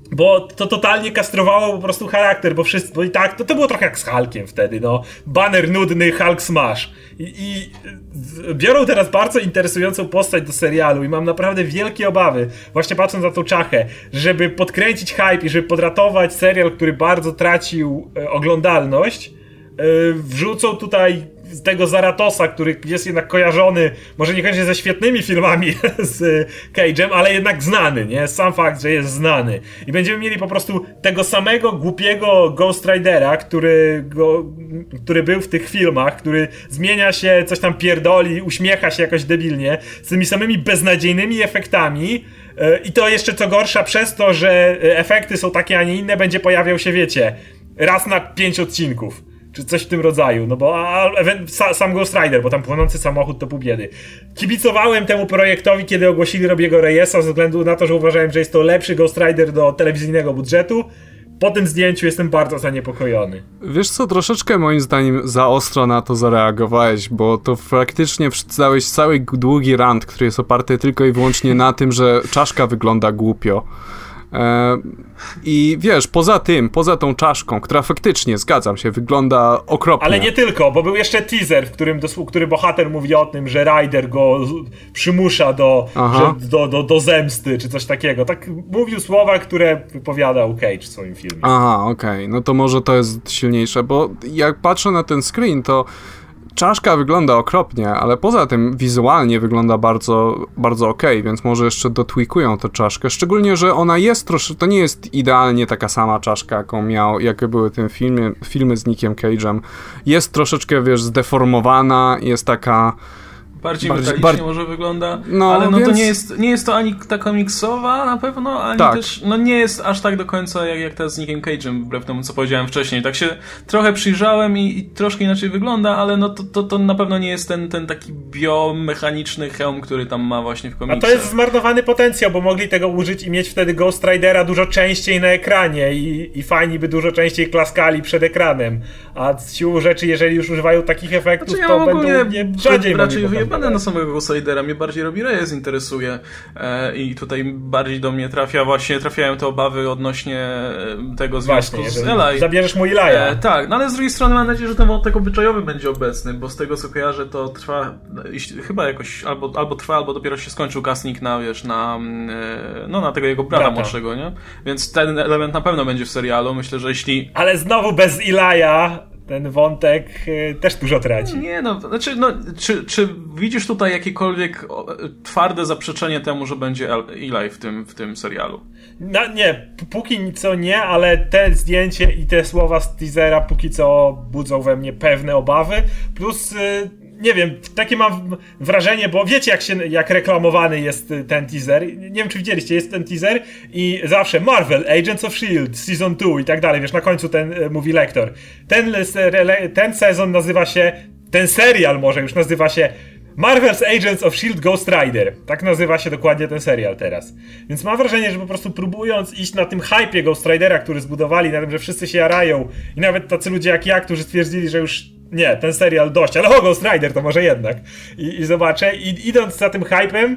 S3: Bo to totalnie kastrowało po prostu charakter, bo wszyscy, bo i tak, to, to było trochę jak z Hulkiem wtedy, no. Banner nudny, Hulk smash. I, i biorą teraz bardzo interesującą postać do serialu i mam naprawdę wielkie obawy, właśnie patrząc na tą czachę, żeby podkręcić hype i żeby podratować serial, który bardzo tracił e, oglądalność, e, wrzucą tutaj tego Zaratosa, który jest jednak kojarzony, może niekoniecznie ze świetnymi filmami z Cage'em, ale jednak znany, nie? Sam fakt, że jest znany. I będziemy mieli po prostu tego samego głupiego Ghost Ridera, który, go, który był w tych filmach, który zmienia się, coś tam pierdoli, uśmiecha się jakoś debilnie, z tymi samymi beznadziejnymi efektami. I to jeszcze co gorsza, przez to, że efekty są takie, a nie inne, będzie pojawiał się, wiecie, raz na pięć odcinków. Czy coś w tym rodzaju, no bo a, a, sam Ghost Rider, bo tam płonący samochód to pół biedy. Kibicowałem temu projektowi, kiedy ogłosili Robiego Reyesa, ze względu na to, że uważałem, że jest to lepszy Ghost Rider do telewizyjnego budżetu. Po tym zdjęciu jestem bardzo zaniepokojony.
S2: Wiesz co, troszeczkę moim zdaniem za ostro na to zareagowałeś, bo to faktycznie wrzucałeś cały długi rant, który jest oparty tylko i wyłącznie na tym, że czaszka wygląda głupio. I wiesz, poza tym, poza tą czaszką, która faktycznie, zgadzam się, wygląda okropnie.
S3: Ale nie tylko, bo był jeszcze teaser, w którym, który bohater mówi o tym, że Ryder go przymusza do, że, do, do, do zemsty, czy coś takiego. Tak mówił słowa, które wypowiadał Cage w swoim filmie.
S2: Aha, okej, okay. No to może to jest silniejsze, bo jak patrzę na ten screen, to czaszka wygląda okropnie, ale poza tym wizualnie wygląda bardzo, bardzo okej, okay, więc może jeszcze dotweakują tę czaszkę. Szczególnie, że ona jest troszkę, to nie jest idealnie taka sama czaszka, jaką miał, jakie były te filmy, filmy z Nickiem Cage'em. Jest troszeczkę, wiesz, zdeformowana, jest taka...
S1: Bardziej metalicznie bar... może wygląda, no, ale no więc... to nie jest, nie jest to ani ta komiksowa na pewno, ani tak. też no nie jest aż tak do końca jak, jak ta z Nickiem Cage'em, wbrew temu co powiedziałem wcześniej. Tak się trochę przyjrzałem i, i troszkę inaczej wygląda, ale no to, to, to na pewno nie jest ten, ten taki biomechaniczny hełm, który tam ma właśnie w komiksach.
S3: A to jest zmarnowany potencjał, bo mogli tego użyć i mieć wtedy Ghost Ridera dużo częściej na ekranie i, i fani by dużo częściej klaskali przed ekranem. A z siłą rzeczy, jeżeli już używają takich efektów, znaczy, ja to będą nie, rzadziej
S1: raczej wyjebane na samego Ghost Ridera. Mnie bardziej Robbie Reyes interesuje e, i tutaj bardziej do mnie trafia właśnie, trafiają te obawy odnośnie tego związku właśnie, z Eli.
S3: Zabierzesz mu Eli'a.
S1: E, tak, no ale z drugiej strony mam nadzieję, że ten wątek obyczajowy będzie obecny, bo z tego co kojarzę to trwa, chyba jakoś albo, albo trwa, albo dopiero się skończył casting na, wiesz, na no na tego jego brata młodszego, nie? Więc ten element na pewno będzie w serialu. Myślę, że jeśli...
S3: Ale znowu bez Eli'a ten wątek y, też dużo traci.
S1: Nie no, znaczy, no czy, czy widzisz tutaj jakiekolwiek twarde zaprzeczenie temu, że będzie Eli w tym, w tym serialu?
S3: No nie, póki co nie, ale te zdjęcie i te słowa z teasera póki co budzą we mnie pewne obawy, plus... Y, nie wiem, takie mam wrażenie, bo wiecie jak się, jak reklamowany jest ten teaser. Nie wiem, czy widzieliście, jest ten teaser i zawsze Marvel, Agents of Shield, Season two i tak dalej, wiesz, na końcu ten mówi lektor. Ten, ten sezon nazywa się, ten serial może już nazywa się Marvel's Agents of Shield Ghost Rider. Tak nazywa się dokładnie ten serial teraz. Więc mam wrażenie, że po prostu próbując iść na tym hypie Ghost Ridera, który zbudowali, na tym, że wszyscy się jarają i nawet tacy ludzie jak ja, którzy stwierdzili, że już nie, ten serial dość, ale o, Ghost Rider to może jednak. I, i zobaczę, i idąc za tym hypem,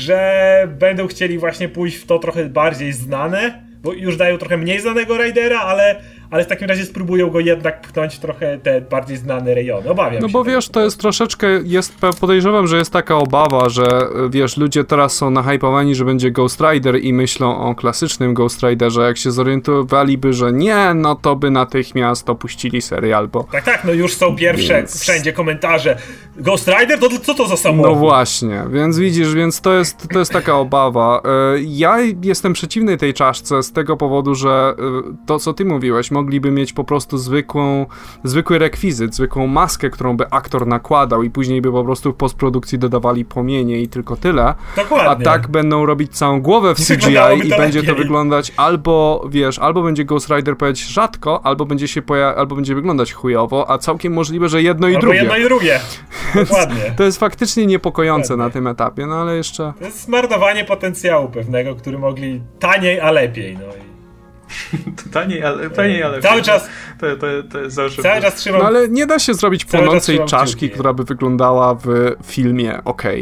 S3: że będą chcieli właśnie pójść w to trochę bardziej znane, bo już dają trochę mniej znanego Ridera, ale, ale w takim razie spróbują go jednak pchnąć w trochę te bardziej znane rejony. Obawiam
S2: no
S3: się.
S2: No bo wiesz, to jest troszeczkę, jest, podejrzewam, że jest taka obawa, że wiesz, ludzie teraz są nahypowani, że będzie Ghost Rider i myślą o klasycznym Ghost Riderze. Jak się zorientowaliby, że nie, no to by natychmiast opuścili serial, bo...
S3: Tak, tak, no już są pierwsze więc... wszędzie komentarze. Ghost Rider? To co to za samochód?
S2: No właśnie, więc widzisz, więc to jest, to jest taka obawa. Ja jestem przeciwny tej czaszce z tego powodu, że to, co ty mówiłeś, mogliby mieć po prostu zwykłą, zwykły rekwizyt, zwykłą maskę, którą by aktor nakładał i później by po prostu w postprodukcji dodawali płomienie i tylko tyle.
S3: Dokładnie.
S2: A tak będą robić całą głowę w C G I i będzie lepiej. To wyglądać albo, wiesz, albo będzie Ghost Rider pojawiać rzadko, albo będzie się poja- albo będzie wyglądać chujowo, a całkiem możliwe, że jedno i
S3: albo
S2: drugie.
S3: jedno i drugie. Dokładnie.
S2: To jest faktycznie niepokojące Dokładnie. Na tym etapie, no ale jeszcze...
S3: To jest zmarnowanie potencjału pewnego, który mogli taniej, a lepiej, no i...
S1: Taniej, ale, taniej, ale
S3: cały czas
S1: to, to, to jest zawsze
S3: cały czas trzymam,
S2: no ale nie da się zrobić płonącej czaszki, która by wyglądała w filmie okej. Okay.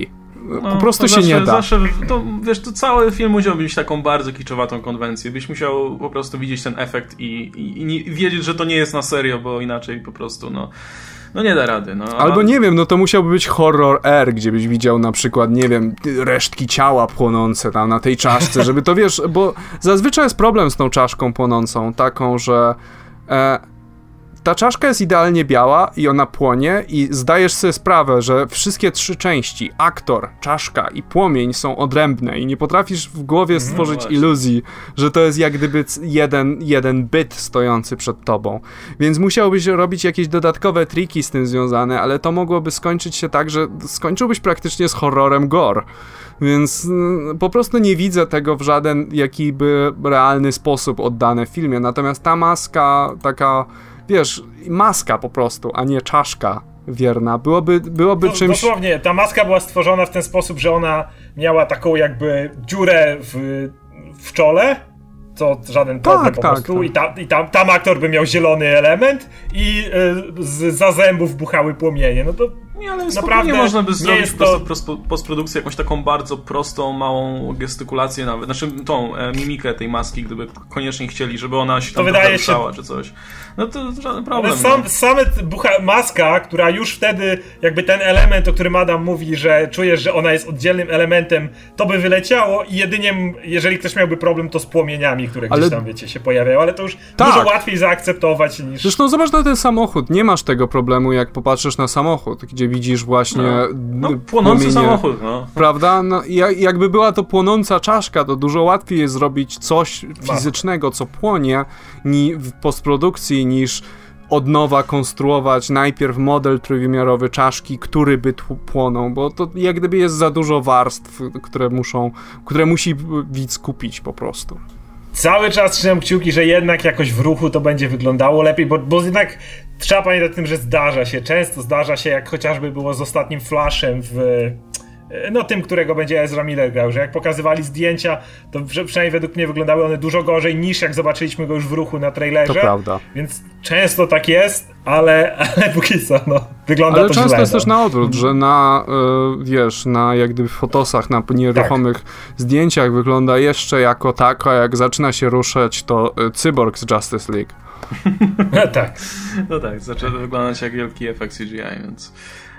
S2: No, po prostu się zawsze, nie da.
S1: Zawsze, to, wiesz, to cały film musiał mieć taką bardzo kiczowatą konwencję. Byś musiał po prostu widzieć ten efekt i, i, i nie, wiedzieć, że to nie jest na serio, bo inaczej po prostu, no... No nie da rady, no.
S2: Albo nie wiem, no to musiałby być horror R, gdzie byś widział na przykład, nie wiem, resztki ciała płonące tam na tej czaszce, żeby to, wiesz, bo zazwyczaj jest problem z tą czaszką płonącą, taką, że e, ta czaszka jest idealnie biała i ona płonie i zdajesz sobie sprawę, że wszystkie trzy części, aktor, czaszka i płomień są odrębne i nie potrafisz w głowie stworzyć no iluzji, że to jest jak gdyby jeden, jeden byt stojący przed tobą. Więc musiałbyś robić jakieś dodatkowe triki z tym związane, ale to mogłoby skończyć się tak, że skończyłbyś praktycznie z horrorem gore. Więc mm, po prostu nie widzę tego w żaden jakiby realny sposób oddane w filmie. Natomiast ta maska taka... Wiesz, maska po prostu, a nie czaszka wierna. Byłoby, byłoby
S3: no,
S2: czymś...
S3: Dosłownie, ta maska była stworzona w ten sposób, że ona miała taką jakby dziurę w, w czole, co żaden problem
S2: tak,
S3: po
S2: tak,
S3: prostu.
S2: tak.
S3: I, ta, i tam, tam aktor by miał zielony element i y, z za zębów buchały płomienie. No to
S1: nie, ale
S3: naprawdę
S1: można by zrobić
S3: to...
S1: to... postprodukcję jakąś taką bardzo prostą, małą gestykulację nawet, znaczy tą e, mimikę tej maski, gdyby koniecznie chcieli, żeby ona się tam ruszała się... czy coś. No to żaden problem.
S3: Ale sam,
S1: no.
S3: same bucha, maska, która już wtedy jakby ten element, o którym Adam mówi, że czujesz, że ona jest oddzielnym elementem, to by wyleciało i jedynie, jeżeli ktoś miałby problem, to z płomieniami, które ale... gdzieś tam, wiecie, się pojawiają, ale to już tak. Dużo łatwiej zaakceptować niż...
S2: Zresztą zobacz na ten samochód, nie masz tego problemu, jak popatrzysz na samochód, gdzie widzisz właśnie...
S1: No, no płonący płomienie, samochód, no.
S2: Prawda? No, jakby była to płonąca czaszka, to dużo łatwiej jest zrobić coś fizycznego, co płonie ni w postprodukcji, niż od nowa konstruować najpierw model trójwymiarowy czaszki, który by płonął, bo to jak gdyby jest za dużo warstw, które muszą, które musi widz kupić po prostu.
S3: Cały czas trzymam kciuki, że jednak jakoś w ruchu to będzie wyglądało lepiej, bo, bo jednak trzeba pamiętać o tym, że zdarza się, często zdarza się, jak chociażby było z ostatnim Flashem w... no tym, którego będzie Ezra Miller grał, że jak pokazywali zdjęcia, to przynajmniej według mnie wyglądały one dużo gorzej niż jak zobaczyliśmy go już w ruchu na trailerze.
S2: To prawda.
S3: Więc często tak jest, ale, ale póki co, no, wygląda
S2: ale
S3: to
S2: źle. Ale często jest
S3: no.
S2: też na odwrót, że na, y, wiesz, na jak gdyby fotosach, na nieruchomych tak. zdjęciach wygląda jeszcze jako tako, a jak zaczyna się ruszać, to y, cyborg z Justice League.
S3: No tak.
S1: No tak, zaczyna wyglądać jak wielki efekt C G I, więc...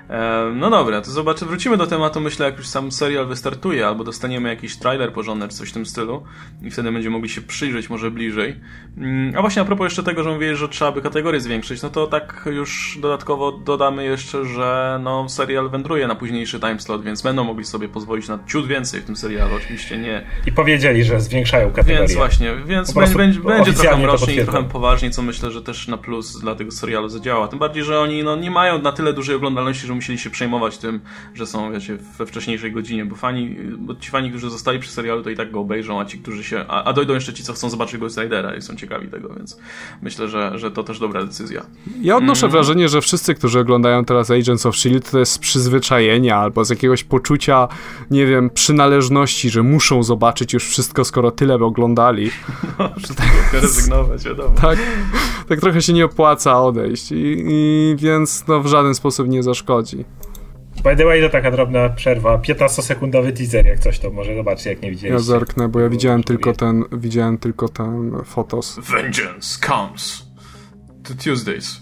S1: No dobra, to zobaczę, wrócimy do tematu, myślę, jak już sam serial wystartuje, albo dostaniemy jakiś trailer porządny, czy coś w tym stylu i wtedy będziemy mogli się przyjrzeć może bliżej. A właśnie a propos jeszcze tego, że mówiłeś, że trzeba by kategorię zwiększyć, no to tak już dodatkowo dodamy jeszcze, że no serial wędruje na późniejszy timeslot, więc będą mogli sobie pozwolić na ciut więcej w tym serialu, oczywiście nie.
S3: I powiedzieli, że zwiększają kategorię.
S1: Więc właśnie, więc będzie, będzie, będzie trochę mroczniej i trochę poważniej, co myślę, że też na plus dla tego serialu zadziała. Tym bardziej, że oni no, nie mają na tyle dużej oglądalności, że musieli się przejmować tym, że są, wiecie, we wcześniejszej godzinie, bo fani, bo ci fani, którzy zostali przy serialu, to i tak go obejrzą, a ci, którzy się, a, a dojdą jeszcze ci, co chcą zobaczyć Ghost Ridera i są ciekawi tego, więc myślę, że, że to też dobra decyzja.
S2: Ja odnoszę mm. wrażenie, że wszyscy, którzy oglądają teraz Agents of S H I E L D, to jest z przyzwyczajenia albo z jakiegoś poczucia, nie wiem, przynależności, że muszą zobaczyć już wszystko, skoro tyle by oglądali.
S1: No, że tak rezygnować, wiadomo.
S2: Tak, tak trochę się nie opłaca odejść i, i więc no, w żaden sposób nie zaszkodzi.
S3: By the way, to taka drobna przerwa. piętnastosekundowy teaser, jak coś, to może zobaczcie, jak nie widzieliście.
S2: Ja zerknę, bo ja widziałem tylko ten, widziałem tylko ten fotos.
S1: Vengeance comes to Tuesdays.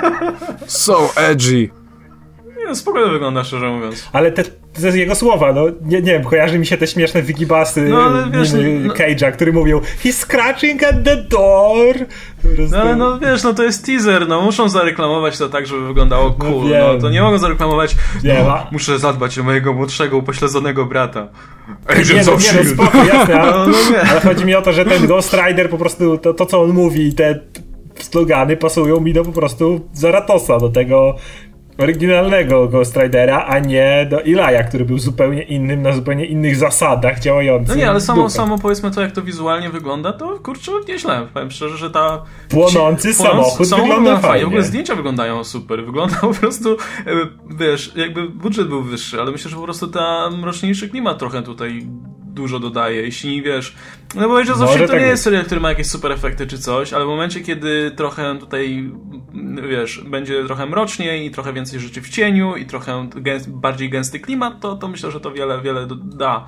S2: So edgy.
S1: Nie, spokojnie wygląda, szczerze mówiąc.
S3: Ale te, to jest jego słowa, no nie, nie wiem, kojarzy mi się te śmieszne wigibasy
S1: no, ale wiesz,
S3: no, Cage'a, który mówił he's scratching at the door.
S1: No ale no wiesz, no to jest teaser, no muszą zareklamować to tak, żeby wyglądało cool, no, no to nie mogą zareklamować nie, no, muszę zadbać o mojego młodszego, upośledzonego brata.
S3: Agents of S H I E L D. Nie, no spoko, jasne, ale, no, no, ale chodzi mi o to, że ten Ghost Rider po prostu, to, to co on mówi, te slogany pasują mi do po prostu Zaratosa, do tego oryginalnego Ghost Ridera, a nie do Eli'a, który był zupełnie innym, na zupełnie innych zasadach działającym.
S1: No nie, ale samo, samo powiedzmy to, jak to wizualnie wygląda, to kurczę, nieźle. Powiem szczerze, że ta...
S3: Płonący ci, samochód
S1: samochód
S3: wygląda fajnie.
S1: W ogóle zdjęcia wyglądają super. Wygląda po prostu, wiesz, jakby budżet był wyższy, ale myślę, że po prostu ta mroczniejszy klimat trochę tutaj dużo dodaje. Jeśli wiesz, no bo wiesz, że to tak nie jest serial, który ma jakieś super efekty czy coś, ale w momencie, kiedy trochę tutaj, wiesz, będzie trochę mroczniej i trochę więcej rzeczy w cieniu i trochę gęst, bardziej gęsty klimat, to, to myślę, że to wiele, wiele da.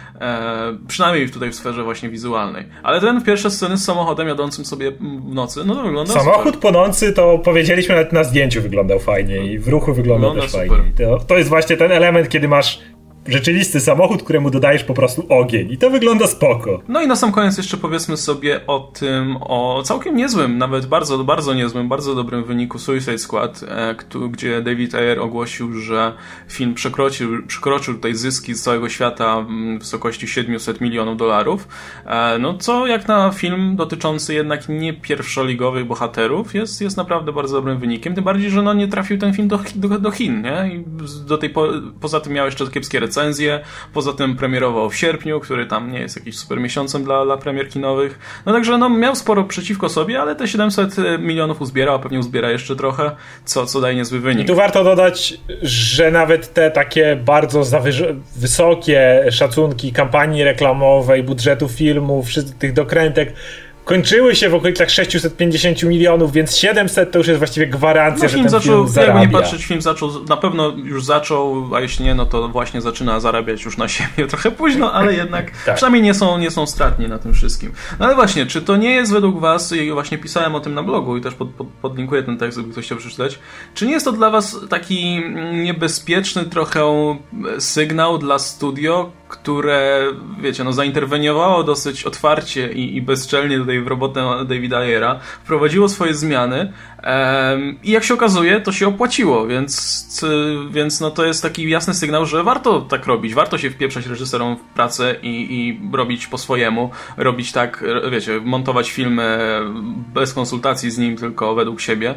S1: E, przynajmniej tutaj w sferze właśnie wizualnej. Ale ten pierwsze sceny z samochodem jadącym sobie w nocy, no to wygląda
S3: Samochód
S1: super.
S3: płonący to powiedzieliśmy, nawet na zdjęciu wyglądał fajnie i w ruchu wyglądał
S1: wygląda
S3: też
S1: super.
S3: fajnie. To, to jest właśnie ten element, kiedy masz rzeczywisty samochód, któremu dodajesz po prostu ogień i to wygląda spoko.
S1: No i na sam koniec jeszcze powiedzmy sobie o tym, o całkiem niezłym, nawet bardzo, bardzo niezłym, bardzo dobrym wyniku Suicide Squad, e, gdzie David Ayer ogłosił, że film przekroczył, przekroczył tutaj zyski z całego świata w wysokości siedemset milionów dolarów, e, no co jak na film dotyczący jednak nie pierwszoligowych bohaterów jest, jest naprawdę bardzo dobrym wynikiem, tym bardziej, że no nie trafił ten film do, do, do Chin, nie? I do tej po, poza tym miał jeszcze kiepskie recenzje, poza tym premierował w sierpniu, który tam nie jest jakiś super miesiącem dla, dla premier kinowych. No także no, miał sporo przeciwko sobie, ale te siedemset milionów uzbierał, a pewnie uzbiera jeszcze trochę, co, co daje niezły wynik.
S3: I tu warto dodać, że nawet te takie bardzo zawyż- wysokie szacunki kampanii reklamowej, budżetu filmów, wszystkich tych dokrętek kończyły się w okolicach sześćset pięćdziesiąt milionów, więc siedemset to już jest właściwie gwarancja,
S1: no,
S3: że
S1: film
S3: ten
S1: zaczął,
S3: film zarabia.
S1: Jakby nie patrzeć, film zaczął, na pewno już zaczął, a jeśli nie, no to właśnie zaczyna zarabiać już na siebie trochę późno, ale jednak tak. Przynajmniej nie są, nie są stratni na tym wszystkim. No ale właśnie, czy to nie jest według was, i właśnie pisałem o tym na blogu i też pod, pod, podlinkuję ten tekst, gdyby ktoś chciał przeczytać, czy nie jest to dla was taki niebezpieczny trochę sygnał dla studio, które, wiecie, no zainterweniowało dosyć otwarcie i, i bezczelnie tutaj w robotę Davida Ayera, wprowadziło swoje zmiany um, i jak się okazuje, to się opłaciło, więc, więc no to jest taki jasny sygnał, że warto tak robić, warto się wpieprzać reżyserom w pracę i, i robić po swojemu, robić tak, wiecie, montować filmy bez konsultacji z nim, tylko według siebie.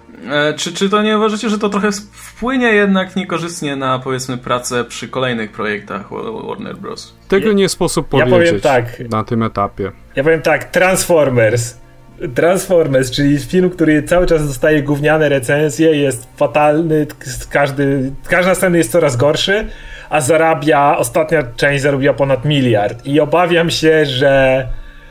S1: Czy, czy to nie uważacie, że to trochę wpłynie jednak niekorzystnie na, powiedzmy, pracę przy kolejnych projektach Warner Bros?
S2: Tego nie sposób
S3: ja
S2: powiedzieć
S3: powiem tak,
S2: na tym etapie.
S3: Ja powiem tak, Transformers. Transformers, czyli film, który cały czas dostaje gówniane recenzje, jest fatalny, każdy, każdy następny jest coraz gorszy, a zarabia, ostatnia część zarobiła ponad miliard. I obawiam się, że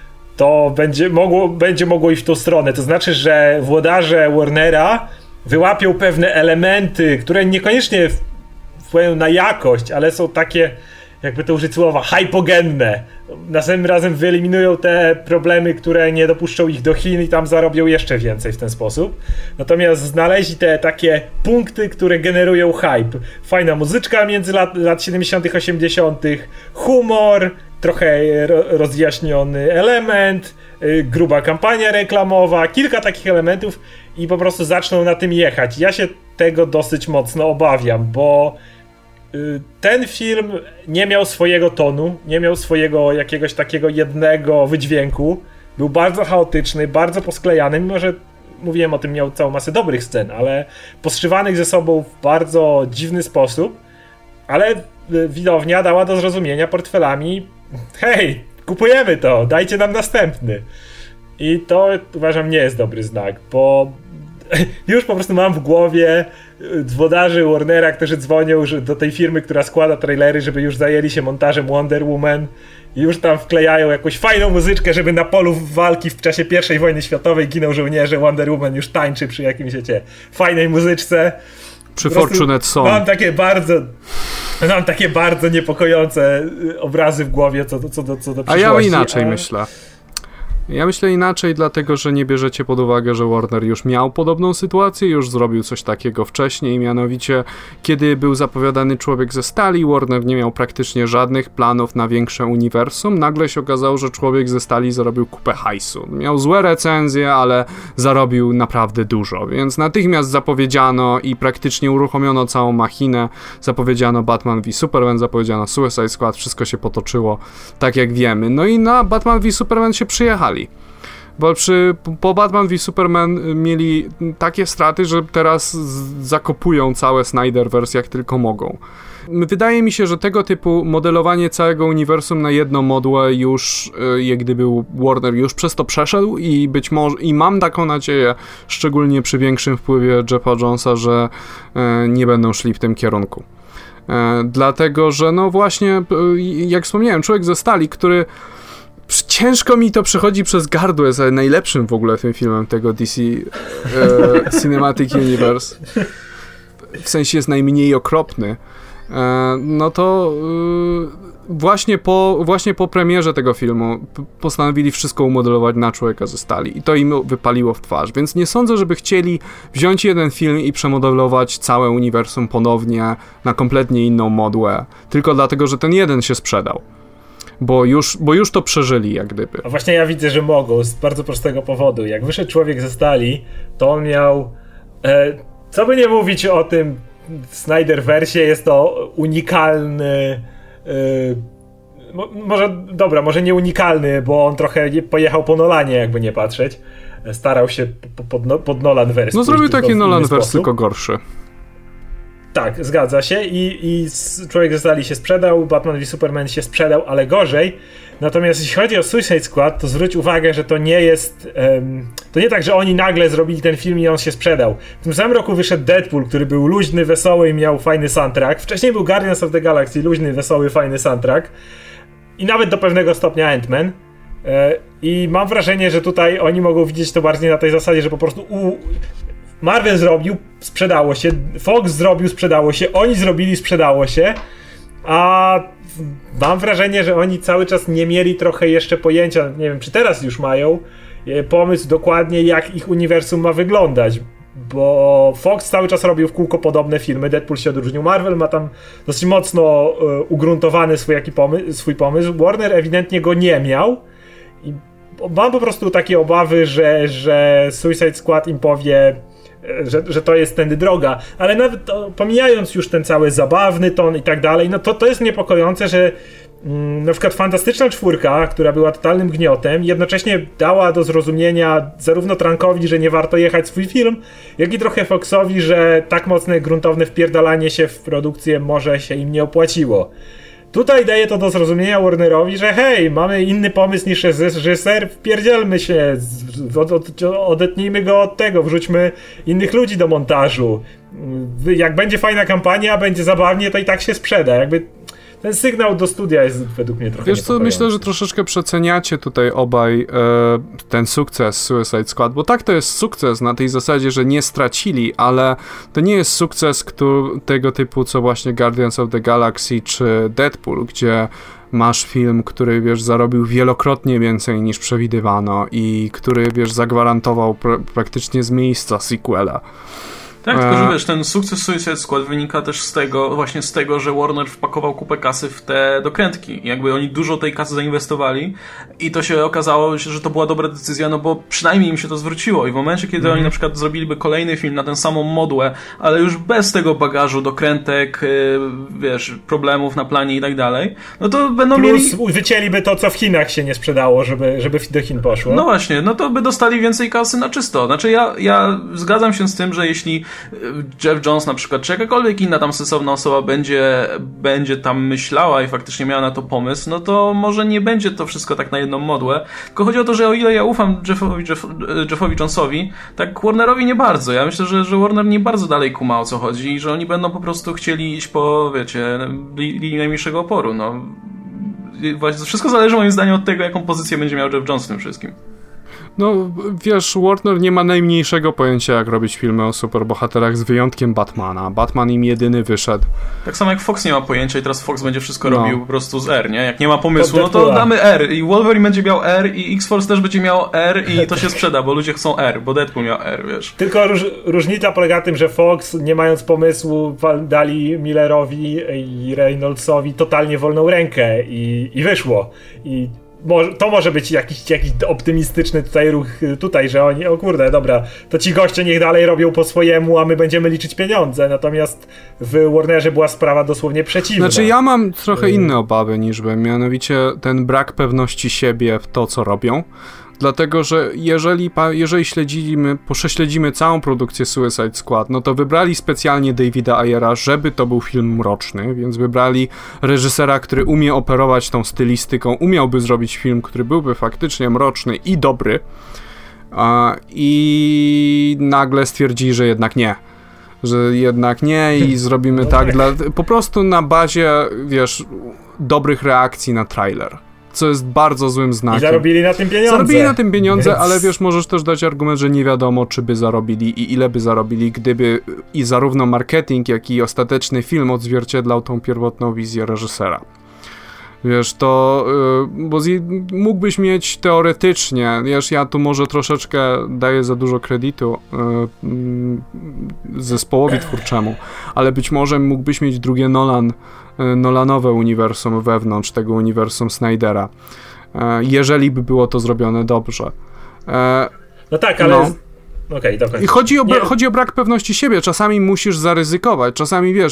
S3: to będzie mogło, będzie mogło iść w tą stronę. To znaczy, że włodarze Warnera wyłapią pewne elementy, które niekoniecznie wpływają na jakość, ale są takie, jakby to użyć słowa, hypogenne. Następnym razem wyeliminują te problemy, które nie dopuszczą ich do Chin i tam zarobią jeszcze więcej w ten sposób. Natomiast znaleźli te takie punkty, które generują hype. Fajna muzyczka między lat, lat siedemdziesiątych, osiemdziesiątych, humor, trochę rozjaśniony element, gruba kampania reklamowa, kilka takich elementów i po prostu zaczną na tym jechać. Ja się tego dosyć mocno obawiam, bo ten film nie miał swojego tonu, nie miał swojego jakiegoś takiego jednego wydźwięku. Był bardzo chaotyczny, bardzo posklejany, mimo że mówiłem o tym, miał całą masę dobrych scen, ale poszywanych ze sobą w bardzo dziwny sposób, ale widownia dała do zrozumienia portfelami: hej, kupujemy to, dajcie nam następny. I to uważam nie jest dobry znak, bo już po prostu mam w głowie włodarzy Warnera, którzy dzwonią do tej firmy, która składa trailery, żeby już zajęli się montażem Wonder Woman i już tam wklejają jakąś fajną muzyczkę, żeby na polu walki w czasie pierwszej wojny światowej giną żołnierze, Wonder Woman już tańczy przy jakimś, wiecie, fajnej muzyczce.
S2: Przy Fortunate Son.
S3: Mam takie bardzo mam takie bardzo niepokojące obrazy w głowie co do, co do, co do przyszłości.
S2: A ja inaczej
S3: a...
S2: myślę. Ja myślę inaczej, dlatego że nie bierzecie pod uwagę, że Warner już miał podobną sytuację, już zrobił coś takiego wcześniej, mianowicie kiedy był zapowiadany Człowiek ze Stali, Warner nie miał praktycznie żadnych planów na większe uniwersum, nagle się okazało, że Człowiek ze Stali zarobił kupę hajsu. Miał złe recenzje, ale zarobił naprawdę dużo, więc natychmiast zapowiedziano i praktycznie uruchomiono całą machinę, zapowiedziano Batman v Superman, zapowiedziano Suicide Squad, wszystko się potoczyło tak jak wiemy. No i na Batman v Superman się przyjechali. Bo przy, po Batman v Superman mieli takie straty, że teraz zakopują całe Snyderverse jak tylko mogą. Wydaje mi się, że tego typu modelowanie całego uniwersum na jedną modłę już, jak gdyby Warner już przez to przeszedł i być może, i mam taką nadzieję, szczególnie przy większym wpływie Jeffa Jonesa, że nie będą szli w tym kierunku. E, dlatego, że no właśnie, jak wspomniałem, Człowiek ze stali, który ciężko mi to przechodzi przez gardło, jest najlepszym w ogóle tym filmem tego D C e, Cinematic Universe. W sensie jest najmniej okropny. E, no to e, właśnie, po, właśnie po premierze tego filmu postanowili wszystko umodelować na Człowieka ze stali i to im wypaliło w twarz, więc nie sądzę, żeby chcieli wziąć jeden film i przemodelować całe uniwersum ponownie na kompletnie inną modłę, tylko dlatego, że ten jeden się sprzedał. Bo już, bo już to przeżyli, jak gdyby.
S3: A właśnie ja widzę, że mogą, z bardzo prostego powodu. Jak wyszedł Człowiek ze stali, to on miał... E, co by nie mówić o tym Snyderversie, jest to unikalny... E, mo, może, dobra, może nie unikalny, bo on trochę pojechał po Nolanie, jakby nie patrzeć. Starał się pod, pod Nolanverse.
S2: No zrobił taki Nolanverse, tylko gorszy.
S3: Tak, zgadza się i, i Człowiek ze stali się sprzedał, Batman v Superman się sprzedał, ale gorzej. Natomiast jeśli chodzi o Suicide Squad, to zwróć uwagę, że to nie jest um, to nie tak, że oni nagle zrobili ten film i on się sprzedał. W tym samym roku wyszedł Deadpool, który był luźny, wesoły i miał fajny soundtrack. Wcześniej był Guardians of the Galaxy, luźny, wesoły, fajny soundtrack. I nawet do pewnego stopnia Ant-Man. I mam wrażenie, że tutaj oni mogą widzieć to bardziej na tej zasadzie, że po prostu u... Marvel zrobił, sprzedało się, Fox zrobił, sprzedało się, oni zrobili, sprzedało się, a mam wrażenie, że oni cały czas nie mieli trochę jeszcze pojęcia, nie wiem, czy teraz już mają pomysł dokładnie, jak ich uniwersum ma wyglądać, bo Fox cały czas robił w kółko podobne filmy, Deadpool się odróżnił, Marvel ma tam dosyć mocno ugruntowany swój, jaki pomysł, swój pomysł, Warner ewidentnie go nie miał i mam po prostu takie obawy, że, że Suicide Squad im powie, Że, że to jest tędy droga, ale nawet to, pomijając już ten cały zabawny ton i tak dalej, no to to jest niepokojące, że mm, na przykład Fantastyczna Czwórka, która była totalnym gniotem, jednocześnie dała do zrozumienia zarówno Trankowi, że nie warto jechać swój film, jak i trochę Foxowi, że tak mocne, gruntowne wpierdalanie się w produkcję może się im nie opłaciło. Tutaj daje to do zrozumienia Warnerowi, że hej, mamy inny pomysł niż reżyser, wpierdzielmy się, od, od, odetnijmy go od tego, wrzućmy innych ludzi do montażu. Jak będzie fajna kampania, będzie zabawnie, to i tak się sprzeda. Jakby ten sygnał do studia jest według mnie trochę
S2: Wiesz co, myślę, że troszeczkę przeceniacie tutaj obaj e, ten sukces Suicide Squad, bo tak, to jest sukces na tej zasadzie, że nie stracili, ale to nie jest sukces który, tego typu, co właśnie Guardians of the Galaxy czy Deadpool, gdzie masz film, który, wiesz, zarobił wielokrotnie więcej niż przewidywano i który, wiesz, zagwarantował pr- praktycznie z miejsca sequela.
S1: Tak, tylko że wiesz, ten sukces Suicide Squad wynika też z tego, właśnie z tego, że Warner wpakował kupę kasy w te dokrętki. Jakby oni dużo tej kasy zainwestowali i to się okazało, że to była dobra decyzja, no bo przynajmniej im się to zwróciło i w momencie, kiedy mm. oni na przykład zrobiliby kolejny film na tę samą modłę, ale już bez tego bagażu dokrętek, wiesz, problemów na planie i tak dalej, no to będą
S3: Plus
S1: mieli...
S3: Plus wycięliby to, co w Chinach się nie sprzedało, żeby, żeby do Chin poszło.
S1: No właśnie, no to by dostali więcej kasy na czysto. Znaczy ja, ja zgadzam się z tym, że jeśli Jeff Jones na przykład, czy jakakolwiek inna tam sensowna osoba będzie, będzie tam myślała i faktycznie miała na to pomysł, no to może nie będzie to wszystko tak na jedną modłę. Tylko chodzi o to, że o ile ja ufam Jeffowi, Jeff, Jeffowi Jonesowi, tak Warnerowi nie bardzo. Ja myślę, że, że Warner nie bardzo dalej kuma, o co chodzi i że oni będą po prostu chcieli iść po, wiecie, linii najmniejszego oporu. No. Wszystko zależy moim zdaniem od tego, jaką pozycję będzie miał Jeff Jones w tym wszystkim.
S2: No, wiesz, Warner nie ma najmniejszego pojęcia, jak robić filmy o superbohaterach z wyjątkiem Batmana. Batman im jedyny wyszedł.
S1: Tak samo jak Fox nie ma pojęcia i teraz Fox będzie wszystko no. robił po prostu z R, nie? Jak nie ma pomysłu, no to damy R i Wolverine będzie miał R i X-Force też będzie miał R i to się sprzeda, bo ludzie chcą R, bo Deadpool miał R, wiesz.
S3: Tylko róż, różnica polega na tym, że Fox, nie mając pomysłu, dali Millerowi i Reynoldsowi totalnie wolną rękę i, i wyszło. I to może być jakiś, jakiś optymistyczny tutaj ruch tutaj, że oni, o kurde, dobra, to ci goście niech dalej robią po swojemu, a my będziemy liczyć pieniądze, natomiast w Warnerze była sprawa dosłownie przeciwna.
S2: Znaczy ja mam trochę inne obawy niż wy, mianowicie ten brak pewności siebie w to, co robią. Dlatego, że jeżeli, jeżeli śledzimy, prześledzimy całą produkcję Suicide Squad, no to wybrali specjalnie Davida Ayera, żeby to był film mroczny, więc wybrali reżysera, który umie operować tą stylistyką, umiałby zrobić film, który byłby faktycznie mroczny i dobry, i nagle stwierdzili, że jednak nie. że jednak nie i zrobimy
S3: no
S2: tak,
S3: tak.
S2: Dla, po prostu na bazie, wiesz, dobrych reakcji na trailer. Co jest bardzo złym znakiem.
S3: I zarobili na tym pieniądze.
S2: Zarobili na tym pieniądze,
S3: Więc...
S2: ale wiesz, możesz też dać argument, że nie wiadomo, czy by zarobili i ile by zarobili, gdyby i zarówno marketing, jak i ostateczny film odzwierciedlał tą pierwotną wizję reżysera. Wiesz, to, yy, bo z, mógłbyś mieć teoretycznie, wiesz, ja tu może troszeczkę daję za dużo kredytu yy, yy, zespołowi twórczemu, ale być może mógłbyś mieć drugie Nolan, yy, Nolanowe uniwersum wewnątrz tego uniwersum Snydera, yy, jeżeli by było to zrobione dobrze. Yy,
S3: no tak, ale...
S2: No.
S3: Okay,
S2: I chodzi o, bra- chodzi o brak pewności siebie. Czasami musisz zaryzykować. Czasami, wiesz,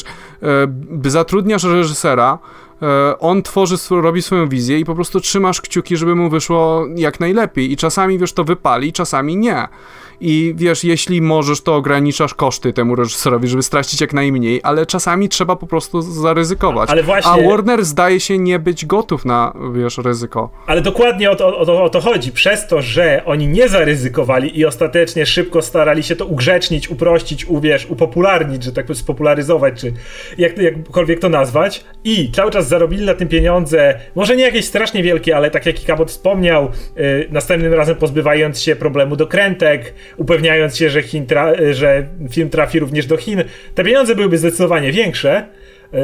S2: e, zatrudniasz reżysera, e, on tworzy, sw- robi swoją wizję i po prostu trzymasz kciuki, żeby mu wyszło jak najlepiej. I czasami, wiesz, to wypali, czasami nie. I wiesz, jeśli możesz, to ograniczasz koszty temu reżyserowi, żeby stracić jak najmniej, ale czasami trzeba po prostu zaryzykować.
S3: Ale właśnie...
S2: A Warner zdaje się nie być gotów na, wiesz, ryzyko.
S3: Ale dokładnie o to, o, to, o to chodzi. Przez to, że oni nie zaryzykowali i ostatecznie szybko starali się to ugrzecznić, uprościć, uwierz, upopularnić, że tak powiem, spopularyzować, czy jak, jakkolwiek to nazwać, i cały czas zarobili na tym pieniądze, może nie jakieś strasznie wielkie, ale tak jak Kabot wspomniał, yy, następnym razem pozbywając się problemu dokrętek, upewniając się, że, Chin tra- że film trafi również do Chin, te pieniądze byłyby zdecydowanie większe. Yy,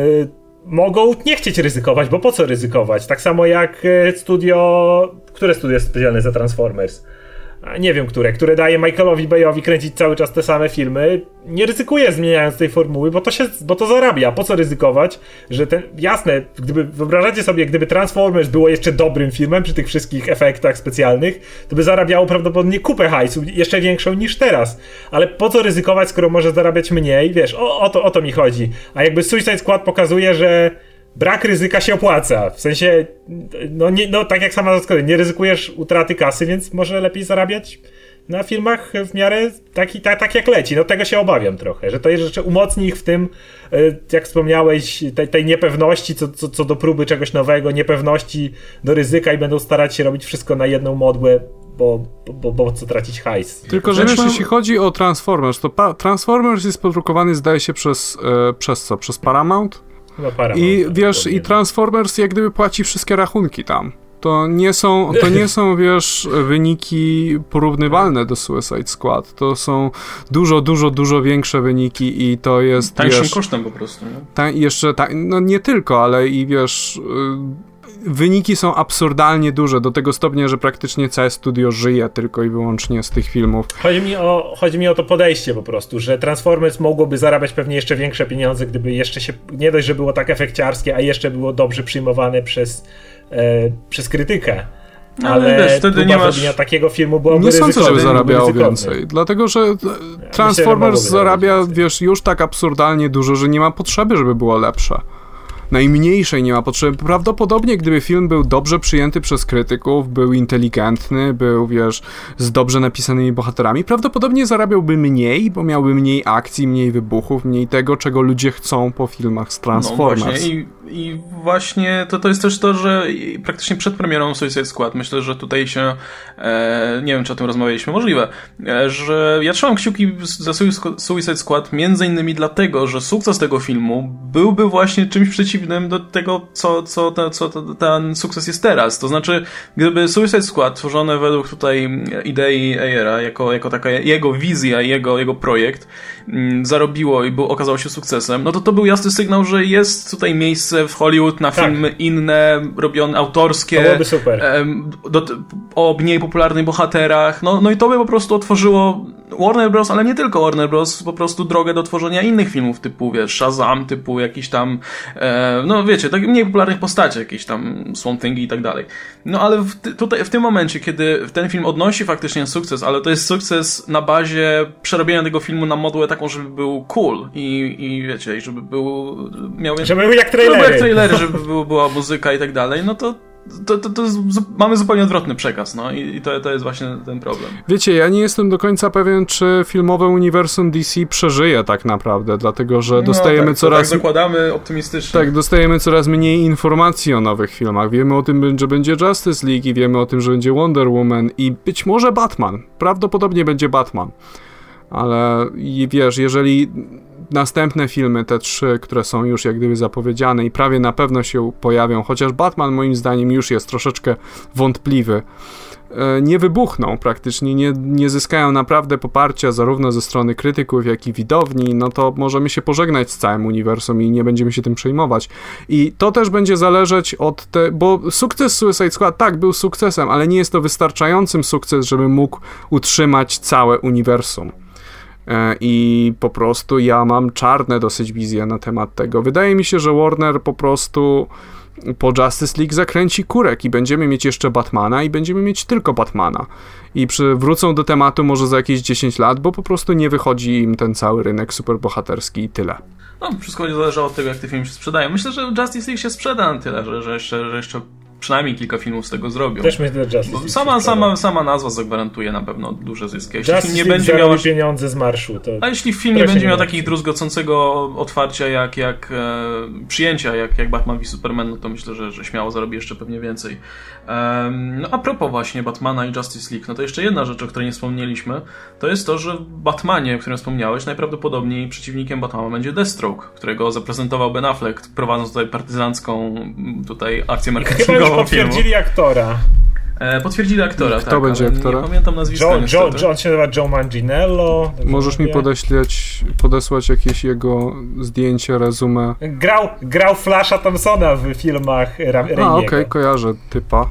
S3: mogą nie chcieć ryzykować, bo po co ryzykować? Tak samo jak studio... Które studio jest specjalne za Transformers? Nie wiem, które. Które daje Michaelowi Bayowi kręcić cały czas te same filmy. Nie ryzykuje zmieniając tej formuły, bo to się, bo to zarabia. Po co ryzykować? Że ten, jasne, gdyby, wyobrażacie sobie, gdyby Transformers było jeszcze dobrym filmem przy tych wszystkich efektach specjalnych, to by zarabiało prawdopodobnie kupę hajsu, jeszcze większą niż teraz. Ale po co ryzykować, skoro może zarabiać mniej? Wiesz, o, o, to, o to mi chodzi. A jakby Suicide Squad pokazuje, że brak ryzyka się opłaca. W sensie, no, nie, no tak jak sama zaskakuje, nie ryzykujesz utraty kasy, więc może lepiej zarabiać na filmach w miarę tak, tak, tak jak leci. No tego się obawiam trochę, że to jeszcze umocni ich w tym, jak wspomniałeś, tej, tej niepewności co, co, co do próby czegoś nowego, niepewności do ryzyka i będą starać się robić wszystko na jedną modłę, bo, bo, bo co tracić hajs.
S2: Tylko, że wiesz, jeśli chodzi o Transformers, to pa- Transformers jest produkowany, zdaje się, przez, e, przez co? Przez Paramount?
S3: No, Paramount.
S2: I wiesz, i Transformers jak gdyby płaci wszystkie rachunki tam. To nie są, to nie są, wiesz, wyniki porównywalne do Suicide Squad. To są dużo, dużo, dużo większe wyniki i to jest,
S1: tańszym
S2: wiesz...
S1: kosztem po prostu, nie?
S2: Ta, jeszcze, ta, no nie tylko, ale i wiesz... Y- Wyniki są absurdalnie duże, do tego stopnia, że praktycznie całe studio żyje tylko i wyłącznie z tych filmów.
S3: Chodzi mi o, chodzi mi o to podejście po prostu, że Transformers mogłoby zarabiać pewnie jeszcze większe pieniądze, gdyby jeszcze się, nie dość, że było tak efekciarskie, a jeszcze było dobrze przyjmowane przez, e, przez krytykę.
S1: No,
S3: ale
S1: wiesz, wtedy nie masz...
S3: takiego filmu byłoby
S2: Nie sądzę, żeby
S3: ryzykowny,
S2: zarabiało
S3: ryzykowny.
S2: więcej, dlatego, że Transformers
S3: Myślę, że
S2: zarabia, wiesz, już tak absurdalnie dużo, że nie ma potrzeby, żeby było lepsze. Najmniejszej nie ma potrzeby. Prawdopodobnie, gdyby film był dobrze przyjęty przez krytyków, był inteligentny, był, wiesz, z dobrze napisanymi bohaterami, prawdopodobnie zarabiałby mniej, bo miałby mniej akcji, mniej wybuchów, mniej tego, czego ludzie chcą po filmach z Transformers.
S1: No właśnie i, i właśnie to, to jest też to, że praktycznie przed premierą Suicide Squad, myślę, że tutaj się, e, nie wiem, czy o tym rozmawialiśmy, możliwe, e, że ja trzymam kciuki za Suicide Squad między innymi dlatego, że sukces tego filmu byłby właśnie czymś przeciwnym do tego, co, co, te, co te, ten sukces jest teraz. To znaczy, gdyby Suicide Squad tworzone według tutaj idei Ayera, jako, jako taka jego wizja, jego, jego projekt, mm, zarobiło i był, okazało się sukcesem, no to to był jasny sygnał, że jest tutaj miejsce w Hollywood na filmy tak. inne, robione autorskie,
S3: to byłoby super.
S1: Em, do, o mniej popularnych bohaterach, no, no i to by po prostu otworzyło Warner Bros., ale nie tylko Warner Bros., po prostu drogę do tworzenia innych filmów typu, wiesz, Shazam, typu jakiś tam e, no wiecie, tak mniej popularnych postaci, jakieś tam Swamp Thingi i tak dalej. No ale w, tutaj, w tym momencie, kiedy ten film odnosi faktycznie sukces, ale to jest sukces na bazie przerobienia tego filmu na modłę taką, żeby był cool i, i wiecie, i żeby był miał...
S3: Żeby był jak trailery.
S1: Żeby był jak trailery, żeby był, była muzyka i tak dalej, no to To, to, to jest, mamy zupełnie odwrotny przekaz, no i, i to, to jest właśnie ten problem.
S2: Wiecie, ja nie jestem do końca pewien, czy filmowe uniwersum D C przeżyje tak naprawdę, dlatego że dostajemy
S1: no, tak,
S2: coraz...
S1: tak zakładamy optymistycznie.
S2: Tak, dostajemy coraz mniej informacji o nowych filmach. Wiemy o tym, że będzie Justice League i wiemy o tym, że będzie Wonder Woman i być może Batman. Prawdopodobnie będzie Batman. Ale i wiesz, jeżeli następne filmy, te trzy, które są już jak gdyby zapowiedziane i prawie na pewno się pojawią, chociaż Batman moim zdaniem już jest troszeczkę wątpliwy, nie wybuchną praktycznie, nie, nie zyskają naprawdę poparcia zarówno ze strony krytyków, jak i widowni, no to możemy się pożegnać z całym uniwersum i nie będziemy się tym przejmować. I to też będzie zależeć od te, bo sukces Suicide Squad tak, był sukcesem, ale nie jest to wystarczającym sukces, żeby mógł utrzymać całe uniwersum. I po prostu ja mam czarne dosyć wizje na temat tego. Wydaje mi się, że Warner po prostu po Justice League zakręci kurek i będziemy mieć jeszcze Batmana i będziemy mieć tylko Batmana. I przy, wrócą do tematu może za jakieś dziesięć lat, bo po prostu nie wychodzi im ten cały rynek superbohaterski i tyle.
S1: No, wszystko będzie zależało od tego, jak te filmy się sprzedają. Myślę, że Justice League się sprzeda na tyle, że, że, jeszcze, że jeszcze przynajmniej kilka filmów z tego zrobią.
S3: Też myślę, że Justice League
S1: sama, sama, sama nazwa zagwarantuje na pewno duże zyski. Jeśli
S3: Justice
S1: film
S3: nie
S1: będzie miał
S3: pieniądze z marszu, to...
S1: A jeśli film nie będzie miał takich druzgocącego otwarcia jak, jak e, przyjęcia, jak, jak Batman v Superman, no to myślę, że, że śmiało zarobi jeszcze pewnie więcej. E, no a propos właśnie Batmana i Justice League, no to jeszcze jedna rzecz, o której nie wspomnieliśmy, to jest to, że w Batmanie, o którym wspomniałeś, najprawdopodobniej przeciwnikiem Batmana będzie Deathstroke, którego zaprezentował Ben Affleck, prowadząc tutaj partyzancką tutaj akcję marketingową filmu.
S3: Potwierdzili aktora.
S1: E, potwierdzili aktora,
S2: Kto
S1: tak,
S2: będzie aktora?
S1: Nie pamiętam nazwiska.
S3: Joe, Joe, Joe, on się nazywa Joe Manganiello.
S2: Możesz mi podeśleć, podesłać jakieś jego zdjęcie, rezumę.
S3: Grał, grał Flasha Thompsona w filmach Raimiego.
S2: A, okej, okay, kojarzę typa.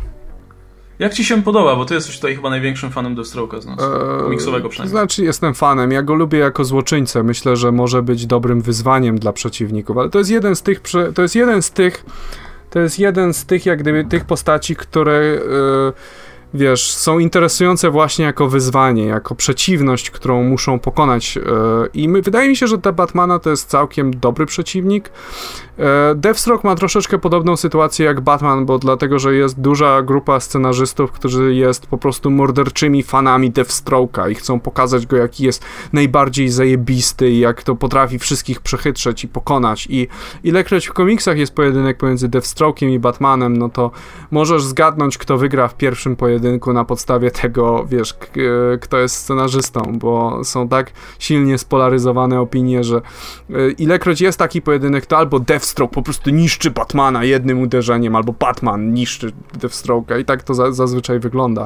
S1: Jak ci się podoba? Bo ty jesteś tutaj chyba największym fanem Deathstroke'a z nas. Eee, komiksowego przynajmniej.
S2: Znaczy, jestem fanem. Ja go lubię jako złoczyńcę. Myślę, że może być dobrym wyzwaniem dla przeciwników, ale to jest jeden z tych, to jest jeden z tych To jest jeden z tych, jak gdyby, tych postaci, które, yy, wiesz, są interesujące właśnie jako wyzwanie, jako przeciwność, którą muszą pokonać. Yy, I my, wydaje mi się, że ta Batmana to jest całkiem dobry przeciwnik. Yy, Deathstroke ma troszeczkę podobną sytuację jak Batman, bo dlatego, że jest duża grupa scenarzystów, którzy jest po prostu morderczymi fanami Deathstroke'a i chcą pokazać go, jaki jest najbardziej zajebisty i jak to potrafi wszystkich przechytrzeć i pokonać. I ilekroć w komiksach jest pojedynek pomiędzy Deathstroke'iem i Batmanem, no to możesz zgadnąć, kto wygra w pierwszym pojedynku na podstawie tego, wiesz, k- kto jest scenarzystą, bo są tak silnie spolaryzowane opinie, że ilekroć jest taki pojedynek, to albo Deathstroke po prostu niszczy Batmana jednym uderzeniem, albo Batman niszczy Deathstroke'a i tak to za- zazwyczaj wygląda.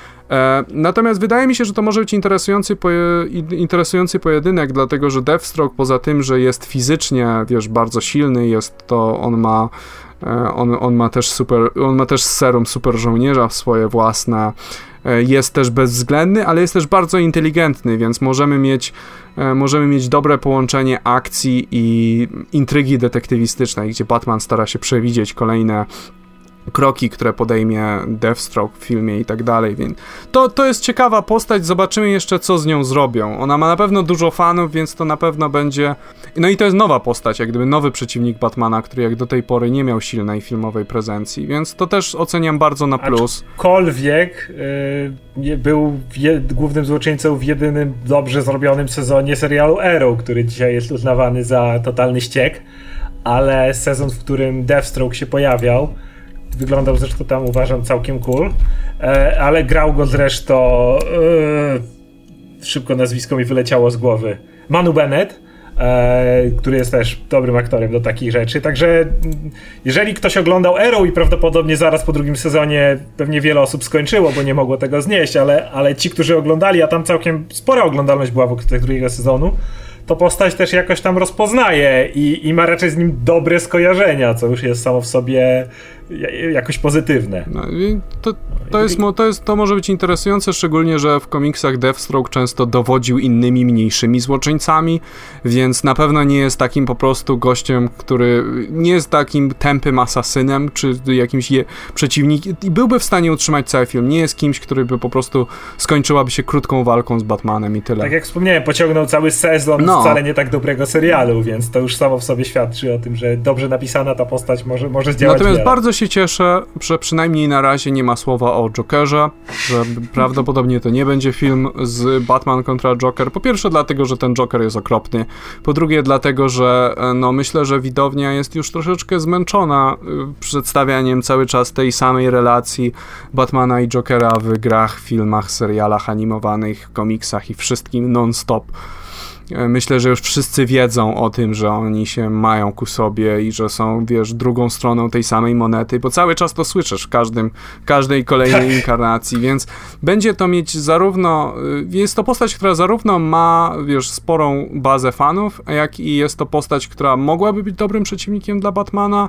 S2: E, natomiast wydaje mi się, że to może być interesujący, poje- interesujący pojedynek, dlatego że Deathstroke poza tym, że jest fizycznie, wiesz, bardzo silny, jest to, on ma On, on ma też super, on ma też serum super żołnierza swoje własne, jest też bezwzględny, ale jest też bardzo inteligentny, więc możemy mieć, możemy mieć dobre połączenie akcji i intrygi detektywistycznej, gdzie Batman stara się przewidzieć kolejne kroki, które podejmie Deathstroke w filmie i tak dalej, więc to, to jest ciekawa postać, zobaczymy jeszcze, co z nią zrobią. Ona ma na pewno dużo fanów, więc to na pewno będzie... No i to jest nowa postać, jak gdyby nowy przeciwnik Batmana, który jak do tej pory nie miał silnej filmowej prezencji, więc to też oceniam bardzo na plus.
S3: Aczkolwiek yy, był je, głównym złoczyńcą w jedynym dobrze zrobionym sezonie serialu Arrow, który dzisiaj jest uznawany za totalny ściek, ale sezon, w którym Deathstroke się pojawiał, wyglądał zresztą tam, uważam, całkiem cool, e, ale grał go zresztą e, szybko nazwisko mi wyleciało z głowy, Manu Bennett, e, który jest też dobrym aktorem do takich rzeczy, także jeżeli ktoś oglądał Arrow i prawdopodobnie zaraz po drugim sezonie pewnie wiele osób skończyło, bo nie mogło tego znieść, ale, ale ci, którzy oglądali, a tam całkiem spora oglądalność była wokół tego drugiego sezonu, to postać też jakoś tam rozpoznaje i, i ma raczej z nim dobre skojarzenia, co już jest samo w sobie jakoś pozytywne.
S2: No, to, to, jest, to, jest, to może być interesujące, szczególnie, że w komiksach Deathstroke często dowodził innymi, mniejszymi złoczyńcami, więc na pewno nie jest takim po prostu gościem, który nie jest takim tępym asasynem, czy jakimś je, przeciwnikiem i byłby w stanie utrzymać cały film. Nie jest kimś, który by po prostu skończyłaby się krótką walką z Batmanem i tyle.
S3: Tak jak wspomniałem, pociągnął cały sezon
S2: no.
S3: wcale nie tak dobrego serialu, więc to już samo w sobie świadczy o tym, że dobrze napisana ta postać może, może zdziałać
S2: Natomiast
S3: wiele.
S2: bardzo się cieszę, że przynajmniej na razie nie ma słowa o Jokerze, że prawdopodobnie to nie będzie film z Batman kontra Joker. Po pierwsze dlatego, że ten Joker jest okropny. Po drugie dlatego, że no myślę, że widownia jest już troszeczkę zmęczona przedstawianiem cały czas tej samej relacji Batmana i Jokera w grach, filmach, serialach animowanych, komiksach i wszystkim non-stop. Myślę, że już wszyscy wiedzą o tym, że oni się mają ku sobie i że są, wiesz, drugą stroną tej samej monety, bo cały czas to słyszysz w każdym, każdej kolejnej inkarnacji, więc będzie to mieć zarówno, jest to postać, która zarówno ma, wiesz, sporą bazę fanów, jak i jest to postać, która mogłaby być dobrym przeciwnikiem dla Batmana,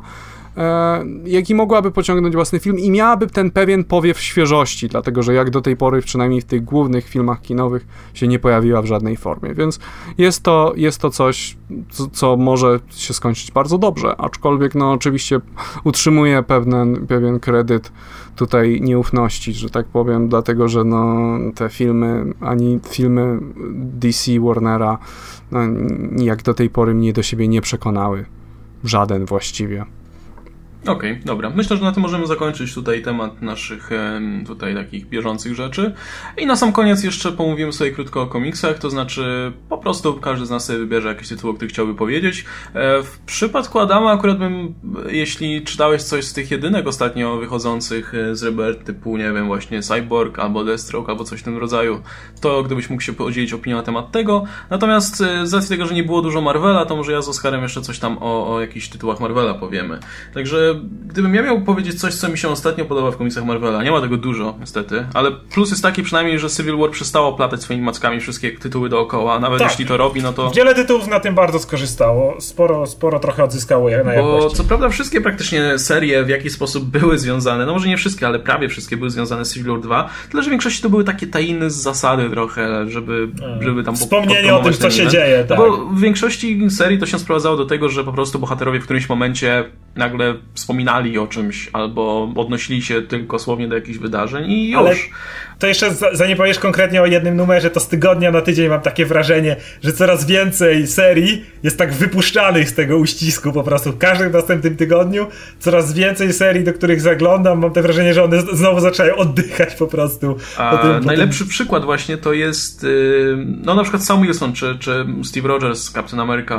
S2: jak i mogłaby pociągnąć własny film i miałaby ten pewien powiew świeżości, dlatego że jak do tej pory, przynajmniej w tych głównych filmach kinowych, się nie pojawiła w żadnej formie, więc jest to, jest to coś, co, co może się skończyć bardzo dobrze, aczkolwiek no oczywiście utrzymuje pewien, pewien kredyt tutaj nieufności, że tak powiem, dlatego że no te filmy, ani filmy D C, Warnera, no, jak do tej pory mnie do siebie nie przekonały. Żaden właściwie.
S1: Okej, okay, dobra. Myślę, że na tym możemy zakończyć tutaj temat naszych tutaj takich bieżących rzeczy. I na sam koniec jeszcze pomówimy sobie krótko o komiksach, to znaczy po prostu każdy z nas sobie wybierze jakiś tytuł, o którym chciałby powiedzieć. W przypadku Adama akurat bym, jeśli czytałeś coś z tych jedynek ostatnio wychodzących z Rebirth, typu, nie wiem, właśnie Cyborg albo Deathstroke albo coś w tym rodzaju, to gdybyś mógł się podzielić opinią na temat tego. Natomiast z racji tego, że nie było dużo Marvela, to może ja z Oskarem jeszcze coś tam o, o jakichś tytułach Marvela powiemy. Także gdybym ja miał powiedzieć coś, co mi się ostatnio podoba w komiksach Marvela, nie ma tego dużo niestety, ale plus jest taki przynajmniej, że Civil War przestało platać swoimi mackami wszystkie tytuły dookoła, nawet tak. Jeśli to robi, no to...
S3: Wiele tytułów na tym bardzo skorzystało, sporo, sporo trochę odzyskało je na jakości.
S1: Bo co prawda wszystkie praktycznie serie w jakiś sposób były związane, no może nie wszystkie, ale prawie wszystkie były związane z Civil War dwa, tyle że w większości to były takie tajny z zasady trochę, żeby, żeby tam...
S3: Wspomnienie o tym, co się dzieje, tak.
S1: No bo w większości serii to się sprowadzało do tego, że po prostu bohaterowie w którymś momencie nagle wspominali o czymś, albo odnosili się tylko słownie do jakichś wydarzeń i już.
S3: Ale to jeszcze zanim powiesz konkretnie o jednym numerze, to z tygodnia na tydzień mam takie wrażenie, że coraz więcej serii jest tak wypuszczanych z tego uścisku po prostu. W każdym następnym tygodniu coraz więcej serii, do których zaglądam, mam te wrażenie, że one znowu zaczynają oddychać po prostu.
S1: A
S3: po tym, po
S1: najlepszy
S3: tym...
S1: przykład właśnie to jest no na przykład Sam Wilson czy, czy Steve Rogers, Captain America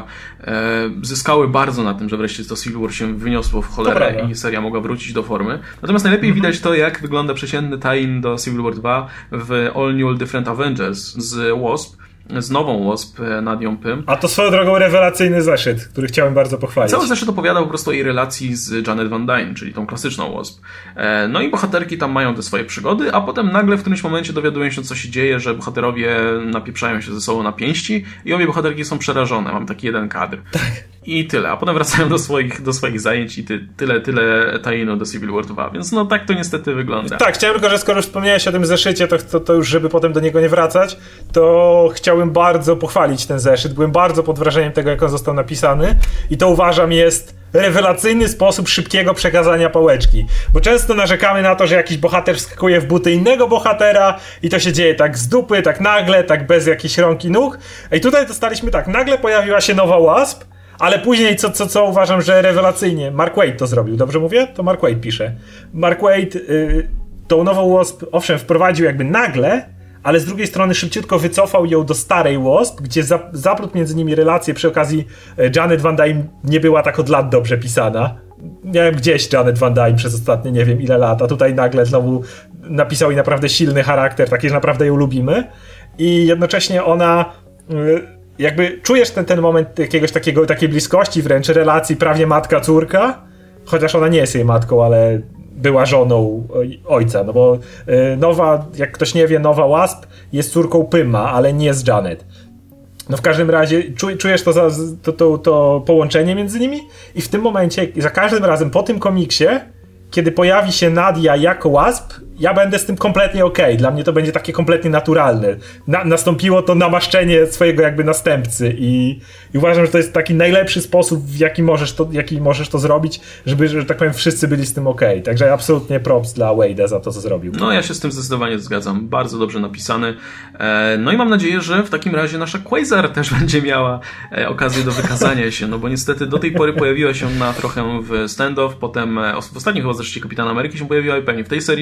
S1: zyskały bardzo na tym, że wreszcie to Civil War się wyniosło w cholerę i seria mogła wrócić do formy. Natomiast najlepiej mm-hmm. widać to, jak wygląda przeciętny tie-in do Civil War dwa w All New All Different Avengers z Wasp, z nową Wasp, Nadią Pym.
S3: A to swoją drogą rewelacyjny zeszyt, który chciałem bardzo pochwalić.
S1: Cały zeszyt opowiadał po prostu o jej relacji z Janet Van Dyne, czyli tą klasyczną Wasp. No i bohaterki tam mają te swoje przygody, a potem nagle w którymś momencie dowiadują się, co się dzieje, że bohaterowie napieprzają się ze sobą na pięści i obie bohaterki są przerażone. Mam taki jeden kadr.
S3: Tak.
S1: I tyle. A potem wracają do swoich, do swoich zajęć i ty, tyle, tyle tajinu do Civil War dwa. Więc no tak to niestety wygląda.
S3: Tak, chciałem tylko, że skoro już wspomniałeś o tym zeszycie, to, to, to już żeby potem do niego nie wracać, to chciałem bardzo pochwalić ten zeszyt. Byłem bardzo pod wrażeniem tego, jak on został napisany i to uważam jest rewelacyjny sposób szybkiego przekazania pałeczki. Bo często narzekamy na to, że jakiś bohater wskakuje w buty innego bohatera i to się dzieje tak z dupy, tak nagle, tak bez jakichś rąk i nóg. I tutaj dostaliśmy tak, nagle pojawiła się nowa Wasp, ale później, co, co, co uważam, że rewelacyjnie, Mark Waid to zrobił, dobrze mówię? To Mark Waid pisze. Mark Waid yy, tą nową Wasp, owszem, wprowadził jakby nagle, ale z drugiej strony szybciutko wycofał ją do starej Wasp, gdzie za, zaplótł między nimi relacje. Przy okazji Janet Van Dyne nie była tak od lat dobrze pisana. Miałem gdzieś Janet Van Dyne przez ostatnie nie wiem ile lat, a tutaj nagle znowu napisał jej naprawdę silny charakter, taki, że naprawdę ją lubimy. I jednocześnie ona... Yy, jakby czujesz ten, ten moment jakiegoś takiego, takiej bliskości wręcz relacji prawie matka-córka, chociaż ona nie jest jej matką, ale była żoną ojca, no bo y, nowa, jak ktoś nie wie, nowa Wasp jest córką Pyma, ale nie z Janet. No w każdym razie czuj, czujesz to, za, to, to, to połączenie między nimi i w tym momencie, za każdym razem po tym komiksie, kiedy pojawi się Nadia jako Wasp, ja będę z tym kompletnie okej. Okay. Dla mnie to będzie takie kompletnie naturalne. Na, nastąpiło to namaszczenie swojego jakby następcy i, i uważam, że to jest taki najlepszy sposób, w jaki możesz to, jaki możesz to zrobić, żeby, że tak powiem, wszyscy byli z tym okej. Okay. Także absolutnie props dla Wade'a za to, co zrobił.
S1: No ja się z tym zdecydowanie zgadzam. Bardzo dobrze napisany. No i mam nadzieję, że w takim razie nasza Quasar też będzie miała okazję do wykazania się, no bo niestety do tej pory pojawiła się na trochę w stand-off, potem w ostatnim chyba zresztą Kapitana Ameryki się pojawiła i pewnie w tej serii będzie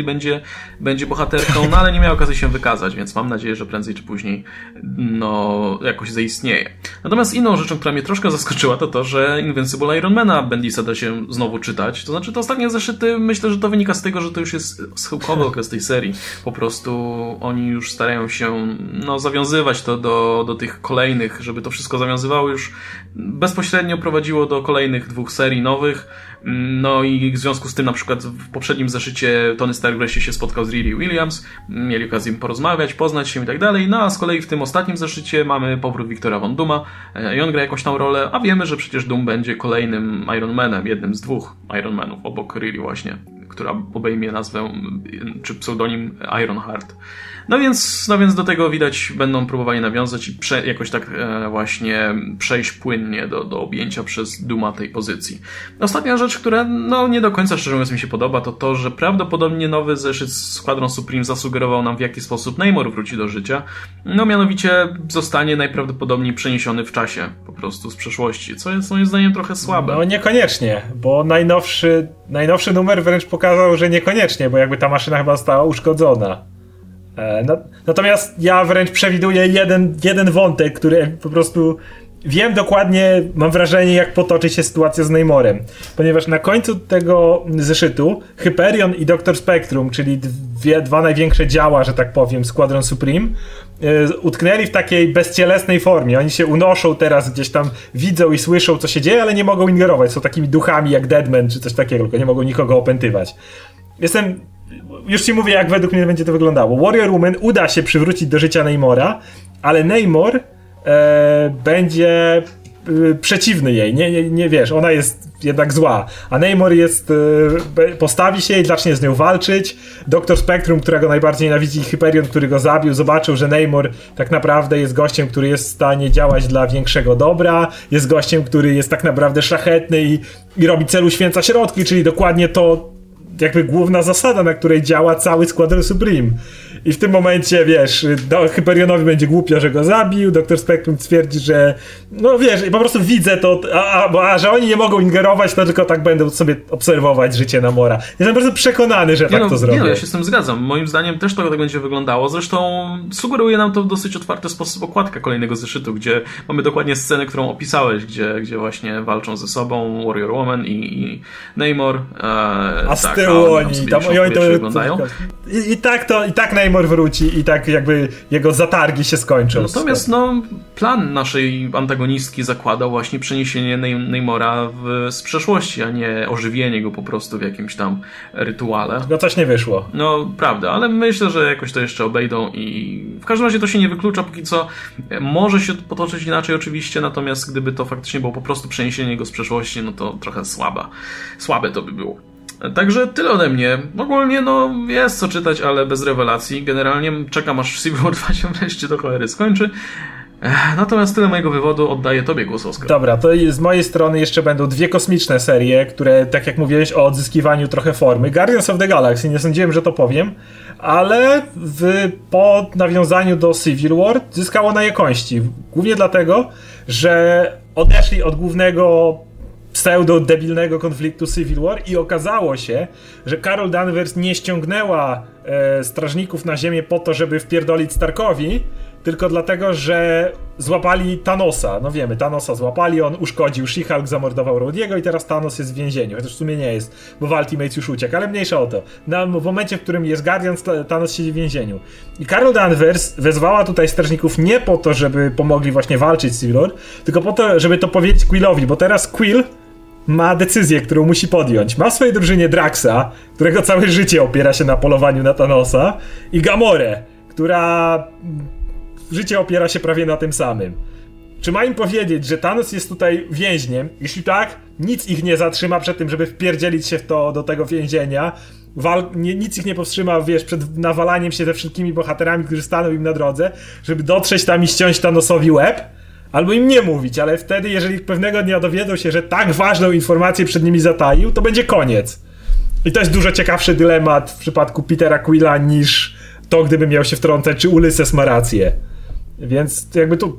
S1: będzie bohaterką, no ale nie miała okazji się wykazać, więc mam nadzieję, że prędzej czy później no jakoś zaistnieje. Natomiast inną rzeczą, która mnie troszkę zaskoczyła, to to, że Invincible Ironmana Bendisa da się znowu czytać. To znaczy te ostatnie zeszyty, myślę, że to wynika z tego, że to już jest schyłkowy okres tej serii. Po prostu oni już starają się no, zawiązywać to do, do tych kolejnych, żeby to wszystko zawiązywało już bezpośrednio prowadziło do kolejnych dwóch serii nowych. No i w związku z tym na przykład w poprzednim zeszycie Tony Stark wreszcie się spotkał z Riri Williams, mieli okazję porozmawiać, poznać się i tak dalej, no a z kolei w tym ostatnim zeszycie mamy powrót Wiktora Von Dooma i on gra jakąś tam rolę, a wiemy, że przecież Doom będzie kolejnym Iron Manem, jednym z dwóch Iron Manów, obok Riri właśnie, która obejmie nazwę czy pseudonim Ironheart. No więc, no więc do tego widać będą próbowali nawiązać i prze, jakoś tak e, właśnie przejść płynnie do, do objęcia przez Dooma tej pozycji. Ostatnia rzecz, która no nie do końca szczerze mówiąc mi się podoba, to to, że prawdopodobnie nowy zeszyt Squadron Supreme zasugerował nam w jaki sposób Namor wróci do życia. No mianowicie zostanie najprawdopodobniej przeniesiony w czasie po prostu z przeszłości, co jest moim zdaniem trochę słabe.
S3: No niekoniecznie, bo najnowszy, najnowszy numer wręcz pokazał, że niekoniecznie, bo jakby ta maszyna chyba została uszkodzona. Natomiast ja wręcz przewiduję jeden, jeden wątek, który po prostu wiem dokładnie, mam wrażenie, jak potoczy się sytuacja z Namorem. Ponieważ na końcu tego zeszytu Hyperion i Doktor Spectrum, czyli dwie, dwa największe działa, że tak powiem, Squadron Supreme, yy, utknęli w takiej bezcielesnej formie. Oni się unoszą teraz, gdzieś tam widzą i słyszą, co się dzieje, ale nie mogą ingerować. Są takimi duchami jak Deadman czy coś takiego, tylko nie mogą nikogo opętywać. Jestem... Już ci mówię, jak według mnie będzie to wyglądało. Warrior Woman uda się przywrócić do życia Namora, ale Namor e, będzie e, przeciwny jej. Nie, nie, nie wiesz, ona jest jednak zła. A Namor jest, e, postawi się i zacznie z nią walczyć. Doktor Spectrum, którego najbardziej nienawidzi, Hyperion, który go zabił, zobaczył, że Namor tak naprawdę jest gościem, który jest w stanie działać dla większego dobra. Jest gościem, który jest tak naprawdę szlachetny i, i robi celu święca środki, czyli dokładnie to, jakby główna zasada, na której działa cały Squadron Supreme. I w tym momencie, wiesz, do, Hyperionowi będzie głupio, że go zabił, Doktor Spectrum twierdzi, że no wiesz, i po prostu widzę to, a, a, a że oni nie mogą ingerować, to tylko tak będą sobie obserwować życie Namora. Jestem po prostu przekonany, że nie tak
S1: no,
S3: to zrobią.
S1: Nie no, ja się z tym zgadzam. Moim zdaniem też to tak będzie wyglądało. Zresztą sugeruje nam to w dosyć otwarty sposób okładka kolejnego zeszytu, gdzie mamy dokładnie scenę, którą opisałeś, gdzie, gdzie właśnie walczą ze sobą Warrior Woman i, i Namor. E,
S3: a z
S1: tak,
S3: tyłu oni, oni tam,
S1: tam
S3: oni to
S1: wyglądają.
S3: I, I tak to, i tak Namor wróci i tak jakby jego zatargi się skończą.
S1: Natomiast no, plan naszej antagonistki zakładał właśnie przeniesienie Namora w, z przeszłości, a nie ożywienie go po prostu w jakimś tam rytuale.
S3: No coś nie wyszło.
S1: No, prawda, ale myślę, że jakoś to jeszcze obejdą i w każdym razie to się nie wyklucza póki co. Może się potoczyć inaczej oczywiście, natomiast gdyby to faktycznie było po prostu przeniesienie go z przeszłości, no to trochę słaba. Słabe to by było. Także tyle ode mnie. Ogólnie no jest co czytać, ale bez rewelacji. Generalnie czekam aż Civil War dwa się wreszcie do cholery skończy. Natomiast tyle mojego wywodu, oddaję tobie głos, Oskar.
S3: Dobra, to z mojej strony jeszcze będą dwie kosmiczne serie, które, tak jak mówiłeś, o odzyskiwaniu trochę formy. Guardians of the Galaxy, nie sądziłem, że to powiem, ale w, po nawiązaniu do Civil War zyskało na jakości. Głównie dlatego, że odeszli od głównego pseudo-debilnego konfliktu Civil War i okazało się, że Carol Danvers nie ściągnęła e, strażników na ziemię po to, żeby wpierdolić Starkowi, tylko dlatego, że złapali Thanosa. No wiemy, Thanosa złapali, on uszkodził She-Hulk, zamordował Rhodey'ego i teraz Thanos jest w więzieniu. Chociaż w sumie nie jest, bo w Ultimates już uciekł, ale mniejsza o to. Na, w momencie, w którym jest Guardians, Thanos siedzi w więzieniu. I Carol Danvers wezwała tutaj strażników nie po to, żeby pomogli właśnie walczyć z Civil War, tylko po to, żeby to powiedzieć Quillowi, bo teraz Quill ma decyzję, którą musi podjąć. Ma w swojej drużynie Draxa, którego całe życie opiera się na polowaniu na Thanosa, i Gamorę, która życie opiera się prawie na tym samym. Czy ma im powiedzieć, że Thanos jest tutaj więźniem? Jeśli tak, nic ich nie zatrzyma przed tym, żeby wpierdzielić się w to, do tego więzienia. Wal, nie, nic ich nie powstrzyma, wiesz, przed nawalaniem się ze wszystkimi bohaterami, którzy staną im na drodze, żeby dotrzeć tam i ściąć Thanosowi łeb? Albo im nie mówić, ale wtedy, jeżeli pewnego dnia dowiedzą się, że tak ważną informację przed nimi zataił, to będzie koniec. I to jest dużo ciekawszy dylemat w przypadku Petera Quilla niż to, gdyby miał się wtrącać, czy Ulysses ma rację. Więc jakby tu...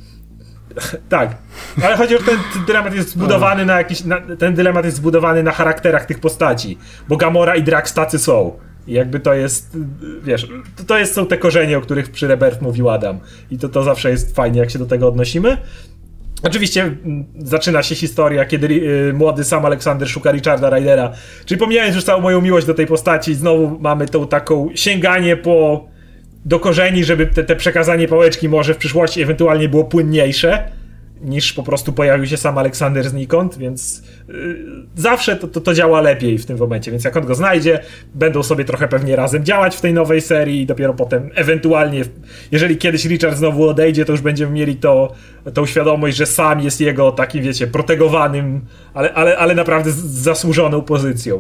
S3: tak. Ale chodzi o to, że ten dylemat jest zbudowany na jakiś... Na, ten dylemat jest zbudowany na charakterach tych postaci. Bo Gamora i Drax tacy są. I jakby to jest, wiesz, to, to jest, są te korzenie, o których przy Rebirth mówił Adam. I to, to zawsze jest fajnie, jak się do tego odnosimy. Oczywiście zaczyna się historia, kiedy y, młody Sam Alexander szuka Richarda Rydera. Czyli pomijając już całą moją miłość do tej postaci, znowu mamy tą taką sięganie po do korzeni, żeby te, te przekazanie pałeczki może w przyszłości ewentualnie było płynniejsze, niż po prostu pojawił się Sam Alexander znikąd, więc yy, zawsze to, to, to działa lepiej w tym momencie, więc jak on go znajdzie, będą sobie trochę pewnie razem działać w tej nowej serii i dopiero potem ewentualnie, jeżeli kiedyś Richard znowu odejdzie, to już będziemy mieli to, tą świadomość, że Sam jest jego takim, wiecie, protegowanym, ale, ale, ale naprawdę z zasłużoną pozycją.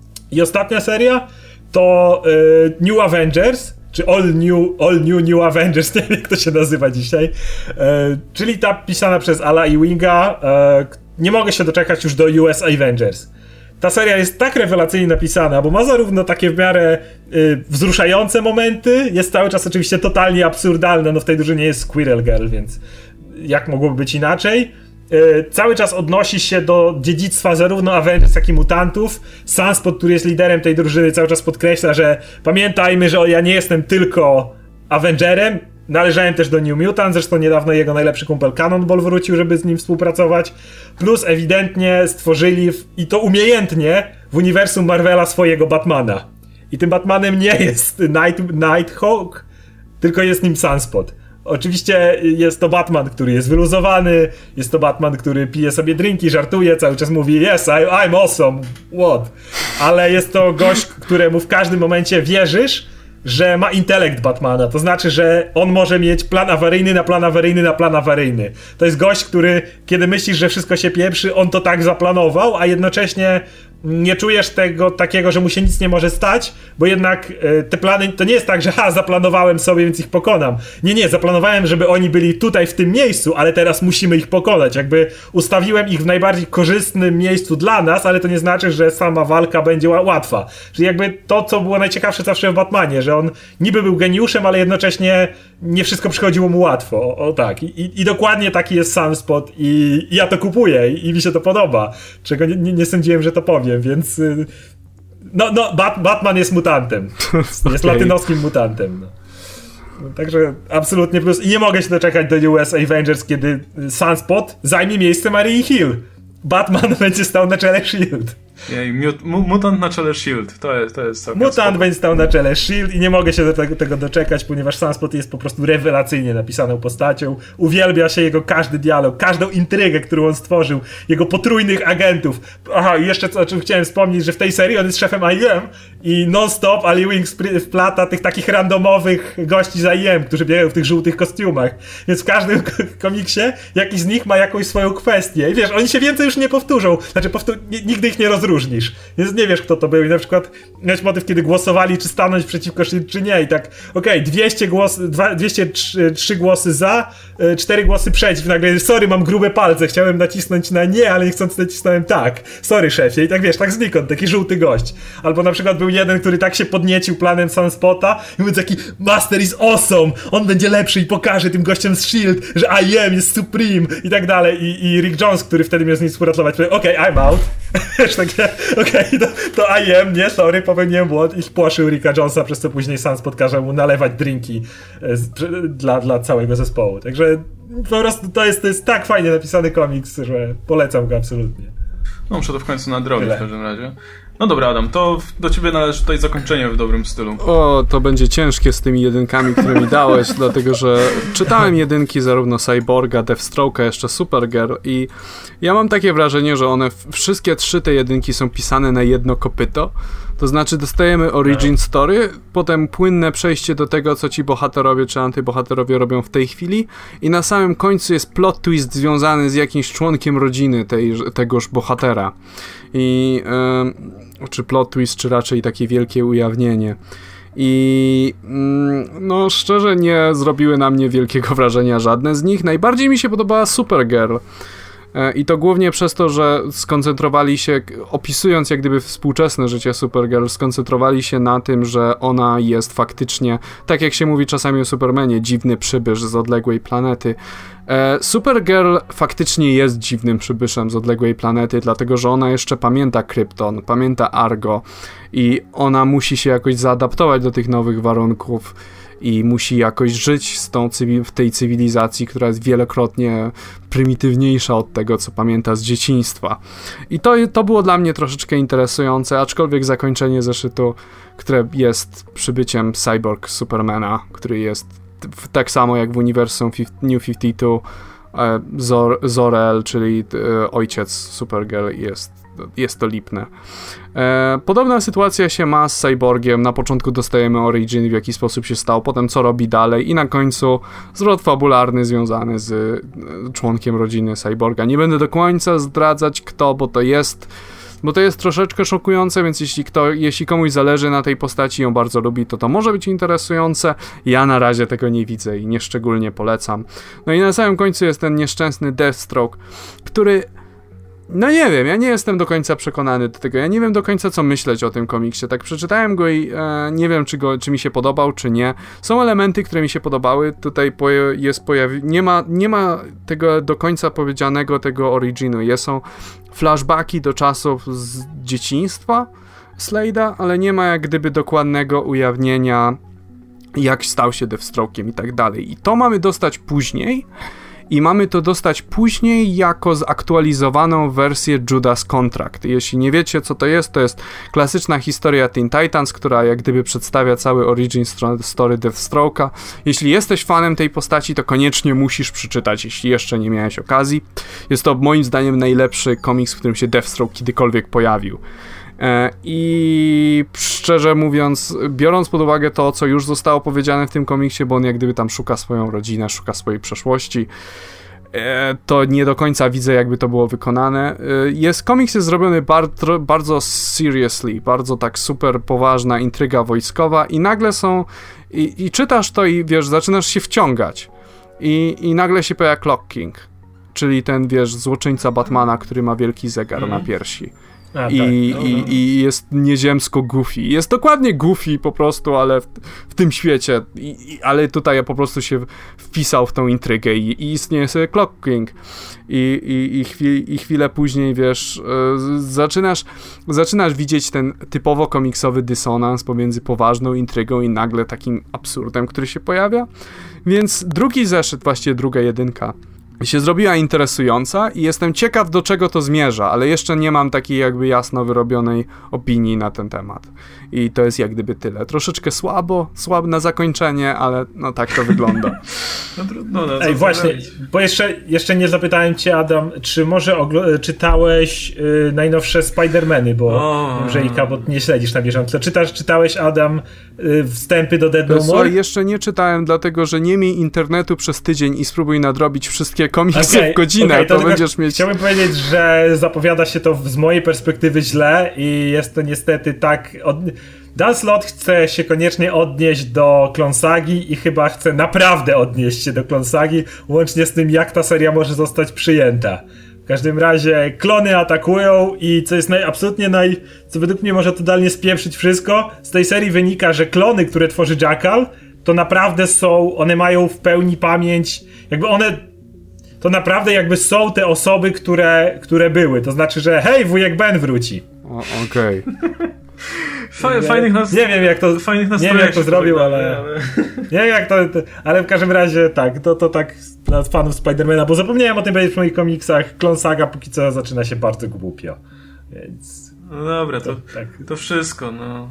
S3: I ostatnia seria to yy, New Avengers, czy All New, All New New Avengers, nie wiem jak to się nazywa dzisiaj, e, czyli ta pisana przez Ala Ewinga. E, nie mogę się doczekać już do U S Avengers. Ta seria jest tak rewelacyjnie napisana, bo ma zarówno takie w miarę y, wzruszające momenty, jest cały czas oczywiście totalnie absurdalne, no w tej drużynie jest Squirrel Girl, więc jak mogłoby być inaczej? Yy, cały czas odnosi się do dziedzictwa zarówno Avengers, jak i mutantów. Sunspot, który jest liderem tej drużyny, cały czas podkreśla, że pamiętajmy, że ja nie jestem tylko Avengerem, należałem też do New Mutant, zresztą niedawno jego najlepszy kumpel Cannonball wrócił, żeby z nim współpracować. Plus ewidentnie stworzyli, w, i to umiejętnie, w uniwersum Marvela swojego Batmana. I tym Batmanem nie jest Night, Nighthawk, tylko jest nim Sunspot. Oczywiście jest to Batman, który jest wyluzowany, jest to Batman, który pije sobie drinki, żartuje, cały czas mówi yes, I, I'm awesome, what? Ale jest to gość, któremu w każdym momencie wierzysz, że ma intelekt Batmana, to znaczy, że on może mieć plan awaryjny na plan awaryjny na plan awaryjny. To jest gość, który kiedy myślisz, że wszystko się pieprzy, on to tak zaplanował, a jednocześnie nie czujesz tego takiego, że mu się nic nie może stać, bo jednak e, te plany, to nie jest tak, że ha, zaplanowałem sobie, więc ich pokonam. Nie, nie, zaplanowałem, żeby oni byli tutaj w tym miejscu, ale teraz musimy ich pokonać. Jakby ustawiłem ich w najbardziej korzystnym miejscu dla nas, ale to nie znaczy, że sama walka będzie łatwa. Czyli jakby to, co było najciekawsze zawsze w Batmanie, że on niby był geniuszem, ale jednocześnie nie wszystko przychodziło mu łatwo. O, o tak. I, i, I dokładnie taki jest Sunspot i, i ja to kupuję i, i mi się to podoba. Czego nie, nie, nie sądziłem, że to powiem, więc no, no Bat, Batman jest mutantem. Jest okay. Latynoskim mutantem. No. No, także absolutnie plus. I nie mogę się doczekać do U S Avengers, kiedy Sunspot zajmie miejsce Marii Hill. Batman będzie stał na czele Shield.
S1: Jej, mut, mutant na czele Shield, to jest, to jest
S3: Mutant spoko. Będzie stał na czele Shield i nie mogę się do tego, tego doczekać, ponieważ Sunspot jest po prostu rewelacyjnie napisaną postacią. Uwielbia się jego każdy dialog, każdą intrygę, którą on stworzył, jego potrójnych agentów. Aha, i jeszcze co, o czym chciałem wspomnieć, że w tej serii on jest szefem I M i non-stop Ali Wing wplata tych takich randomowych gości z I M, którzy biegają w tych żółtych kostiumach. Więc w każdym komiksie jakiś z nich ma jakąś swoją kwestię i wiesz, oni się więcej już nie powtórzą, znaczy powtór- nigdy ich nie rozróżnią. Różnisz. Więc nie wiesz, kto to był. I na przykład miałeś motyw, kiedy głosowali, czy stanąć przeciwko Shield, czy nie. I tak, okej, okay, dwieście, głos, dwieście trzy głosy za, cztery głosy przeciw. Nagle, sorry, mam grube palce, chciałem nacisnąć na nie, ale niechcący nacisnąłem tak. Sorry, szefie. I tak wiesz, tak znikąd, taki żółty gość. Albo na przykład był jeden, który tak się podniecił planem Sunspota i mówi taki, Master is awesome, on będzie lepszy i pokaże tym gościom z Shield, że I am jest supreme i tak dalej. I, i Rick Jones, który wtedy miał z nim współpracować, powiedział, okej, okay, I'm out. Okej, okay, to, to I am, nie, sorry, popełniłem błąd i płoszył Ricka Jonesa, przez co później Sunspot każe mu nalewać drinki z, dla, dla całego zespołu. Także po prostu to jest, to jest tak fajnie napisany komiks, że polecam go absolutnie.
S1: No muszę to w końcu nadrobić w każdym razie. No dobra, Adam, to do ciebie należy tutaj zakończenie w dobrym stylu.
S2: O, to będzie ciężkie z tymi jedynkami, które mi dałeś, dlatego że czytałem jedynki zarówno Cyborga, Deathstroke'a, jeszcze Supergirl i ja mam takie wrażenie, że one, wszystkie trzy te jedynki są pisane na jedno kopyto. To znaczy dostajemy origin story, potem płynne przejście do tego, co ci bohaterowie czy antybohaterowie robią w tej chwili i na samym końcu jest plot twist związany z jakimś członkiem rodziny tej, tegoż bohatera. I yy, czy plot twist, czy raczej takie wielkie ujawnienie. I no szczerze nie zrobiły na mnie wielkiego wrażenia żadne z nich. Najbardziej mi się podobała Supergirl. I to głównie przez to, że skoncentrowali się, opisując jak gdyby współczesne życie Supergirl, skoncentrowali się na tym, że ona jest faktycznie, tak jak się mówi czasami o Supermanie, dziwny przybysz z odległej planety. Supergirl faktycznie jest dziwnym przybyszem z odległej planety, dlatego że ona jeszcze pamięta Krypton, pamięta Argo i ona musi się jakoś zaadaptować do tych nowych warunków i musi jakoś żyć z tą cywi- w tej cywilizacji, która jest wielokrotnie prymitywniejsza od tego, co pamięta z dzieciństwa. I to, to było dla mnie troszeczkę interesujące, aczkolwiek zakończenie zeszytu, które jest przybyciem Cyborg Supermana, który jest w, tak samo jak w uniwersum New pięćdziesiąt dwa, e, Zor- Zor-El, czyli e, ojciec Supergirl, jest jest to lipne. E, podobna sytuacja się ma z Cyborgiem. Na początku dostajemy origin, w jaki sposób się stał, potem co robi dalej i na końcu zwrot fabularny związany z e, członkiem rodziny Cyborga. Nie będę do końca zdradzać kto, bo to jest bo to jest troszeczkę szokujące, więc jeśli, kto, jeśli komuś zależy na tej postaci i ją bardzo lubi, to to może być interesujące. Ja na razie tego nie widzę i nieszczególnie polecam. No i na samym końcu jest ten nieszczęsny Deathstroke, który no nie wiem, ja nie jestem do końca przekonany do tego, ja nie wiem do końca co myśleć o tym komiksie, tak przeczytałem go i e, nie wiem czy, go, czy mi się podobał, czy nie. Są elementy, które mi się podobały, tutaj po, jest pojawi... nie ma, nie ma tego do końca powiedzianego tego originu, jest, są flashbacki do czasów z dzieciństwa Slade'a, ale nie ma jak gdyby dokładnego ujawnienia jak stał się Deathstroke'iem i tak dalej. I to mamy dostać później. I mamy to dostać później jako zaktualizowaną wersję Judas Contract. Jeśli nie wiecie co to jest, to jest klasyczna historia Teen Titans, która jak gdyby przedstawia cały origin story Deathstroke'a. Jeśli jesteś fanem tej postaci, to koniecznie musisz przeczytać, jeśli jeszcze nie miałeś okazji. Jest to moim zdaniem najlepszy komiks, w którym się Deathstroke kiedykolwiek pojawił. I szczerze mówiąc, biorąc pod uwagę to, co już zostało powiedziane w tym komiksie, bo on jak gdyby tam szuka swoją rodzinę, szuka swojej przeszłości, to nie do końca widzę, jakby to było wykonane. Jest, komiks jest zrobiony bardzo, bardzo seriously, bardzo tak super poważna intryga wojskowa i nagle są, i, i czytasz to i wiesz, zaczynasz się wciągać i, i nagle się pojawia Clock King, czyli ten, wiesz, złoczyńca Batmana, który ma wielki zegar mm. na piersi. A, I, tak. no, i, no. I jest nieziemsko goofy. Jest dokładnie goofy po prostu, ale w, w tym świecie. I, i, ale tutaj ja po prostu się wpisał w tą intrygę i, i istnieje sobie Clock King. I, i, i, chwil, i chwilę później, wiesz, yy, zaczynasz, zaczynasz widzieć ten typowo komiksowy dysonans pomiędzy poważną intrygą i nagle takim absurdem, który się pojawia. Więc drugi zeszyt, właściwie druga jedynka, się zrobiła interesująca i jestem ciekaw, do czego to zmierza, ale jeszcze nie mam takiej jakby jasno wyrobionej opinii na ten temat. I to jest jak gdyby tyle. Troszeczkę słabo, słabe na zakończenie, ale no tak to wygląda.
S3: No trudno. No, Ej, właśnie, bo jeszcze, jeszcze nie zapytałem cię, Adam, czy może ogl- czytałeś y, najnowsze Spider-Many, bo o, wiem, że Ika, bo nie śledzisz na bieżąco. Czytasz, czytałeś, Adam, y, wstępy do Dead No More?
S2: Słuchaj, jeszcze nie czytałem, dlatego że nie miej internetu przez tydzień i spróbuj nadrobić wszystkie komiksy okay, w godzinę, okay, to, to będziesz mieć...
S3: Chciałbym powiedzieć, że zapowiada się to z mojej perspektywy źle i jest to niestety tak... Od... Dan Slott chce się koniecznie odnieść do Clone Sagi i chyba chce naprawdę odnieść się do Clone Sagi, łącznie z tym, jak ta seria może zostać przyjęta. W każdym razie klony atakują i co jest naj, absolutnie naj... co według mnie może totalnie spieprzyć wszystko, z tej serii wynika, że klony, które tworzy Jackal, to naprawdę są, one mają w pełni pamięć, jakby one... To naprawdę jakby są te osoby, które, które były. To znaczy, że hej, wujek Ben wróci.
S2: Okej.
S1: Okay. Fajnych nas...
S3: Nie wiem jak to,
S1: fajnych
S3: nie wiem jak to zrobił, ale... ale... Nie wiem jak to, to... Ale w każdym razie tak, to, to tak dla fanów Spidermana, bo zapomniałem o tym powiedzieć w moich komiksach. Clone Saga póki co zaczyna się bardzo głupio. Więc...
S1: No dobra, to, to, tak. to wszystko, no.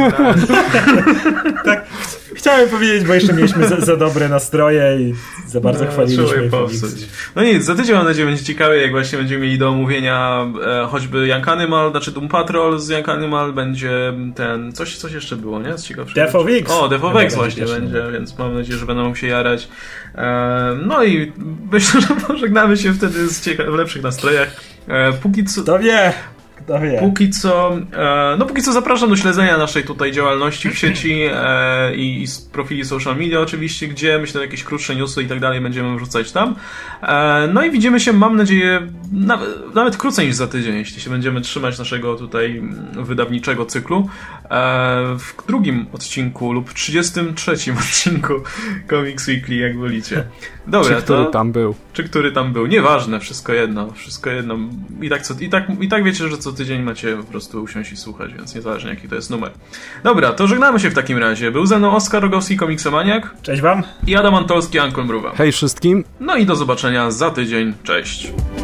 S3: Tak, chciałem powiedzieć, bo jeszcze mieliśmy za, za dobre nastroje i za bardzo no, chwaliliśmy
S1: komiksy. No nic, za tydzień mam nadzieję będzie ciekawie, jak właśnie będziemy mieli do omówienia e, choćby Young Animal, znaczy Doom Patrol z Young Animal, będzie ten, coś, coś jeszcze było, nie? Z ciekawszego.
S3: Death of X.
S1: O, Death of X właśnie będzie, będzie, więc mam nadzieję, że będą mógł się jarać. E, no i myślę, że pożegnamy się wtedy z cieka- w lepszych nastrojach. E, póki co...
S3: To wie! Kto wie.
S1: Póki co, e, no póki co zapraszam do śledzenia naszej tutaj działalności w sieci e, i, i z profili social media oczywiście, gdzie myślę jakieś krótsze newsy i tak dalej będziemy wrzucać tam. E, no i widzimy się, mam nadzieję, nawet, nawet krócej niż za tydzień, jeśli się będziemy trzymać naszego tutaj wydawniczego cyklu. E, w drugim odcinku lub trzydziestym trzecim odcinku Comics Weekly, jak wolicie. Dobra,
S2: czy który
S1: to,
S2: tam był.
S1: Czy który tam był. Nieważne, wszystko jedno. Wszystko jedno. I tak, co, i, tak, I tak wiecie, że co tydzień macie po prostu usiąść i słuchać, więc niezależnie jaki to jest numer. Dobra, to żegnamy się w takim razie. Był ze mną Oskar Rogowski, komiksomaniak.
S3: Cześć wam.
S1: I Adam Antolski, Ankon Mruwa.
S2: Hej wszystkim.
S1: No i do zobaczenia za tydzień. Cześć.